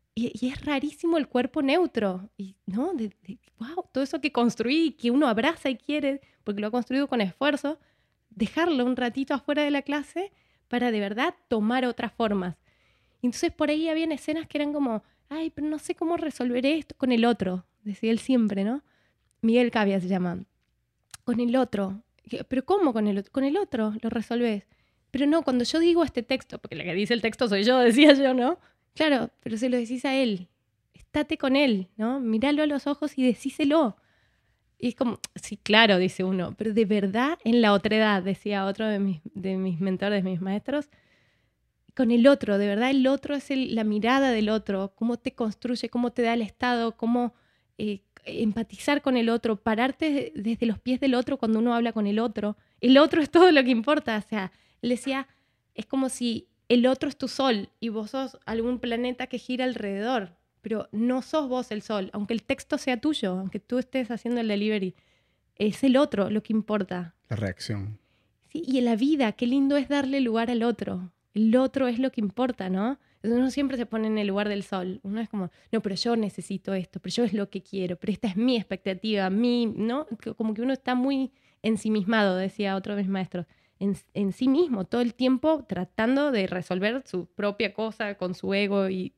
Y es rarísimo el cuerpo neutro, y, ¿no? Wow, todo eso que construí, que uno abraza y quiere, porque lo ha construido con esfuerzo, dejarlo un ratito afuera de la clase para de verdad tomar otras formas. Y entonces por ahí habían escenas que eran como, ay, pero no sé cómo resolver esto con el otro, decía él siempre, ¿no? Miguel Cavia se llama. Con el otro. ¿Pero cómo con el otro? Con el otro lo resolvés. Pero no, cuando yo digo este texto, porque la que dice el texto soy yo, decía yo, ¿no? Claro, pero se lo decís a él. Estate con él, ¿no? Míralo a los ojos y decíselo. Y es como, sí, claro, dice uno, pero de verdad en la otredad, decía otro de mis mentores, de mis maestros, con el otro, de verdad el otro es la mirada del otro, cómo te construye, cómo te da el estado, cómo empatizar con el otro, pararte desde los pies del otro cuando uno habla con el otro. El otro es todo lo que importa, o sea, él decía, es como si el otro es tu sol y vos sos algún planeta que gira alrededor, pero no sos vos el sol, aunque el texto sea tuyo, aunque tú estés haciendo el delivery, es el otro lo que importa. La reacción. Sí, y en la vida, qué lindo es darle lugar al otro. El otro es lo que importa, ¿no? Uno siempre se pone en el lugar del sol. Uno es como, no, pero yo necesito esto, pero yo es lo que quiero, pero esta es mi expectativa, ¿no? Como que uno está muy ensimismado, decía otro de mis maestros, en sí mismo, todo el tiempo tratando de resolver su propia cosa con su ego. Y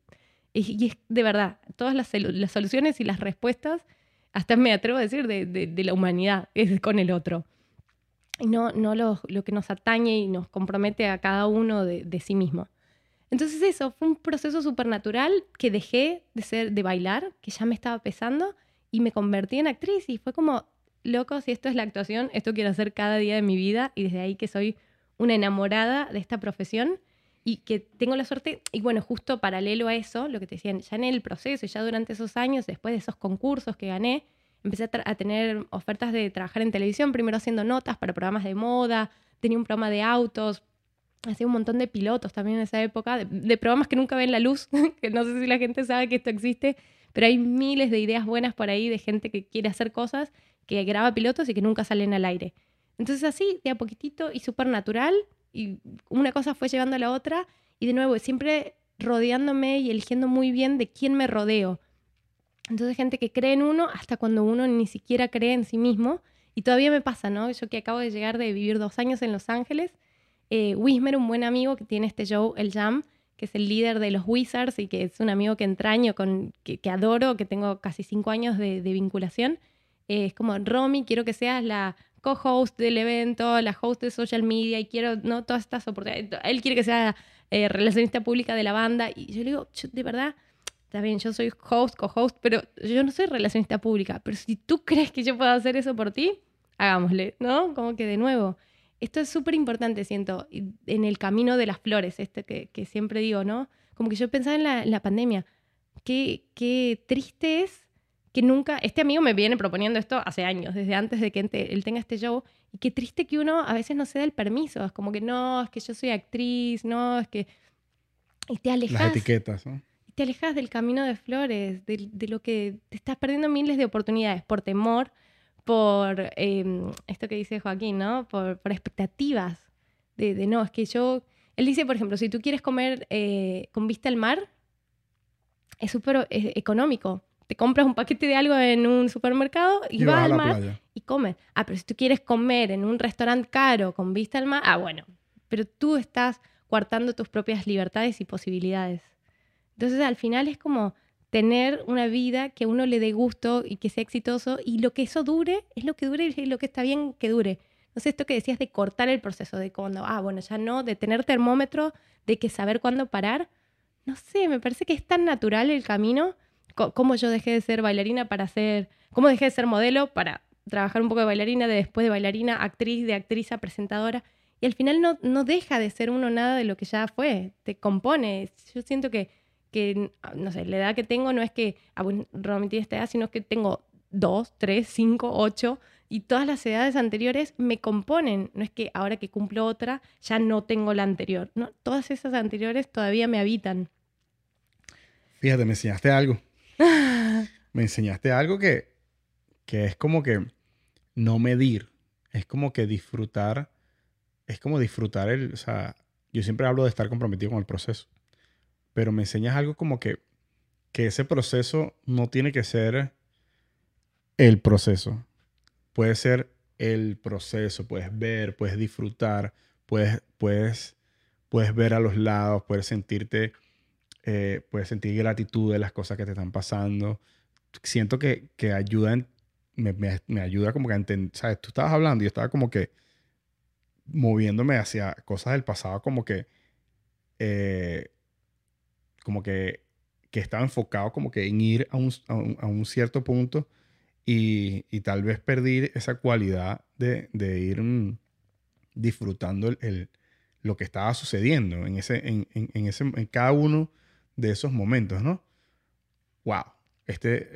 es de verdad, todas las soluciones y las respuestas, hasta me atrevo a decir, de la humanidad, es con el otro. Y no lo que nos atañe y nos compromete a cada uno de sí mismo. Entonces eso, fue un proceso supernatural que dejé de bailar, que ya me estaba pesando, y me convertí en actriz. Y fue como, loco, si esto es la actuación, esto quiero hacer cada día de mi vida. Y desde ahí que soy una enamorada de esta profesión y que tengo la suerte, y bueno, justo paralelo a eso, lo que te decían, ya en el proceso y ya durante esos años, después de esos concursos que gané, empecé a tener ofertas de trabajar en televisión, primero haciendo notas para programas de moda, tenía un programa de autos, hacía un montón de pilotos también en esa época, de programas que nunca ven la luz, que no sé si la gente sabe que esto existe, pero hay miles de ideas buenas por ahí de gente que quiere hacer cosas, que graba pilotos y que nunca salen al aire. Entonces así, de a poquitito y súper natural, y una cosa fue llevando a la otra, y de nuevo, siempre rodeándome y eligiendo muy bien de quién me rodeo. Entonces gente que cree en uno hasta cuando uno ni siquiera cree en sí mismo. Y todavía me pasa, ¿no? Yo que acabo de llegar de vivir 2 años en Los Ángeles, Wismer, un buen amigo que tiene este show, El Jam, que es el líder de los Wizards y que es un amigo que entraño, que adoro, que tengo casi 5 años de vinculación. Es como, Romy, quiero que seas la co-host del evento, la host de social media y quiero, ¿no? Todas estas oportunidades. Él quiere que sea relacionista pública de la banda. Y yo le digo, de verdad, está bien, yo soy host, co-host, pero yo no soy relacionista pública. Pero si tú crees que yo puedo hacer eso por ti, hagámosle, ¿no? Como que de nuevo. Esto es súper importante, siento, en el camino de las flores, que siempre digo, ¿no? Como que yo pensaba en la pandemia. Qué triste es que nunca... Este amigo me viene proponiendo esto hace años, desde antes de que él tenga este show, y qué triste que uno a veces no se da el permiso. Es como que no, es que yo soy actriz, no, es que... Y te alejas. Las etiquetas, ¿no? Te alejas del camino de flores, de lo que te estás perdiendo miles de oportunidades por temor, por esto que dice Joaquín, ¿no? Por expectativas de no, es que yo... Él dice, por ejemplo, si tú quieres comer con vista al mar, es súper económico. Te compras un paquete de algo en un supermercado y vas al mar playa y comes. Ah, pero si tú quieres comer en un restaurante caro con vista al mar, bueno, pero tú estás coartando tus propias libertades y posibilidades. Entonces, al final es como tener una vida que a uno le dé gusto y que sea exitoso, y lo que eso dure es lo que dure y lo que está bien que dure. No sé, esto que decías de cortar el proceso, de cuando, bueno, ya no, de tener termómetro, de que saber cuándo parar. No sé, me parece que es tan natural el camino, como yo dejé de ser bailarina para ser, cómo dejé de ser modelo para trabajar un poco de bailarina, de después de bailarina, actriz, de actriz a presentadora. Y al final no deja de ser uno nada de lo que ya fue, te compone. Yo siento que no sé, la edad que tengo no es que bueno, realmente tiene esta edad, sino que tengo 2, 3, 5, 8 y todas las edades anteriores me componen. No es que ahora que cumplo otra ya no tengo la anterior. No, todas esas anteriores todavía me habitan. Fíjate, me enseñaste algo. Me enseñaste algo que es como que no medir. Es como que disfrutar. Es como disfrutar o sea, yo siempre hablo de estar comprometido con el proceso. Pero me enseñas algo como que ese proceso no tiene que ser el proceso. Puede ser el proceso. Puedes ver, puedes disfrutar, puedes ver a los lados, puedes sentir gratitud de las cosas que te están pasando. Siento que ayuda, me ayuda como que a entender, ¿sabes? Tú estabas hablando y yo estaba como que moviéndome hacia cosas del pasado eh, que estaba enfocado como que en ir a un cierto punto y tal vez perdí esa cualidad de ir disfrutando lo que estaba sucediendo en cada uno de esos momentos, ¿no? Wow. Este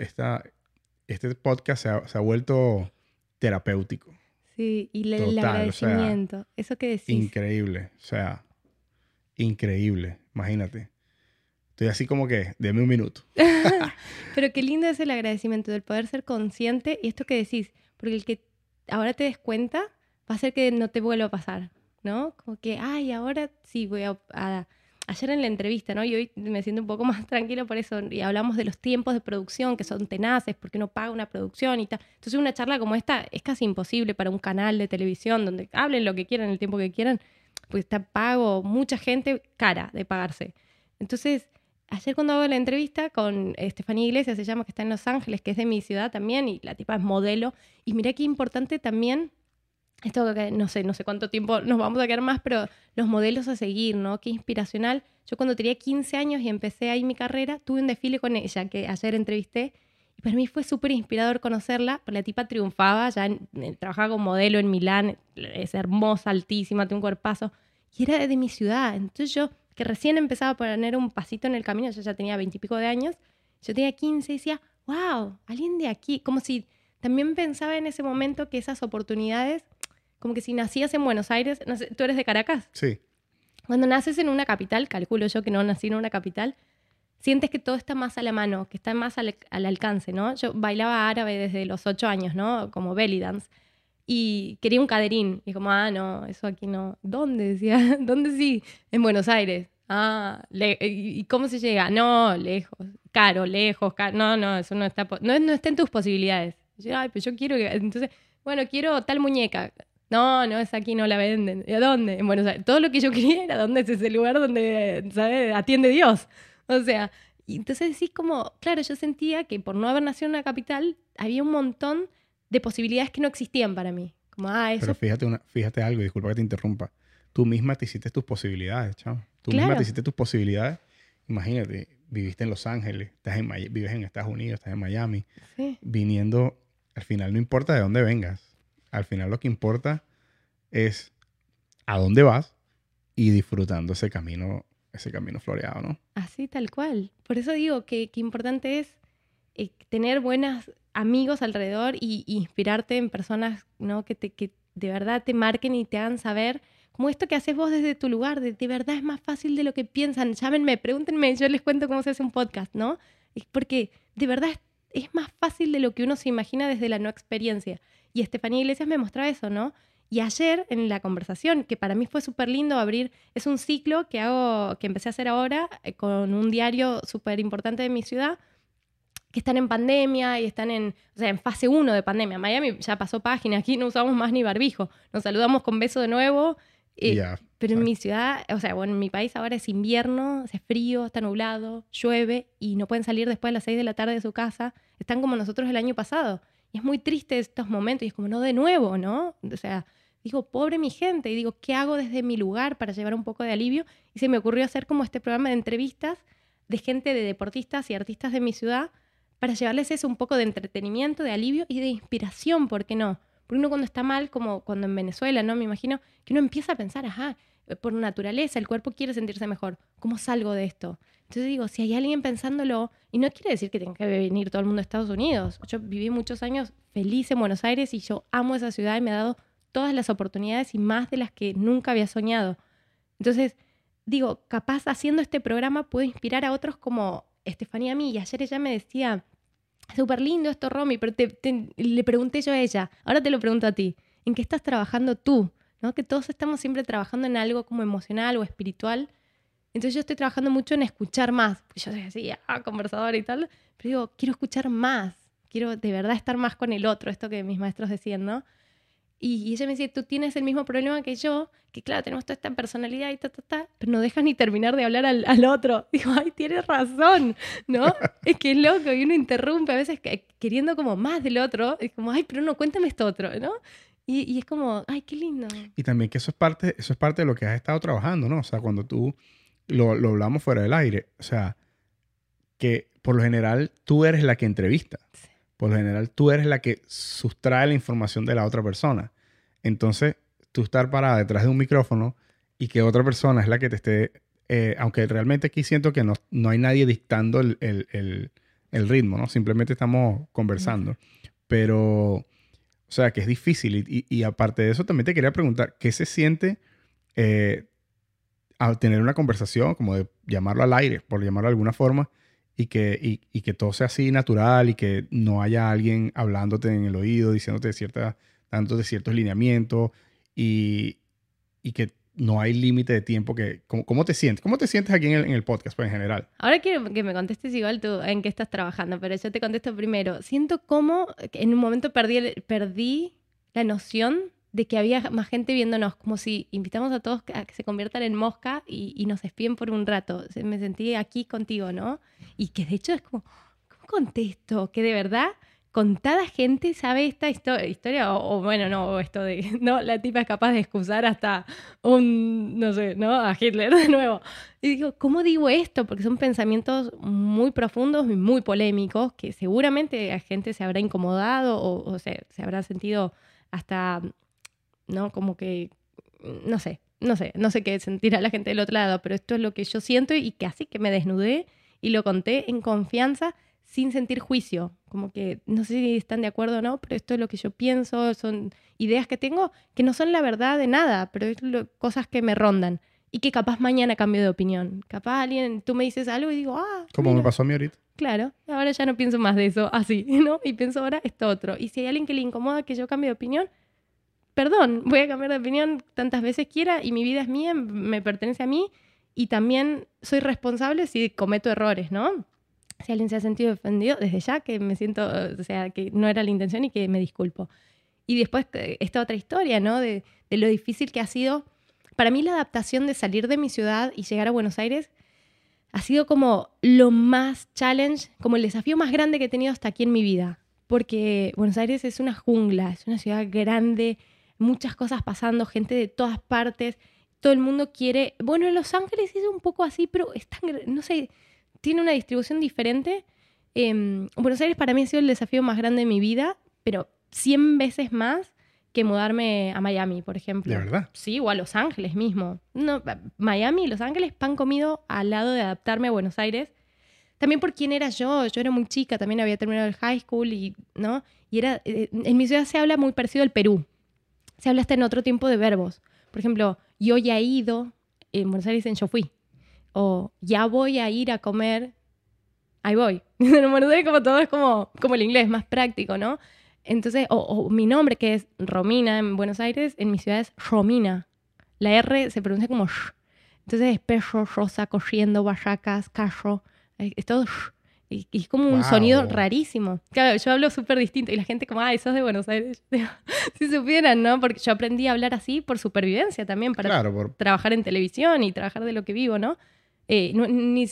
podcast se ha vuelto terapéutico. Sí, y el Total, agradecimiento, o sea, eso que decís. increíble. O sea, increíble. Imagínate. Estoy así como que, deme un minuto. Pero qué lindo es el agradecimiento del poder ser consciente y esto que decís, porque el que ahora te des cuenta va a hacer que no te vuelva a pasar, ¿no? Como que, ay, ahora sí voy ayer en la entrevista, ¿no? Y hoy me siento un poco más tranquila por eso, y hablamos de los tiempos de producción que son tenaces, porque uno paga una producción y tal. Entonces una charla como esta es casi imposible para un canal de televisión donde hablen lo que quieran, el tiempo que quieran, porque está pago mucha gente cara de pagarse. Entonces, ayer cuando hago la entrevista con Estefanía Iglesias, se llama, que está en Los Ángeles, que es de mi ciudad también, y la tipa es modelo, y mirá qué importante también, esto que no sé cuánto tiempo nos vamos a quedar más, pero los modelos a seguir, ¿no? Qué inspiracional. Yo cuando tenía 15 años y empecé ahí mi carrera, tuve un desfile con ella, que ayer entrevisté, y para mí fue súper inspirador conocerla, porque la tipa triunfaba, ya trabajaba como modelo en Milán, es hermosa, altísima, tiene un cuerpazo, y era de mi ciudad. Entonces yo, que recién empezaba a poner un pasito en el camino, yo ya tenía 20 y pico de años, yo tenía 15 y decía, wow, alguien de aquí, como si también pensaba en ese momento que esas oportunidades, como que si nacías en Buenos Aires, no sé, ¿tú eres de Caracas? Sí. Cuando naces en una capital, calculo yo que no nací en una capital, sientes que todo está más a la mano, que está más al alcance, ¿no? Yo bailaba árabe desde los 8 años, ¿no? Como belly dance. Y quería un caderín. Y como, no, eso aquí no. ¿Dónde? Decía, ¿dónde sí? En Buenos Aires. ¿Y cómo se llega? No, lejos. Caro, lejos. No, eso no está, no está en tus posibilidades. Y yo, ay, pues yo quiero que... Entonces, bueno, quiero tal muñeca. No, es aquí, no la venden. ¿Y a dónde? En Buenos Aires. Todo lo que yo quería era dónde es ese lugar donde, ¿sabes? Atiende Dios. O sea, y entonces decís como, claro, yo sentía que por no haber nacido en una capital, había un montón de posibilidades que no existían para mí. Como, eso... Pero fíjate algo, disculpa que te interrumpa. Tú misma te hiciste tus posibilidades, chavo. Tú Claro. misma te hiciste tus posibilidades. Imagínate, viviste en Los Ángeles, vives en Estados Unidos, estás en Miami. Sí. Viniendo, al final no importa de dónde vengas. Al final lo que importa es a dónde vas y disfrutando ese camino floreado, ¿no? Así, tal cual. Por eso digo que importante es tener buenos amigos alrededor y inspirarte en personas, ¿no? que de verdad te marquen y te hagan saber, como esto que haces vos desde tu lugar, de verdad es más fácil de lo que piensan. Llámenme, pregúntenme, yo les cuento cómo se hace un podcast, ¿no? Es porque de verdad es más fácil de lo que uno se imagina desde la no experiencia. Y Estefanía Iglesias me mostraba eso, ¿no? Y ayer en la conversación, que para mí fue súper lindo abrir, es un ciclo que empecé a hacer ahora con un diario súper importante de mi ciudad, que están en pandemia y están en fase 1 de pandemia. Miami ya pasó página, aquí no usamos más ni barbijo. Nos saludamos con beso de nuevo. Pero en mi ciudad, en mi país ahora es invierno, hace frío, está nublado, llueve y no pueden salir después de las 6 de la tarde de su casa. Están como nosotros el año pasado. Y es muy triste estos momentos y es como, no de nuevo, ¿no? O sea, digo, pobre mi gente. Y digo, ¿qué hago desde mi lugar para llevar un poco de alivio? Y se me ocurrió hacer como este programa de entrevistas de gente, de deportistas y artistas de mi ciudad, para llevarles eso, un poco de entretenimiento, de alivio y de inspiración, ¿por qué no? Porque uno cuando está mal, como cuando en Venezuela, ¿no? Me imagino que uno empieza a pensar, ajá, por naturaleza el cuerpo quiere sentirse mejor. ¿Cómo salgo de esto? Entonces digo, si hay alguien pensándolo, y no quiere decir que tenga que venir todo el mundo a Estados Unidos. Yo viví muchos años feliz en Buenos Aires y yo amo esa ciudad y me ha dado todas las oportunidades y más de las que nunca había soñado. Entonces, digo, capaz haciendo este programa puedo inspirar a otros como Estefanía a mí. Y ayer ella me decía, súper lindo esto, Romy, pero le pregunté yo a ella, ahora te lo pregunto a ti, ¿en qué estás trabajando tú? ¿No? Que todos estamos siempre trabajando en algo como emocional o espiritual. Entonces yo estoy trabajando mucho en escuchar más. Porque yo soy así, conversadora y tal, pero digo, quiero escuchar más. Quiero de verdad estar más con el otro, esto que mis maestros decían, ¿no? Y ella me decía, tú tienes el mismo problema que yo, que claro, tenemos toda esta personalidad y pero no dejas ni terminar de hablar al otro. Digo, ay, tienes razón, ¿no? Es que es loco y uno interrumpe a veces queriendo como más del otro. Es como, ay, pero no, cuéntame esto otro, ¿no? Y es como, ay, qué lindo. Y también que eso es parte de lo que has estado trabajando, ¿no? O sea, cuando tú lo hablamos fuera del aire, o sea, que por lo general tú eres la que entrevista. Sí. Por lo general tú eres la que sustrae la información de la otra persona. Entonces, tú estar parada detrás de un micrófono y que otra persona es la que te esté... aunque realmente aquí siento que no hay nadie dictando el ritmo, ¿no? Simplemente estamos conversando. Pero, o sea, que es difícil. Y aparte de eso, también te quería preguntar, ¿qué se siente al tener una conversación, como de llamarlo al aire, por llamarlo de alguna forma, y que todo sea así natural y que no haya alguien hablándote en el oído, dándote ciertos lineamientos y que no hay límite de tiempo ¿cómo te sientes? ¿Cómo te sientes aquí en el podcast, pues, en general? Ahora quiero que me contestes igual tú en qué estás trabajando, pero yo te contesto primero. Siento como en un momento perdí la noción de que había más gente viéndonos, como si invitamos a todos a que se conviertan en mosca y nos espíen por un rato. Me sentí aquí contigo, ¿no? Y que de hecho es como, ¿cómo contesto? Que de verdad contada gente sabe esta historia o bueno, no, o esto de, no, la tipa es capaz de excusar hasta no sé, ¿no? A Hitler de nuevo. Y digo, ¿cómo digo esto? Porque son pensamientos muy profundos y muy polémicos que seguramente a gente se habrá incomodado o se habrá sentido hasta, ¿no? Como que, no sé qué sentirá la gente del otro lado, pero esto es lo que yo siento y que así que me desnudé y lo conté en confianza sin sentir juicio. Como que, no sé si están de acuerdo o no, pero esto es lo que yo pienso, son ideas que tengo que no son la verdad de nada, pero es cosas que me rondan y que capaz mañana cambio de opinión. Capaz tú me dices algo y digo, como mira. me pasó a mí ahorita. Claro, ahora ya no pienso más de eso así, ¿no? Y pienso ahora esto otro. Y si hay alguien que le incomoda que yo cambie de opinión, perdón, voy a cambiar de opinión tantas veces quiera y mi vida es mía, me pertenece a mí y también soy responsable si cometo errores, ¿no? Si alguien se ha sentido ofendido, desde ya que me siento, o sea, que no era la intención y que me disculpo. Y después esta otra historia, ¿no? De lo difícil que ha sido. Para mí la adaptación de salir de mi ciudad y llegar a Buenos Aires ha sido como lo más challenge, como el desafío más grande que he tenido hasta aquí en mi vida. Porque Buenos Aires es una jungla, es una ciudad grande, muchas cosas pasando, gente de todas partes. Todo el mundo quiere... Bueno, en Los Ángeles es un poco así, pero es tan... No sé... Tiene una distribución diferente. Buenos Aires para mí ha sido el desafío más grande de mi vida, pero 100 veces más que mudarme a Miami, por ejemplo. ¿De verdad? Sí, o a Los Ángeles mismo. No, Miami y Los Ángeles pan comido al lado de adaptarme a Buenos Aires. También por quién era yo. Yo era muy chica, también había terminado el high school ¿no? Y era, en mi ciudad se habla muy parecido al Perú. Se habla hasta en otro tiempo de verbos. Por ejemplo, yo ya he ido, en Buenos Aires dicen yo fui. O ya voy a ir a comer, ahí voy. En Buenos Aires como todo es como el inglés, más práctico, ¿no? Entonces, o mi nombre que es Romina en Buenos Aires, en mi ciudad es Romina. La R se pronuncia como sh. Entonces es perro, rosa, corriendo, barracas, carro. Es todo sh. Y es como un sonido rarísimo. Claro, yo hablo súper distinto y la gente como, sos de Buenos Aires. Si supieran, ¿no? Porque yo aprendí a hablar así por supervivencia también, para trabajar en televisión y trabajar de lo que vivo, ¿no? No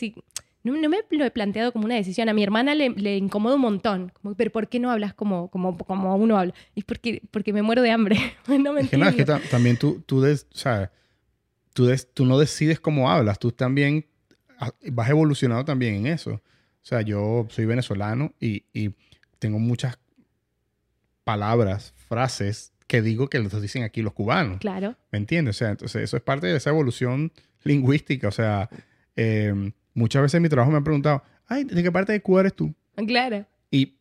me lo he planteado como una decisión. A mi hermana le incomoda un montón. Como, pero ¿por qué no hablas como uno habla? Es porque me muero de hambre. No me entiendo. Es que también tú no decides cómo hablas. Tú también vas evolucionando también en eso. O sea, yo soy venezolano y tengo muchas palabras, frases que digo que los dicen aquí los cubanos. Claro. ¿Me entiendes? O sea, entonces eso es parte de esa evolución lingüística. O sea, muchas veces en mi trabajo me han preguntado, ay, ¿de qué parte de Cuba eres tú? Claro. Y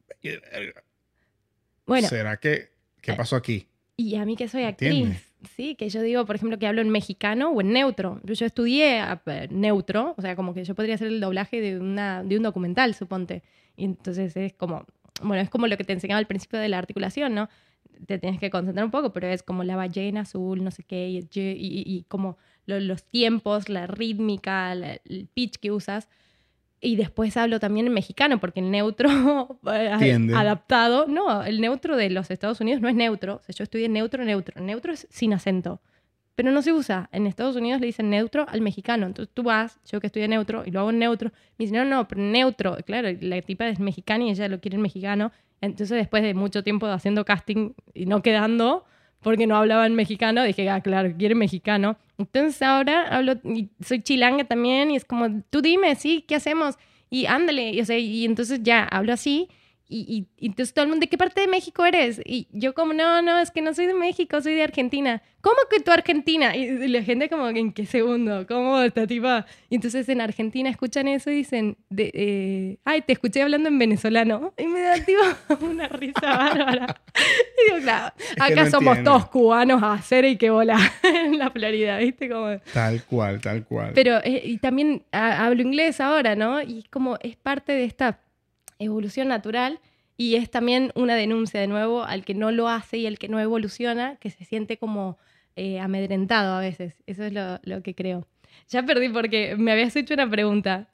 Bueno, ¿será que qué pasó aquí? y a mí que soy ¿Entiendes? actriz, sí, que yo digo, por ejemplo, que hablo en mexicano o en neutro. Yo estudié neutro, o sea, como que yo podría hacer el doblaje de un documental, suponte. Y entonces es como, bueno, es como lo que te enseñaba al principio de la articulación, ¿no? Te tienes que concentrar un poco, pero es como la ballena azul, no sé qué, y como los tiempos, la rítmica, el pitch que usas. Y después hablo también en mexicano, porque el neutro ¿Entiendes? adaptado, no, el neutro de los Estados Unidos no es neutro. O sea, yo estudié neutro. Neutro es sin acento. Pero no se usa. En Estados Unidos le dicen neutro al mexicano. Entonces tú vas, yo que estudié neutro, y lo hago en neutro. Me dicen, no, pero neutro. Claro, la tipa es mexicana y ella lo quiere en mexicano. Entonces después de mucho tiempo haciendo casting y no quedando, porque no hablaba en mexicano, dije, ah, claro, quiere mexicano. Entonces ahora hablo, y soy chilanga también, y es como, tú dime, sí, ¿qué hacemos? Y ándale, y, o sea, y entonces ya hablo así, y entonces todo el mundo, ¿de qué parte de México eres? Y yo como, no, es que no soy de México, soy de Argentina. ¿Cómo que tú Argentina? Y la gente como, ¿en qué segundo? ¿Cómo esta tipa? Y entonces en Argentina escuchan eso y dicen, ay, te escuché hablando en venezolano. Y me da tipo una risa bárbara. Y digo, claro, Es que acá no somos entienden. todos cubanos a hacer y que volar en la Florida, ¿viste? Como... Tal cual, tal cual. Pero, y también hablo inglés ahora, ¿no? Y como es parte de esta evolución natural y es también una denuncia de nuevo al que no lo hace y al que no evoluciona, que se siente como amedrentado a veces. Eso es lo que creo. Ya perdí porque me habías hecho una pregunta.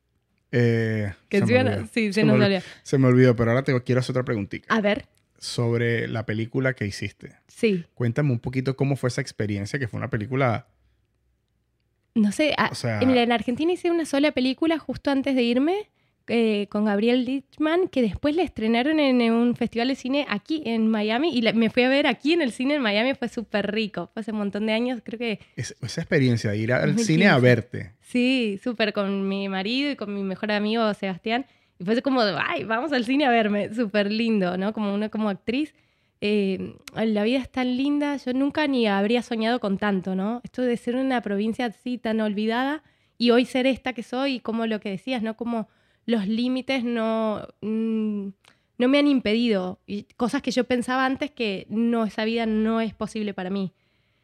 Que Se me olvidó. Sí, se nos olvidó. Se me olvidó, pero ahora quiero hacer otra preguntita. A ver, Sobre la película que hiciste. sí. Cuéntame un poquito cómo fue esa experiencia, que fue una película, No sé, o sea, en Argentina hice una sola película justo antes de irme con Gabriel Lichtman, que después la estrenaron en un festival de cine aquí en Miami y me fui a ver aquí en el cine en Miami, fue súper rico. Fue hace un montón de años, creo que esa experiencia de ir al 2015. cine a verte. Sí, súper con mi marido y con mi mejor amigo Sebastián. Y fue como, ay, vamos al cine a verme. Súper lindo, ¿no? Como una como actriz. La vida es tan linda. Yo nunca ni habría soñado con tanto, ¿no? Esto de ser una provincia así tan olvidada y hoy ser esta que soy y como lo que decías, ¿no? Como los límites no me han impedido. Y cosas que yo pensaba antes que no, esa vida no es posible para mí.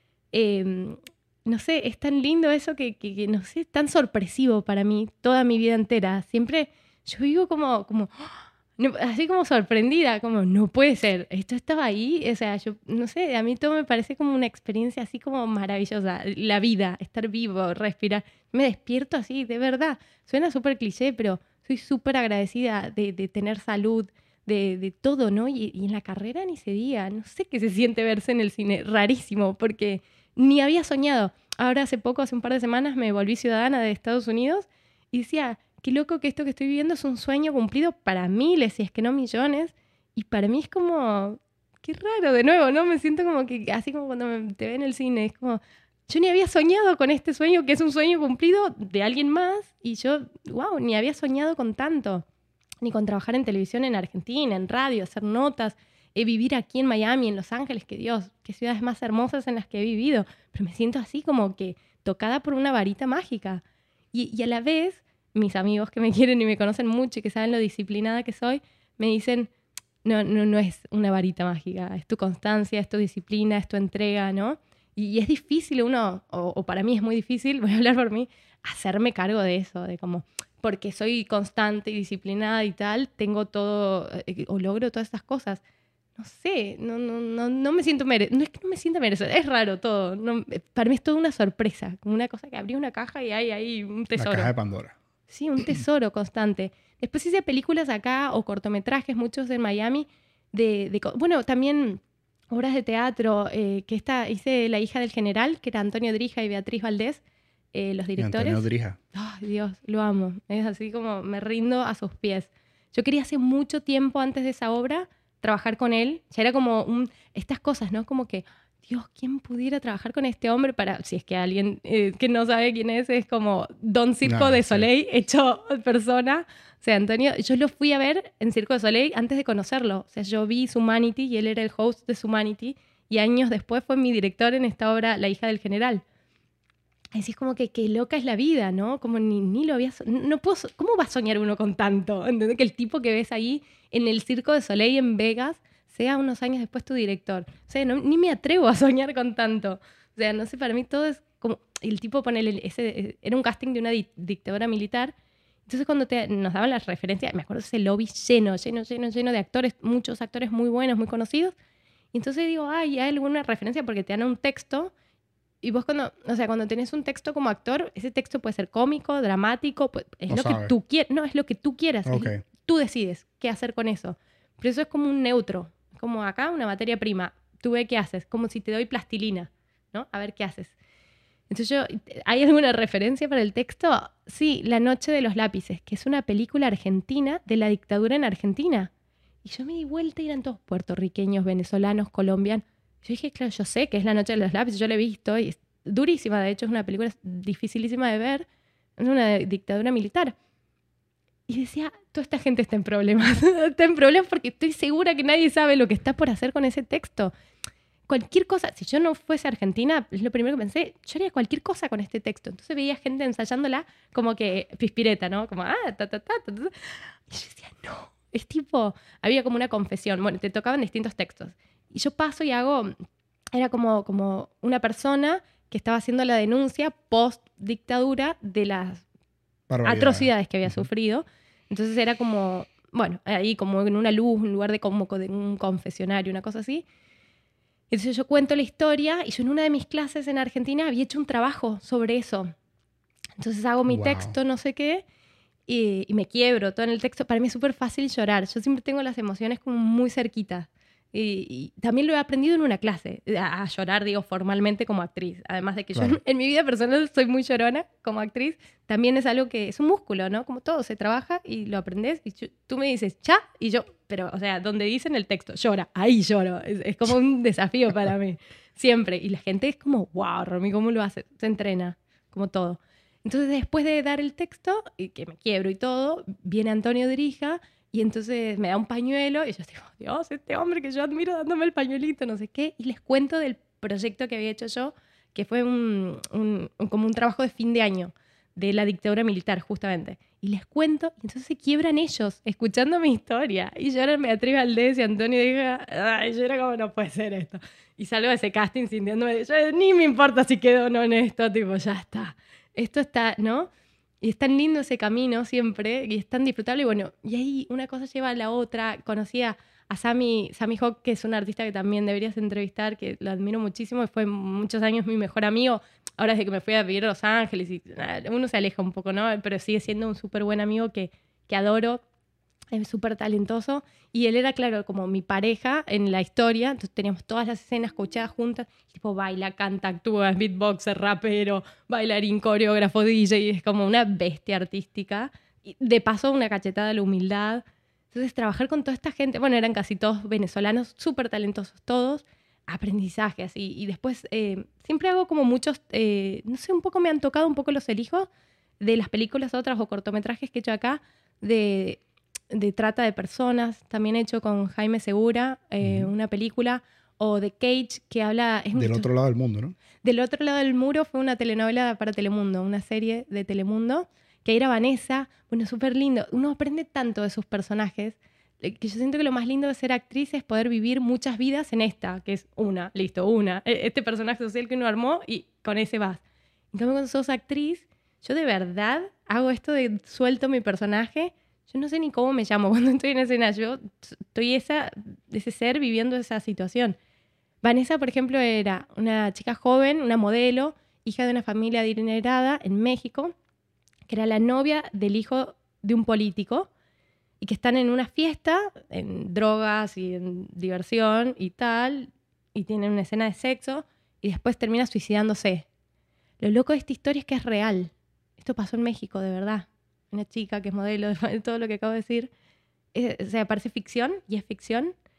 No sé, es tan lindo eso que, no sé, es tan sorpresivo para mí toda mi vida entera. Siempre yo vivo como así como sorprendida, como no puede ser, esto estaba ahí. O sea, yo no sé, a mí todo me parece como una experiencia así como maravillosa. La vida, estar vivo, respirar. Me despierto así, de verdad. Suena súper cliché, pero soy súper agradecida de tener salud, de todo, ¿no? Y en la carrera ni se diga, no sé qué se siente verse en el cine, rarísimo, porque ni había soñado. Ahora hace poco, hace un par de semanas, me volví ciudadana de Estados Unidos y decía, qué loco que esto que estoy viviendo es un sueño cumplido para miles, si es que no millones. Y para mí es como, qué raro, de nuevo, ¿no? Me siento como que, así como cuando te ven en el cine, es como, yo ni había soñado con este sueño, que es un sueño cumplido de alguien más. Y yo, wow, ni había soñado con tanto. Ni con trabajar en televisión en Argentina, en radio, hacer notas, vivir aquí en Miami, en Los Ángeles, que Dios, qué ciudades más hermosas en las que he vivido. Pero me siento así como que tocada por una varita mágica. Y a la vez, mis amigos que me quieren y me conocen mucho y que saben lo disciplinada que soy, me dicen, no es una varita mágica, es tu constancia, es tu disciplina, es tu entrega, ¿no? Y es difícil uno, o para mí es muy difícil, voy a hablar por mí, hacerme cargo de eso, de como, porque soy constante y disciplinada y tal, tengo todo, o logro todas estas cosas. No sé, no me siento no es que no me sienta merecedora, es raro todo. No, para mí es toda una sorpresa, como una cosa que abrí una caja y hay ahí un tesoro. La caja de Pandora. Sí, un tesoro constante. Después hice películas acá o cortometrajes, muchos en Miami, bueno, también obras de teatro, hice La hija del general, que era Antonio Drija y Beatriz Valdés, los directores. Y Antonio Drija. Ay, Dios, lo amo. Es así como me rindo a sus pies. Yo quería hace mucho tiempo antes de esa obra trabajar con él, ya era como estas cosas, ¿no? Como que, Dios, ¿quién pudiera trabajar con este hombre para, si es que alguien que no sabe quién es como Don Circo de Soleil hecho persona? O sea, Antonio, yo lo fui a ver en Circo de Soleil antes de conocerlo. O sea, yo vi Humanity y él era el host de Humanity y años después fue mi director en esta obra La hija del general. Así es como que qué loca es la vida, ¿no? Como ni lo había... No puedo, ¿cómo va a soñar uno con tanto? ¿Entendés? Que el tipo que ves ahí en el Circo de Soleil en Vegas sea unos años después tu director. O sea, ni me atrevo a soñar con tanto. O sea, no sé, para mí todo es como... El tipo era un casting de una dictadura militar. Entonces cuando nos daban las referencias, me acuerdo ese lobby lleno de actores, muchos actores muy buenos, muy conocidos. Y entonces digo, ¿hay alguna referencia? Porque te dan un texto y vos cuando tenés un texto como actor, ese texto puede ser cómico, dramático, es lo que tú quieras. No, es lo que tú quieras. Okay. Tú decides qué hacer con eso. Pero eso es como un neutro. Como acá una materia prima. Tú ves qué haces. Como si te doy plastilina, ¿no? A ver qué haces. Entonces ¿hay alguna referencia para el texto? Sí, La noche de los lápices, que es una película argentina de la dictadura en Argentina. Y yo me di vuelta y eran todos puertorriqueños, venezolanos, colombianos. Yo dije, claro, yo sé que es La noche de los lápices, yo la he visto y es durísima, de hecho es una película dificilísima de ver, es una dictadura militar. Y decía, toda esta gente está en problemas, está en problemas porque estoy segura que nadie sabe lo que está por hacer con ese texto. Cualquier cosa, si yo no fuese argentina, es lo primero que pensé, yo haría cualquier cosa con este texto. Entonces veía gente ensayándola como que pispireta, ¿no? Como, ta. Y yo decía, no, es tipo, había como una confesión. Bueno, te tocaban distintos textos. Y yo paso y hago, era como una persona que estaba haciendo la denuncia post-dictadura de las atrocidades que había sufrido. Entonces era como, bueno, ahí como en una luz, un lugar de como de un confesionario, una cosa así. Entonces yo cuento la historia y yo en una de mis clases en Argentina había hecho un trabajo sobre eso. Entonces hago mi texto, no sé qué, y me quiebro todo en el texto. Para mí es súper fácil llorar. Yo siempre tengo las emociones como muy cerquitas. Y también lo he aprendido en una clase, a llorar, digo, formalmente como actriz. Además de que yo en mi vida personal soy muy llorona como actriz, también es algo que es un músculo, ¿no? Como todo, se trabaja y lo aprendes. Y tú me dices, cha, y yo, pero, o sea, donde dice en el texto, llora, ahí lloro. Es como un desafío para mí, siempre. Y la gente es como, wow, Romy, ¿cómo lo hace? Se entrena, como todo. Entonces, después de dar el texto, y que me quiebro y todo, viene Antonio Drija. Y entonces me da un pañuelo y yo digo, Dios, este hombre que yo admiro dándome el pañuelito, no sé qué. Y les cuento del proyecto que había hecho yo, que fue como un trabajo de fin de año de la dictadura militar, justamente. Y les cuento, y entonces se quiebran ellos, escuchando mi historia. Y lloran Beatriz Valdés y Antonio diga, ay, yo era como, no puede ser esto. Y salgo de ese casting sintiéndome, yo, ni me importa si quedo o no en esto, tipo, ya está. Esto está, ¿no? Y es tan lindo ese camino siempre, y es tan disfrutable. Y bueno, y ahí una cosa lleva a la otra. Conocí a Sammy Hawk, que es un artista que también deberías entrevistar, que lo admiro muchísimo, y fue muchos años mi mejor amigo. Ahora desde que me fui a vivir a Los Ángeles, y uno se aleja un poco, ¿no? Pero sigue siendo un súper buen amigo que adoro. Es súper talentoso. Y él era, claro, como mi pareja en la historia. Entonces teníamos todas las escenas coachadas juntas. Tipo, baila, canta, actúa, es beatboxer, rapero, bailarín, coreógrafo, DJ. Es como una bestia artística. Y de paso, una cachetada a la humildad. Entonces, trabajar con toda esta gente, bueno, eran casi todos venezolanos, súper talentosos todos. Aprendizaje, así. Y después, siempre hago como muchos, no sé, un poco me han tocado un poco los elijo de las películas otras o cortometrajes que he hecho acá de trata de personas. También he hecho con Jaime Segura una película, o de Cage, que habla... Del otro lado del mundo, ¿no? Del otro lado del muro fue una telenovela para Telemundo, una serie de Telemundo, que era Vanessa. Bueno, súper lindo. Uno aprende tanto de sus personajes, que yo siento que lo más lindo de ser actriz es poder vivir muchas vidas en esta, que es una, listo, una. Este personaje social que uno armó y con ese vas. En cambio, cuando sos actriz, yo de verdad hago esto de suelto mi personaje. Yo no sé ni cómo me llamo cuando estoy en escena. Yo estoy ese ser viviendo esa situación. Vanessa, por ejemplo, era una chica joven, una modelo, hija de una familia adinerada en México, que era la novia del hijo de un político, y que están en una fiesta, en drogas y en diversión y tal, y tienen una escena de sexo, y después termina suicidándose. Lo loco de esta historia es que es real. Esto pasó en México, de verdad. Una chica que es modelo de todo lo que acabo de decir. O sea, parece ficción y es ficción,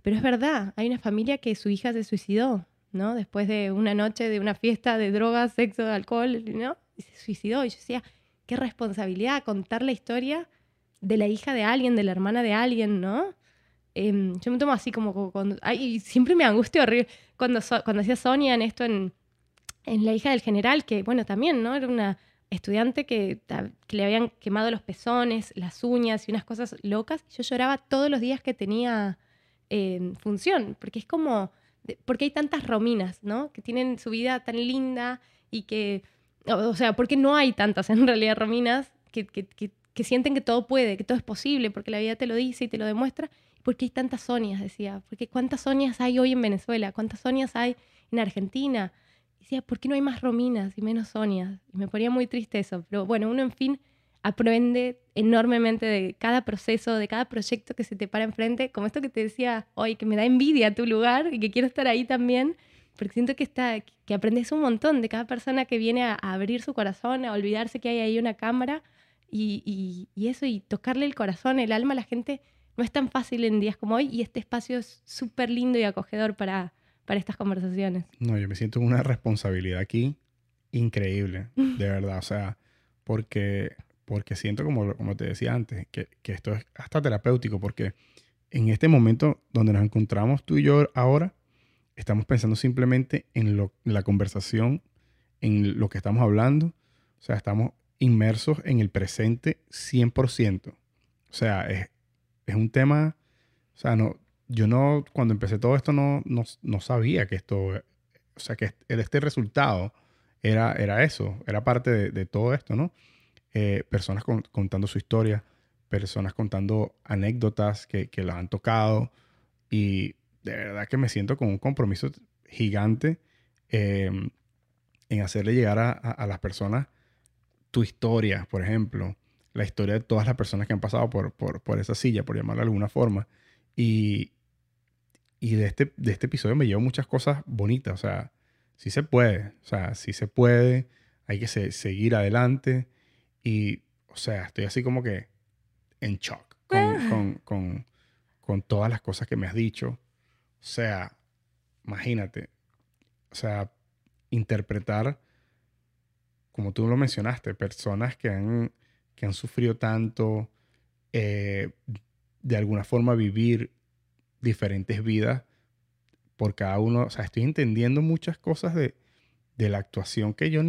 Pero es verdad, hay una familia que su hija se suicidó, ¿no? Después de una noche, de una fiesta de drogas, sexo, alcohol, ¿no? Y se suicidó. Y yo decía, qué responsabilidad contar la historia de la hija de alguien, de la hermana de alguien, ¿no? Yo me tomo así como cuando... Ay, y siempre me angustio horrible. Cuando hacía Sonia en esto, en La hija del general, que bueno, también, ¿no? Era una estudiante que le habían quemado los pezones, las uñas y unas cosas locas. Yo lloraba todos los días que tenía función, porque es como... Porque hay tantas Rominas, ¿no? Que tienen su vida tan linda y que... O sea, porque no hay tantas en realidad Rominas que sienten que todo puede, que todo es posible, porque la vida te lo dice y te lo demuestra. Porque hay tantas Sonias, decía. Porque ¿cuántas Sonias hay hoy en Venezuela? ¿Cuántas Sonias hay en Argentina? Decía, ¿por qué no hay más Rominas y menos Sonias? Y me ponía muy triste eso. Pero bueno, uno, en fin, aprende enormemente de cada proceso, de cada proyecto que se te para enfrente. Como esto que te decía hoy, que me da envidia tu lugar y que quiero estar ahí también. Porque siento que aprendes un montón de cada persona que viene a abrir su corazón, a olvidarse que hay ahí una cámara y eso, y tocarle el corazón, el alma a la gente. No es tan fácil en días como hoy y este espacio es súper lindo y acogedor para estas conversaciones. No, yo me siento una responsabilidad aquí increíble, de verdad. O sea, porque siento, como te decía antes, que esto es hasta terapéutico, porque en este momento donde nos encontramos tú y yo ahora, estamos pensando simplemente en la conversación, en lo que estamos hablando. O sea, estamos inmersos en el presente 100%. O sea, es un tema, o sea, no, yo no, cuando empecé todo esto no sabía que esto, o sea, que este resultado era eso, era parte de todo esto, ¿no? Personas contando su historia, personas contando anécdotas que las han tocado, y de verdad que me siento con un compromiso gigante eh, en hacerle llegar a las personas tu historia, por ejemplo, la historia de todas las personas que han pasado por esa silla, por llamarla de alguna forma. Y, y de este episodio me llevo muchas cosas bonitas. O sea, sí se puede. O sea, sí se puede. Hay que seguir adelante. Y, o sea, estoy así como que en shock con todas las cosas que me has dicho. O sea, imagínate. O sea, interpretar, como tú lo mencionaste, personas que han sufrido tanto, eh, de alguna forma vivir diferentes vidas por cada uno. O sea, estoy entendiendo muchas cosas de la actuación que yo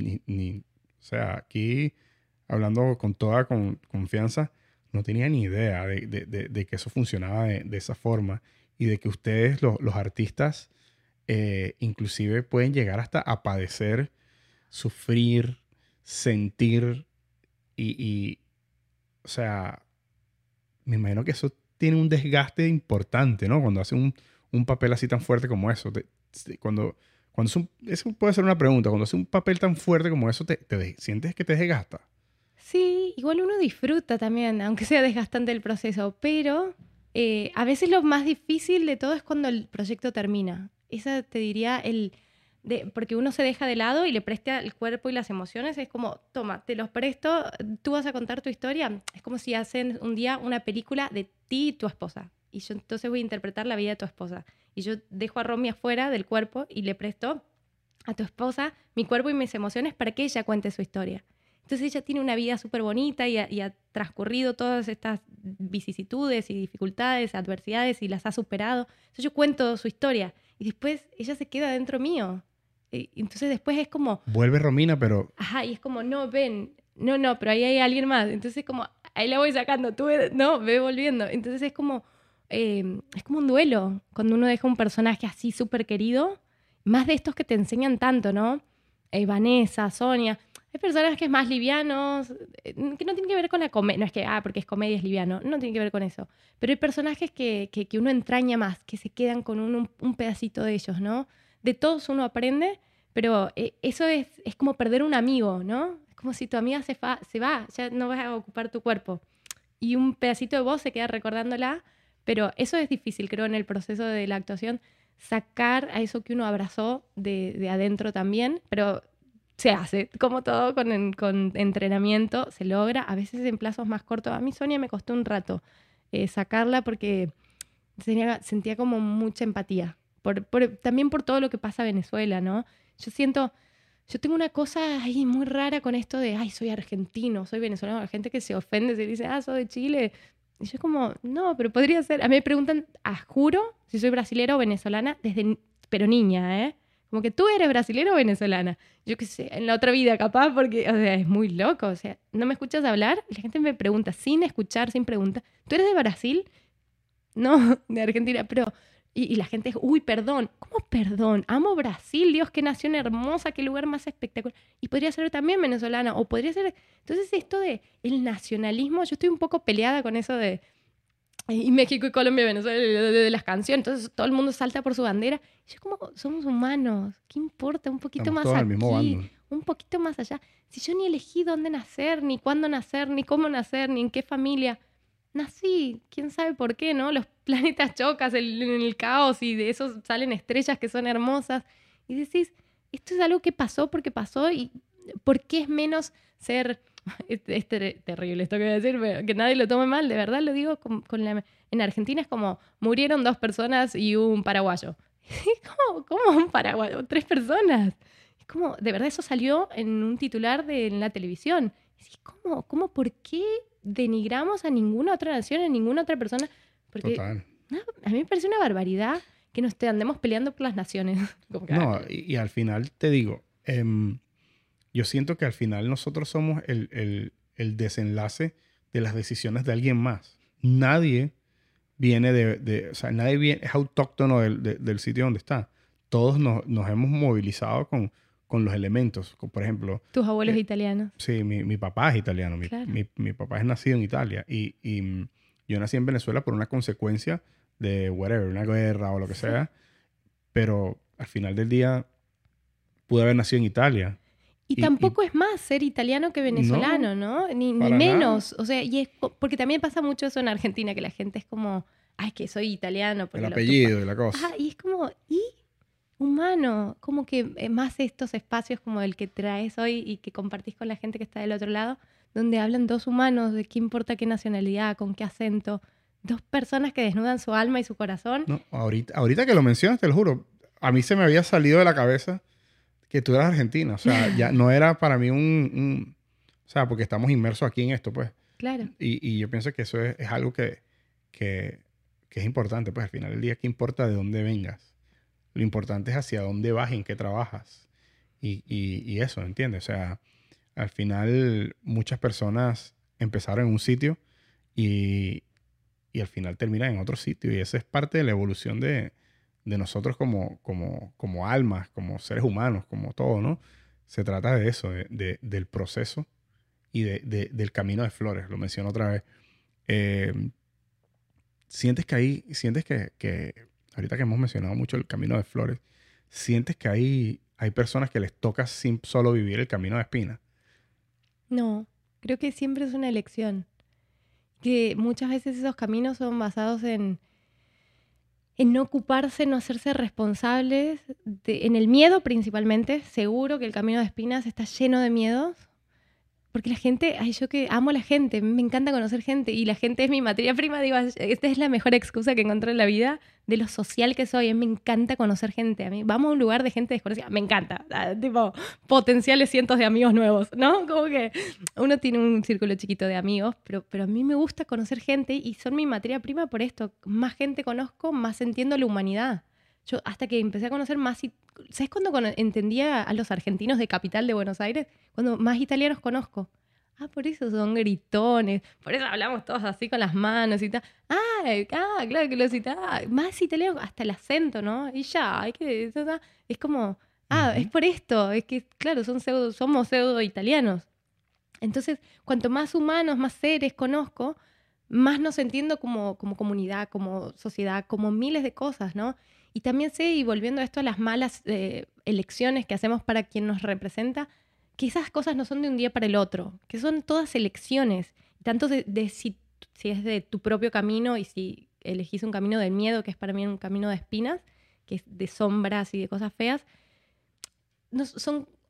o sea, aquí hablando con toda confianza, no tenía ni idea de que eso funcionaba de esa forma, y de que ustedes, los artistas, inclusive pueden llegar hasta a padecer, sufrir, sentir o sea, me imagino que eso tiene un desgaste importante, ¿no? Cuando hace un papel así tan fuerte como eso. Eso puede ser una pregunta. Cuando hace un papel tan fuerte como eso, ¿sientes que te desgasta? Sí, igual uno disfruta también, aunque sea desgastante el proceso, pero a veces lo más difícil de todo es cuando el proyecto termina. Esa te diría porque uno se deja de lado y le presta el cuerpo y las emociones. Es como, toma, te los presto, tú vas a contar tu historia. Es como si hacen un día una película de ti y tu esposa. Y yo entonces voy a interpretar la vida de tu esposa. Y yo dejo a Romy afuera del cuerpo y le presto a tu esposa mi cuerpo y mis emociones para que ella cuente su historia. Entonces ella tiene una vida súper bonita y ha transcurrido todas estas vicisitudes y dificultades, adversidades, y las ha superado. Entonces yo cuento su historia y después ella se queda dentro mío. Entonces después es como... Vuelve Romina, pero... Ajá, y es como, no, ven, no, pero ahí hay alguien más. Entonces como, ahí la voy sacando, tú, no, ve volviendo. Entonces es como un duelo cuando uno deja un personaje así súper querido, más de estos que te enseñan tanto, ¿no? Vanessa, Sonia... Hay personajes más livianos, que no tienen que ver con la comedia. No es que, porque es comedia es liviano. No tiene que ver con eso. Pero hay personajes que uno entraña más, que se quedan con un pedacito de ellos, ¿no? De todos uno aprende, pero eso es como perder un amigo, ¿no? Es como si tu amiga se va, ya no vas a ocupar tu cuerpo. Y un pedacito de vos se queda recordándola, pero eso es difícil, creo, en el proceso de la actuación, sacar a eso que uno abrazó de adentro también, pero se hace, como todo con entrenamiento, se logra, a veces en plazos más cortos. A mí Sonia me costó un rato sacarla porque sentía como mucha empatía. También por todo lo que pasa en Venezuela, ¿no? Yo tengo una cosa ahí muy rara con esto de, ay, soy argentino, soy venezolano. La gente que se ofende se dice, ah, soy de Chile. Y yo como, no, pero podría ser. A mí me preguntan, juro, si soy brasilera o venezolana, pero niña, ¿eh? Como que tú eres brasilera o venezolana. Yo qué sé, en la otra vida capaz, porque, o sea, es muy loco. O sea, no me escuchas hablar y la gente me pregunta, sin escuchar, sin preguntar, ¿tú eres de Brasil? No, de Argentina, pero... Y la gente es, uy, perdón. ¿Cómo perdón? Amo Brasil, Dios, qué nación hermosa, qué lugar más espectacular. Y podría ser también venezolana, o podría ser... Entonces esto de el nacionalismo, yo estoy un poco peleada con eso de... Y México y Colombia y Venezuela, de las canciones, entonces todo el mundo salta por su bandera. Y yo como, somos humanos, ¿qué importa? Un poquito Estamos más todos en el mismo aquí, bando. un poquito más allá. Si yo ni elegí dónde nacer, ni cuándo nacer, ni cómo nacer, ni en qué familia... Nací, quién sabe por qué, ¿no? Los planetas chocan en el caos y de eso salen estrellas que son hermosas. Y decís, esto es algo que pasó porque pasó y ¿por qué es menos ser... Es terrible esto que voy a decir, pero que nadie lo tome mal, de verdad lo digo en Argentina es como, murieron 2 personas y un paraguayo. ¿Cómo un paraguayo? 3 personas. Es como, de verdad eso salió en un titular en la televisión. ¿Por qué denigramos a ninguna otra nación, a ninguna otra persona? Porque Total. no, a mí me parece una barbaridad que nos andemos peleando por las naciones. No, y al final te digo, yo siento que al final nosotros somos el desenlace de las decisiones de alguien más. Nadie viene o sea, nadie viene, es autóctono del sitio donde está. Todos nos hemos movilizado con los elementos. Por ejemplo, Tus abuelos italianos. sí, mi papá es italiano. Claro. Mi papá es nacido en Italia. Y yo nací en Venezuela por una consecuencia de whatever, una guerra o lo que Sí. sea. Pero al final del día pude haber nacido en Italia. Y tampoco es más ser italiano que venezolano, ¿no? Ni para menos. O sea, porque también pasa mucho eso en Argentina, que la gente es como, ay, es que soy italiano. Porque el apellido y la cosa. Ajá, y es como, ¿y? Humano. Como que más estos espacios como el que traes hoy y que compartís con la gente que está del otro lado, donde hablan 2 humanos, de qué importa qué nacionalidad, con qué acento. 2 personas que desnudan su alma y su corazón. No, ahorita que lo mencionas, te lo juro, a mí se me había salido de la cabeza que tú eras argentina. O sea, ya no era para mí o sea, porque estamos inmersos aquí en esto, pues. Claro. Y yo pienso que eso es algo que es importante, pues al final del día, ¿qué importa de dónde vengas? Lo importante es hacia dónde vas y en qué trabajas. Y eso, ¿entiendes? O sea, al final muchas personas empezaron en un sitio y al final terminan en otro sitio. Y esa es parte de la evolución de nosotros como almas, como seres humanos, como todo, ¿no? Se trata de eso, del proceso y del camino de flores. Lo menciono otra vez. Sientes que ahorita que hemos mencionado mucho el camino de flores, sientes que hay personas que les toca solo vivir el camino de espinas. No, creo que siempre es una elección. Que muchas veces esos caminos son basados en no ocuparse, no hacerse responsables, en el miedo principalmente. Seguro que el camino de espinas está lleno de miedos. Porque la gente, ay, yo que amo a la gente, me encanta conocer gente y la gente es mi materia prima, digo, esta es la mejor excusa que encontré en la vida de lo social que soy, a mí me encanta conocer gente, a mí vamos a un lugar de gente desconocida, me encanta, tipo, potenciales cientos de amigos nuevos, ¿no? Como que uno tiene un círculo chiquito de amigos, pero a mí me gusta conocer gente y son mi materia prima por esto, más gente conozco, más entiendo la humanidad. Yo hasta que empecé a conocer más, ¿sabes cuándo entendía a los argentinos de Capital de Buenos Aires? Cuando más italianos conozco. Ah, por eso son gritones, por eso hablamos todos así con las manos y tal. Claro que los italianos, más italianos, hasta el acento, ¿no? Y ya, es como, es por esto, es que, claro, somos pseudo italianos. Entonces, cuanto más humanos, más seres conozco, más nos entiendo como comunidad, como sociedad, como miles de cosas, ¿no? Y también sé, y volviendo a esto a las malas elecciones que hacemos para quien nos representa, que esas cosas no son de un día para el otro, que son todas elecciones, tanto si es de tu propio camino y si elegís un camino del miedo, que es para mí un camino de espinas, que es de sombras y de cosas feas, no, son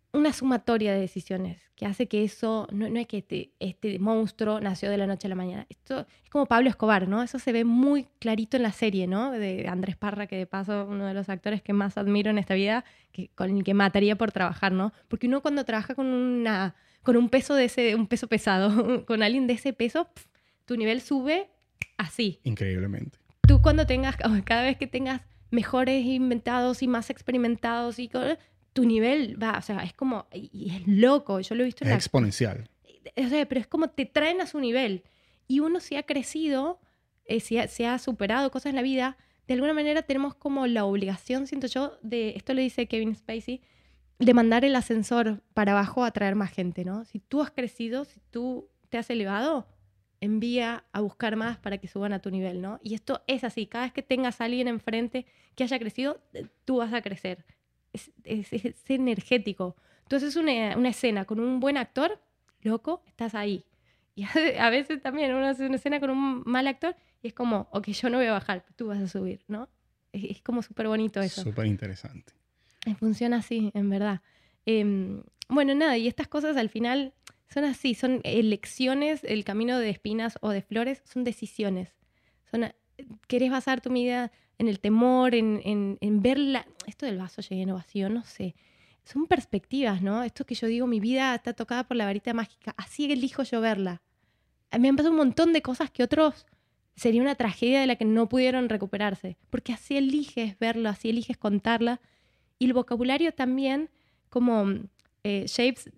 una sumatoria de decisiones que hace que eso, no es que este monstruo nació de la noche a la mañana. Esto es como Pablo Escobar, ¿no? Eso se ve muy clarito en la serie, ¿no? De Andrés Parra, que de paso uno de los actores que más admiro en esta vida, con el que mataría por trabajar, ¿no? Porque uno cuando trabaja con un peso un peso pesado, con alguien de ese peso, tu nivel sube así. Increíblemente. Tú cada vez que tengas mejores inventados y más experimentados tu nivel va, o sea, es como, y es loco, yo lo he visto Es exponencial. O sea, pero es como te traen a su nivel. Y uno si ha crecido, si ha superado cosas en la vida, de alguna manera tenemos como la obligación, siento yo, esto le dice Kevin Spacey, de mandar el ascensor para abajo a traer más gente, ¿no? Si tú has crecido, si tú te has elevado, envía a buscar más para que suban a tu nivel, ¿no? Y esto es así, cada vez que tengas a alguien enfrente que haya crecido, tú vas a crecer. Es energético. Tú haces una escena con un buen actor, loco, estás ahí. Y a veces también uno hace una escena con un mal actor y es como, ok, yo no voy a bajar, tú vas a subir, ¿no? Es como súper bonito eso. Súper interesante. Funciona así, en verdad. Bueno, nada, y estas cosas al final son así, son elecciones, el camino de espinas o de flores, son decisiones. ¿Querés basar tu vida en el temor, en ver esto del vaso lleno vacío? No sé. Son perspectivas, ¿no? Esto que yo digo, mi vida está tocada por la varita mágica, así elijo yo verla. A mí me han pasado un montón de cosas que otros sería una tragedia de la que no pudieron recuperarse, porque así eliges verlo, así eliges contarla. Y el vocabulario también, como shapes,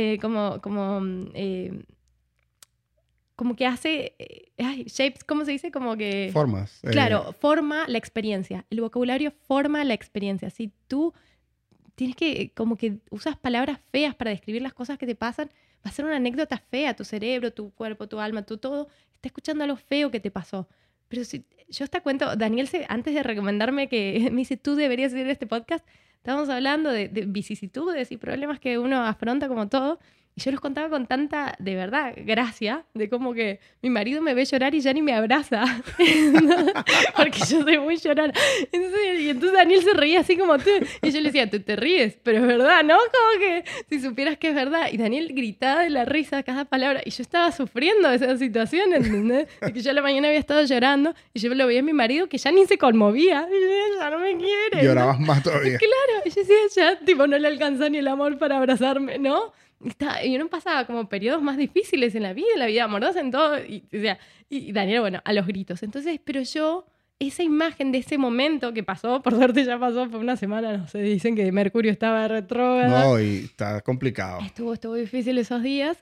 como que hace, shapes, ¿cómo se dice? Como que... Formas. Claro, forma la experiencia. El vocabulario forma la experiencia. Si tú tienes como que usas palabras feas para describir las cosas que te pasan, va a ser una anécdota fea. Tu cerebro, tu cuerpo, tu alma, tu todo, está escuchando algo feo que te pasó. Pero si yo hasta cuento, Daniel, antes de recomendarme que me dice, tú deberías hacer este podcast, estábamos hablando de vicisitudes y problemas que uno afronta como todo. Y yo los contaba con tanta, de verdad, gracia, de como que mi marido me ve llorar y ya ni me abraza. Porque yo soy muy llorona. Y entonces Daniel se reía así como tú. Y yo le decía, tú te ríes, pero es verdad, ¿no? Como que si supieras que es verdad. Y Daniel gritaba de la risa cada palabra. Y yo estaba sufriendo esa situación, ¿entendés? De que yo a la mañana había estado llorando y yo lo veía a mi marido que ya ni se conmovía. Y yo decía, ya no me quiere. Llorabas más todavía. Claro. Y yo decía, ya, tipo, no le alcanza ni el amor para abrazarme, ¿no? Y uno pasaba como periodos más difíciles en la vida amorosa, en todo. Y Daniel, bueno, a los gritos. Entonces, pero yo, esa imagen de ese momento que pasó, por suerte ya pasó, fue una semana, no sé, dicen que Mercurio estaba retrógrado. No, y está complicado. Estuvo difícil esos días.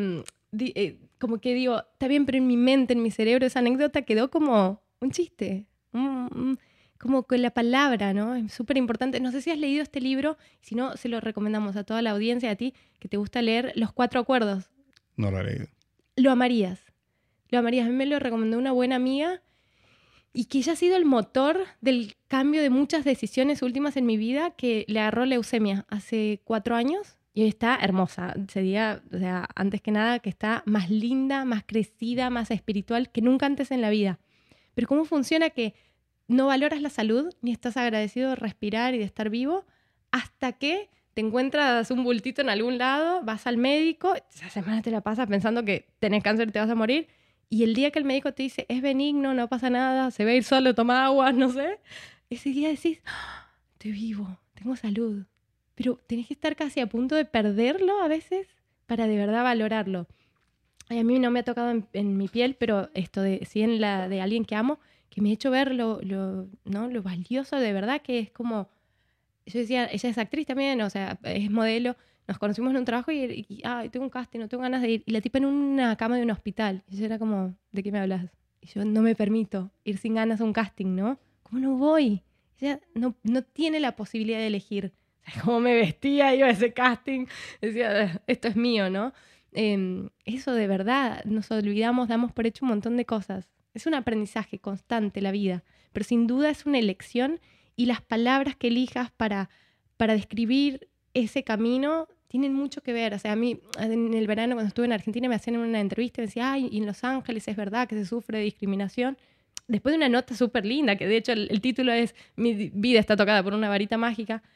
Como que digo, está bien, pero en mi mente, en mi cerebro, esa anécdota quedó como un chiste. Como con la palabra, ¿no? Es súper importante. No sé si has leído este libro, si no, se lo recomendamos a toda la audiencia, a ti, que te gusta leer Los 4 Acuerdos. No lo he leído. Lo amarías. A mí me lo recomendó una buena amiga y que ya ha sido el motor del cambio de muchas decisiones últimas en mi vida, que le agarró leucemia hace 4 años y hoy está hermosa. Sería, o sea, antes que nada, que está más linda, más crecida, más espiritual que nunca antes en la vida. Pero ¿cómo funciona que no valoras la salud ni estás agradecido de respirar y de estar vivo hasta que te encuentras un bultito en algún lado, vas al médico, esa semana te la pasas pensando que tenés cáncer y te vas a morir, y el día que el médico te dice es benigno, no pasa nada, se va a ir solo, toma agua, no sé, ese día decís, estoy vivo, tengo salud. Pero tenés que estar casi a punto de perderlo a veces para de verdad valorarlo. Y a mí no me ha tocado en mi piel, pero sí en la de alguien que amo, que me ha hecho ver lo valioso de verdad que es. Como, yo decía, ella es actriz también, o sea, es modelo, nos conocimos en un trabajo y tengo un casting, no tengo ganas de ir, y la tipa en una cama de un hospital, y yo era como, ¿de qué me hablas? Y yo no me permito ir sin ganas a un casting, ¿no? ¿Cómo no voy? Ella no tiene la posibilidad de elegir. O sea, cómo me vestía, iba a ese casting, decía, esto es mío, ¿no? Eso de verdad, nos olvidamos, damos por hecho un montón de cosas. Es un aprendizaje constante la vida, pero sin duda es una elección y las palabras que elijas para describir ese camino tienen mucho que ver. O sea, a mí en el verano cuando estuve en Argentina me hacían una entrevista y me decían, y en Los Ángeles es verdad que se sufre de discriminación. Después de una nota súper linda, que de hecho el título es Mi vida está tocada por una varita mágica,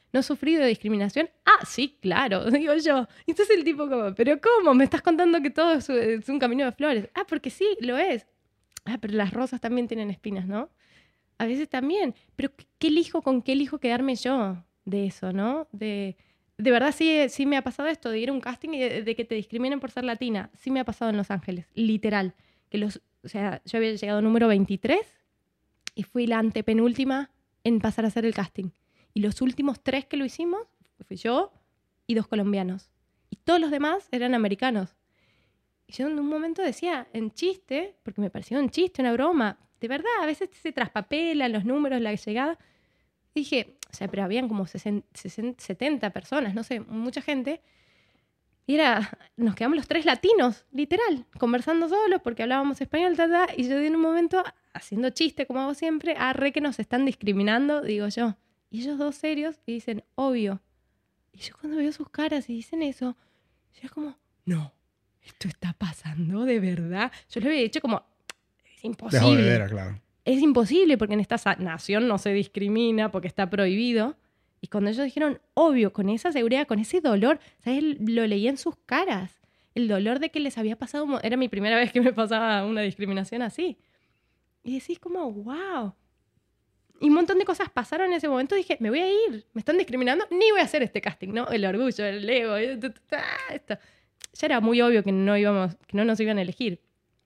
¿No has sufrido de discriminación? Ah, sí, claro, digo yo. Y entonces el tipo como, ¿pero cómo? Me estás contando que todo es un camino de flores. Ah, porque sí, lo es. Ah, pero las rosas también tienen espinas, ¿no? A veces también. Pero ¿con qué elijo quedarme yo de eso, no? De verdad sí me ha pasado esto, de ir a un casting y de que te discriminen por ser latina. Sí me ha pasado en Los Ángeles, literal. O sea, yo había llegado número 23 y fui la antepenúltima en pasar a hacer el casting. Y los últimos 3 que lo hicimos, fui yo y 2 colombianos. Y todos los demás eran americanos. Y yo en un momento decía, en chiste, porque me pareció un chiste, una broma, de verdad, a veces se traspapelan los números, la llegada. Y dije, o sea, pero habían como 70 personas, no sé, mucha gente. Y nos quedamos los 3 latinos, literal, conversando solos porque hablábamos español, y yo en un momento, haciendo chiste como hago siempre, arre que nos están discriminando, digo yo. Y ellos 2 serios y dicen, obvio. Y yo cuando veo sus caras y dicen eso, yo es como, no, esto está pasando de verdad. Yo le había dicho como, es imposible. De jodedera, claro. Es imposible porque en esta nación no se discrimina porque está prohibido. Y cuando ellos dijeron, obvio, con esa seguridad, con ese dolor, ¿sabes? Lo leí en sus caras. El dolor de que les había pasado, era mi primera vez que me pasaba una discriminación así. Y decís como, wow. Y un montón de cosas pasaron en ese momento. Dije, me voy a ir, me están discriminando, ni voy a hacer este casting, ¿no? El orgullo, el ego, esto. Ya era muy obvio que no nos iban a elegir.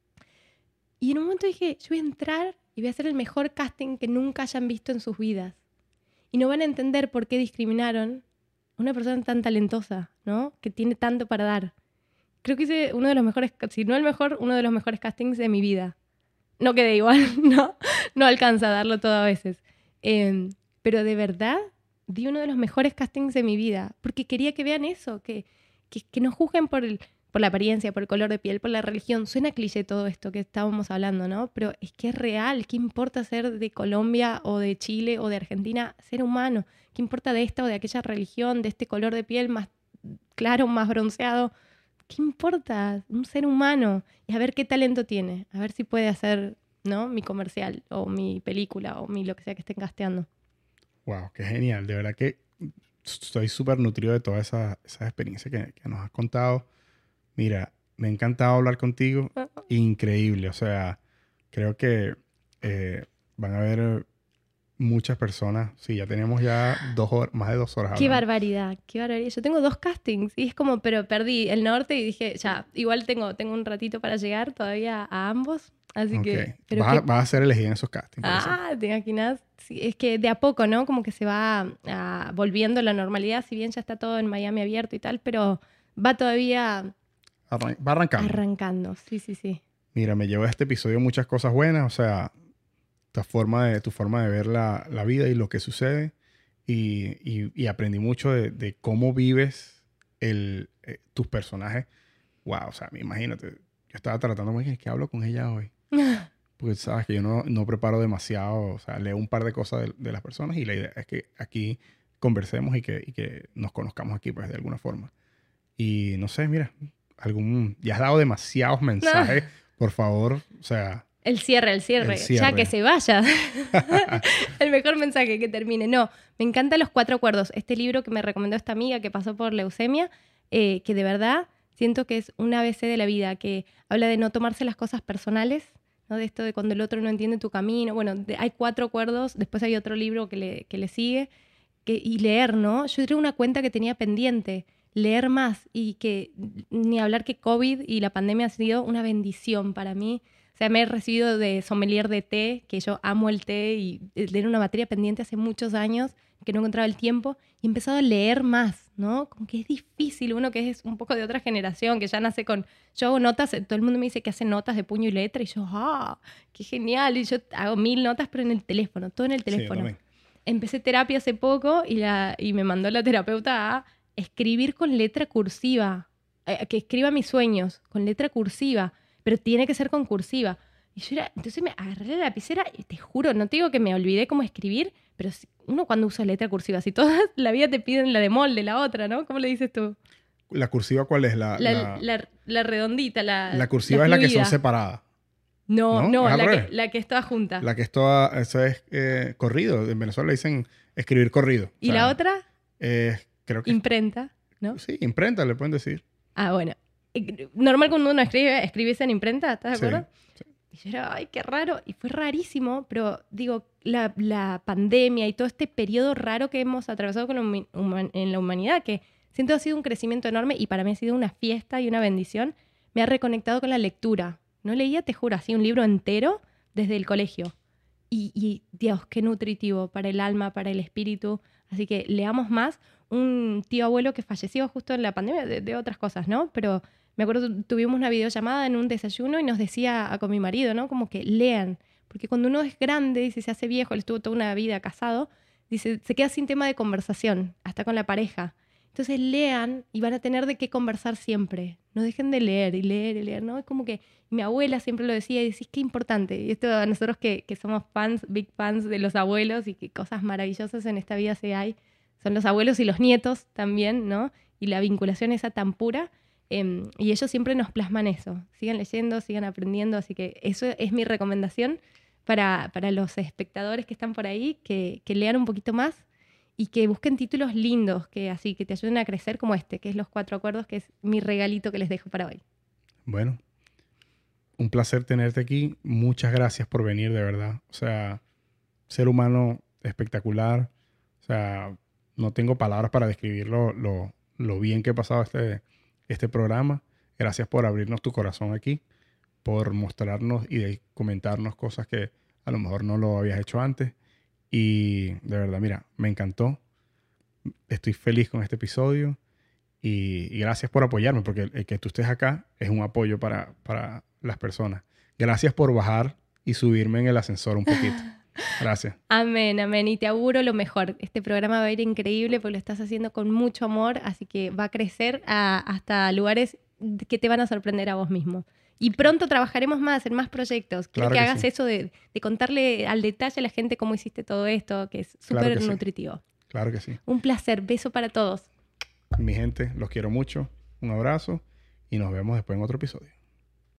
Y en un momento dije, yo voy a entrar y voy a hacer el mejor casting que nunca hayan visto en sus vidas. Y no van a entender por qué discriminaron a una persona tan talentosa, ¿no? Que tiene tanto para dar. Creo que hice uno de los mejores, si no el mejor, uno de los mejores castings de mi vida. No quedé igual, no alcanza a darlo todo a veces. Pero de verdad, di uno de los mejores castings de mi vida. Porque quería que vean eso, que no juzguen por la apariencia, por el color de piel, por la religión. Suena cliché todo esto que estábamos hablando, ¿no? Pero es que es real. ¿Qué importa ser de Colombia o de Chile o de Argentina? Ser humano. ¿Qué importa de esta o de aquella religión, de este color de piel más claro, más bronceado? ¿Qué importa? Un ser humano. Y a ver qué talento tiene. A ver si puede hacer, ¿no? Mi comercial o mi película o lo que sea que estén casteando. Wow, qué genial. De verdad que estoy súper nutrido de toda esa experiencia que nos has contado. Mira, me ha encantado hablar contigo. Increíble. O sea, creo que van a haber muchas personas. Sí, ya tenemos ya 2 horas, más de 2 horas. Qué barbaridad, qué barbaridad. Yo tengo 2 castings y es como, pero perdí el norte y dije, ya, igual tengo un ratito para llegar todavía a ambos. Así que... Vas a ser elegida en esos castings. ¿te imaginas? Sí, es que de a poco, ¿no? Como que se va volviendo a la normalidad, si bien ya está todo en Miami abierto y tal, pero va todavía... Va arrancando. Arrancando, sí. Mira, me llevo a este episodio muchas cosas buenas, o sea, tu forma de ver la vida y lo que sucede, y aprendí mucho de cómo vives tus personajes. Wow, o sea, imagínate, yo estaba tratando de ¿qué hablo con ella hoy? Porque sabes que yo no preparo demasiado, o sea, leo un par de cosas de las personas y la idea es que aquí conversemos y que nos conozcamos aquí, pues, de alguna forma. Y no sé, mira, ya has dado demasiados mensajes, por favor, o sea... El cierre, ya que se vaya. El mejor mensaje que termine. No, me encantan los 4 acuerdos. Este libro que me recomendó esta amiga que pasó por leucemia, que de verdad siento que es un ABC de la vida, que habla de no tomarse las cosas personales, ¿no? De esto de cuando el otro no entiende tu camino. Bueno, hay 4 acuerdos, después hay otro libro que le sigue, y leer, ¿no? Yo tengo una cuenta que tenía pendiente, leer más, y que ni hablar que COVID y la pandemia ha sido una bendición para mí. O sea, me he recibido de sommelier de té, que yo amo el té y era una materia pendiente hace muchos años que no encontraba el tiempo, y he empezado a leer más, ¿no? Como que es difícil, uno que es un poco de otra generación, que ya nace con... Yo hago notas, todo el mundo me dice que hace notas de puño y letra, y yo, qué genial, y yo hago 1000 notas, pero en el teléfono, todo en el teléfono. Sí, empecé terapia hace poco y me mandó la terapeuta a escribir con letra cursiva, que escriba mis sueños con letra cursiva, pero tiene que ser con cursiva. Y yo entonces me agarré la lapicera y te juro, no te digo que me olvidé cómo escribir, pero uno cuando usa letra cursiva, si toda la vida te piden la de molde, la otra, ¿no? ¿Cómo le dices tú? ¿La cursiva cuál es? La redondita, la cursiva es la que son separadas. No, la que está junta. La que está, eso es corrido. En Venezuela le dicen escribir corrido. ¿Y la otra? Creo que... Imprenta, ¿no? Sí, imprenta, le pueden decir. Ah, bueno. Normal cuando uno escribes en imprenta, ¿estás de acuerdo? Sí. Y yo era, ay, qué raro. Y fue rarísimo, pero digo, la pandemia y todo este periodo raro que hemos atravesado en la humanidad, que siento ha sido un crecimiento enorme y para mí ha sido una fiesta y una bendición, me ha reconectado con la lectura. No leía, te juro, así un libro entero desde el colegio. Y Dios, qué nutritivo para el alma, para el espíritu. Así que leamos más. Un tío abuelo que falleció justo en la pandemia, de otras cosas, ¿no? Pero me acuerdo, tuvimos una videollamada en un desayuno y nos decía con mi marido, ¿no? Como que lean. Porque cuando uno es grande, dice, se hace viejo, él estuvo toda una vida casado, dice, se queda sin tema de conversación, hasta con la pareja. Entonces lean y van a tener de qué conversar siempre. No dejen de leer y leer y leer, ¿no? Es como que mi abuela siempre lo decía y decís, qué importante. Y esto a nosotros que somos fans, big fans de los abuelos y que cosas maravillosas en esta vida se hay, son los abuelos y los nietos también, ¿no? Y la vinculación esa tan pura. Y ellos siempre nos plasman eso. Sigan leyendo, sigan aprendiendo. Así que eso es mi recomendación para los espectadores que están por ahí, que lean un poquito más y que busquen títulos lindos, que te ayuden a crecer como este, que es Los Cuatro Acuerdos, que es mi regalito que les dejo para hoy. Bueno, un placer tenerte aquí. Muchas gracias por venir, de verdad. O sea, ser humano espectacular. O sea, no tengo palabras para describir lo bien que he pasado este programa. Gracias por abrirnos tu corazón aquí, por mostrarnos y de comentarnos cosas que a lo mejor no lo habías hecho antes. Y de verdad, mira, me encantó. Estoy feliz con este episodio y gracias por apoyarme, porque el que tú estés acá es un apoyo para las personas. Gracias por bajar y subirme en el ascensor un poquito. Gracias. Amén, amén. Y te auguro lo mejor. Este programa va a ir increíble porque lo estás haciendo con mucho amor, así que va a crecer hasta lugares que te van a sorprender a vos mismo. Y pronto trabajaremos más en más proyectos. Quiero Claro que que hagas sí. eso de contarle al detalle a la gente cómo hiciste todo esto, que es Claro súper que sí. nutritivo. Claro que sí. Un placer. Beso para todos. Mi gente, los quiero mucho. Un abrazo y nos vemos después en otro episodio.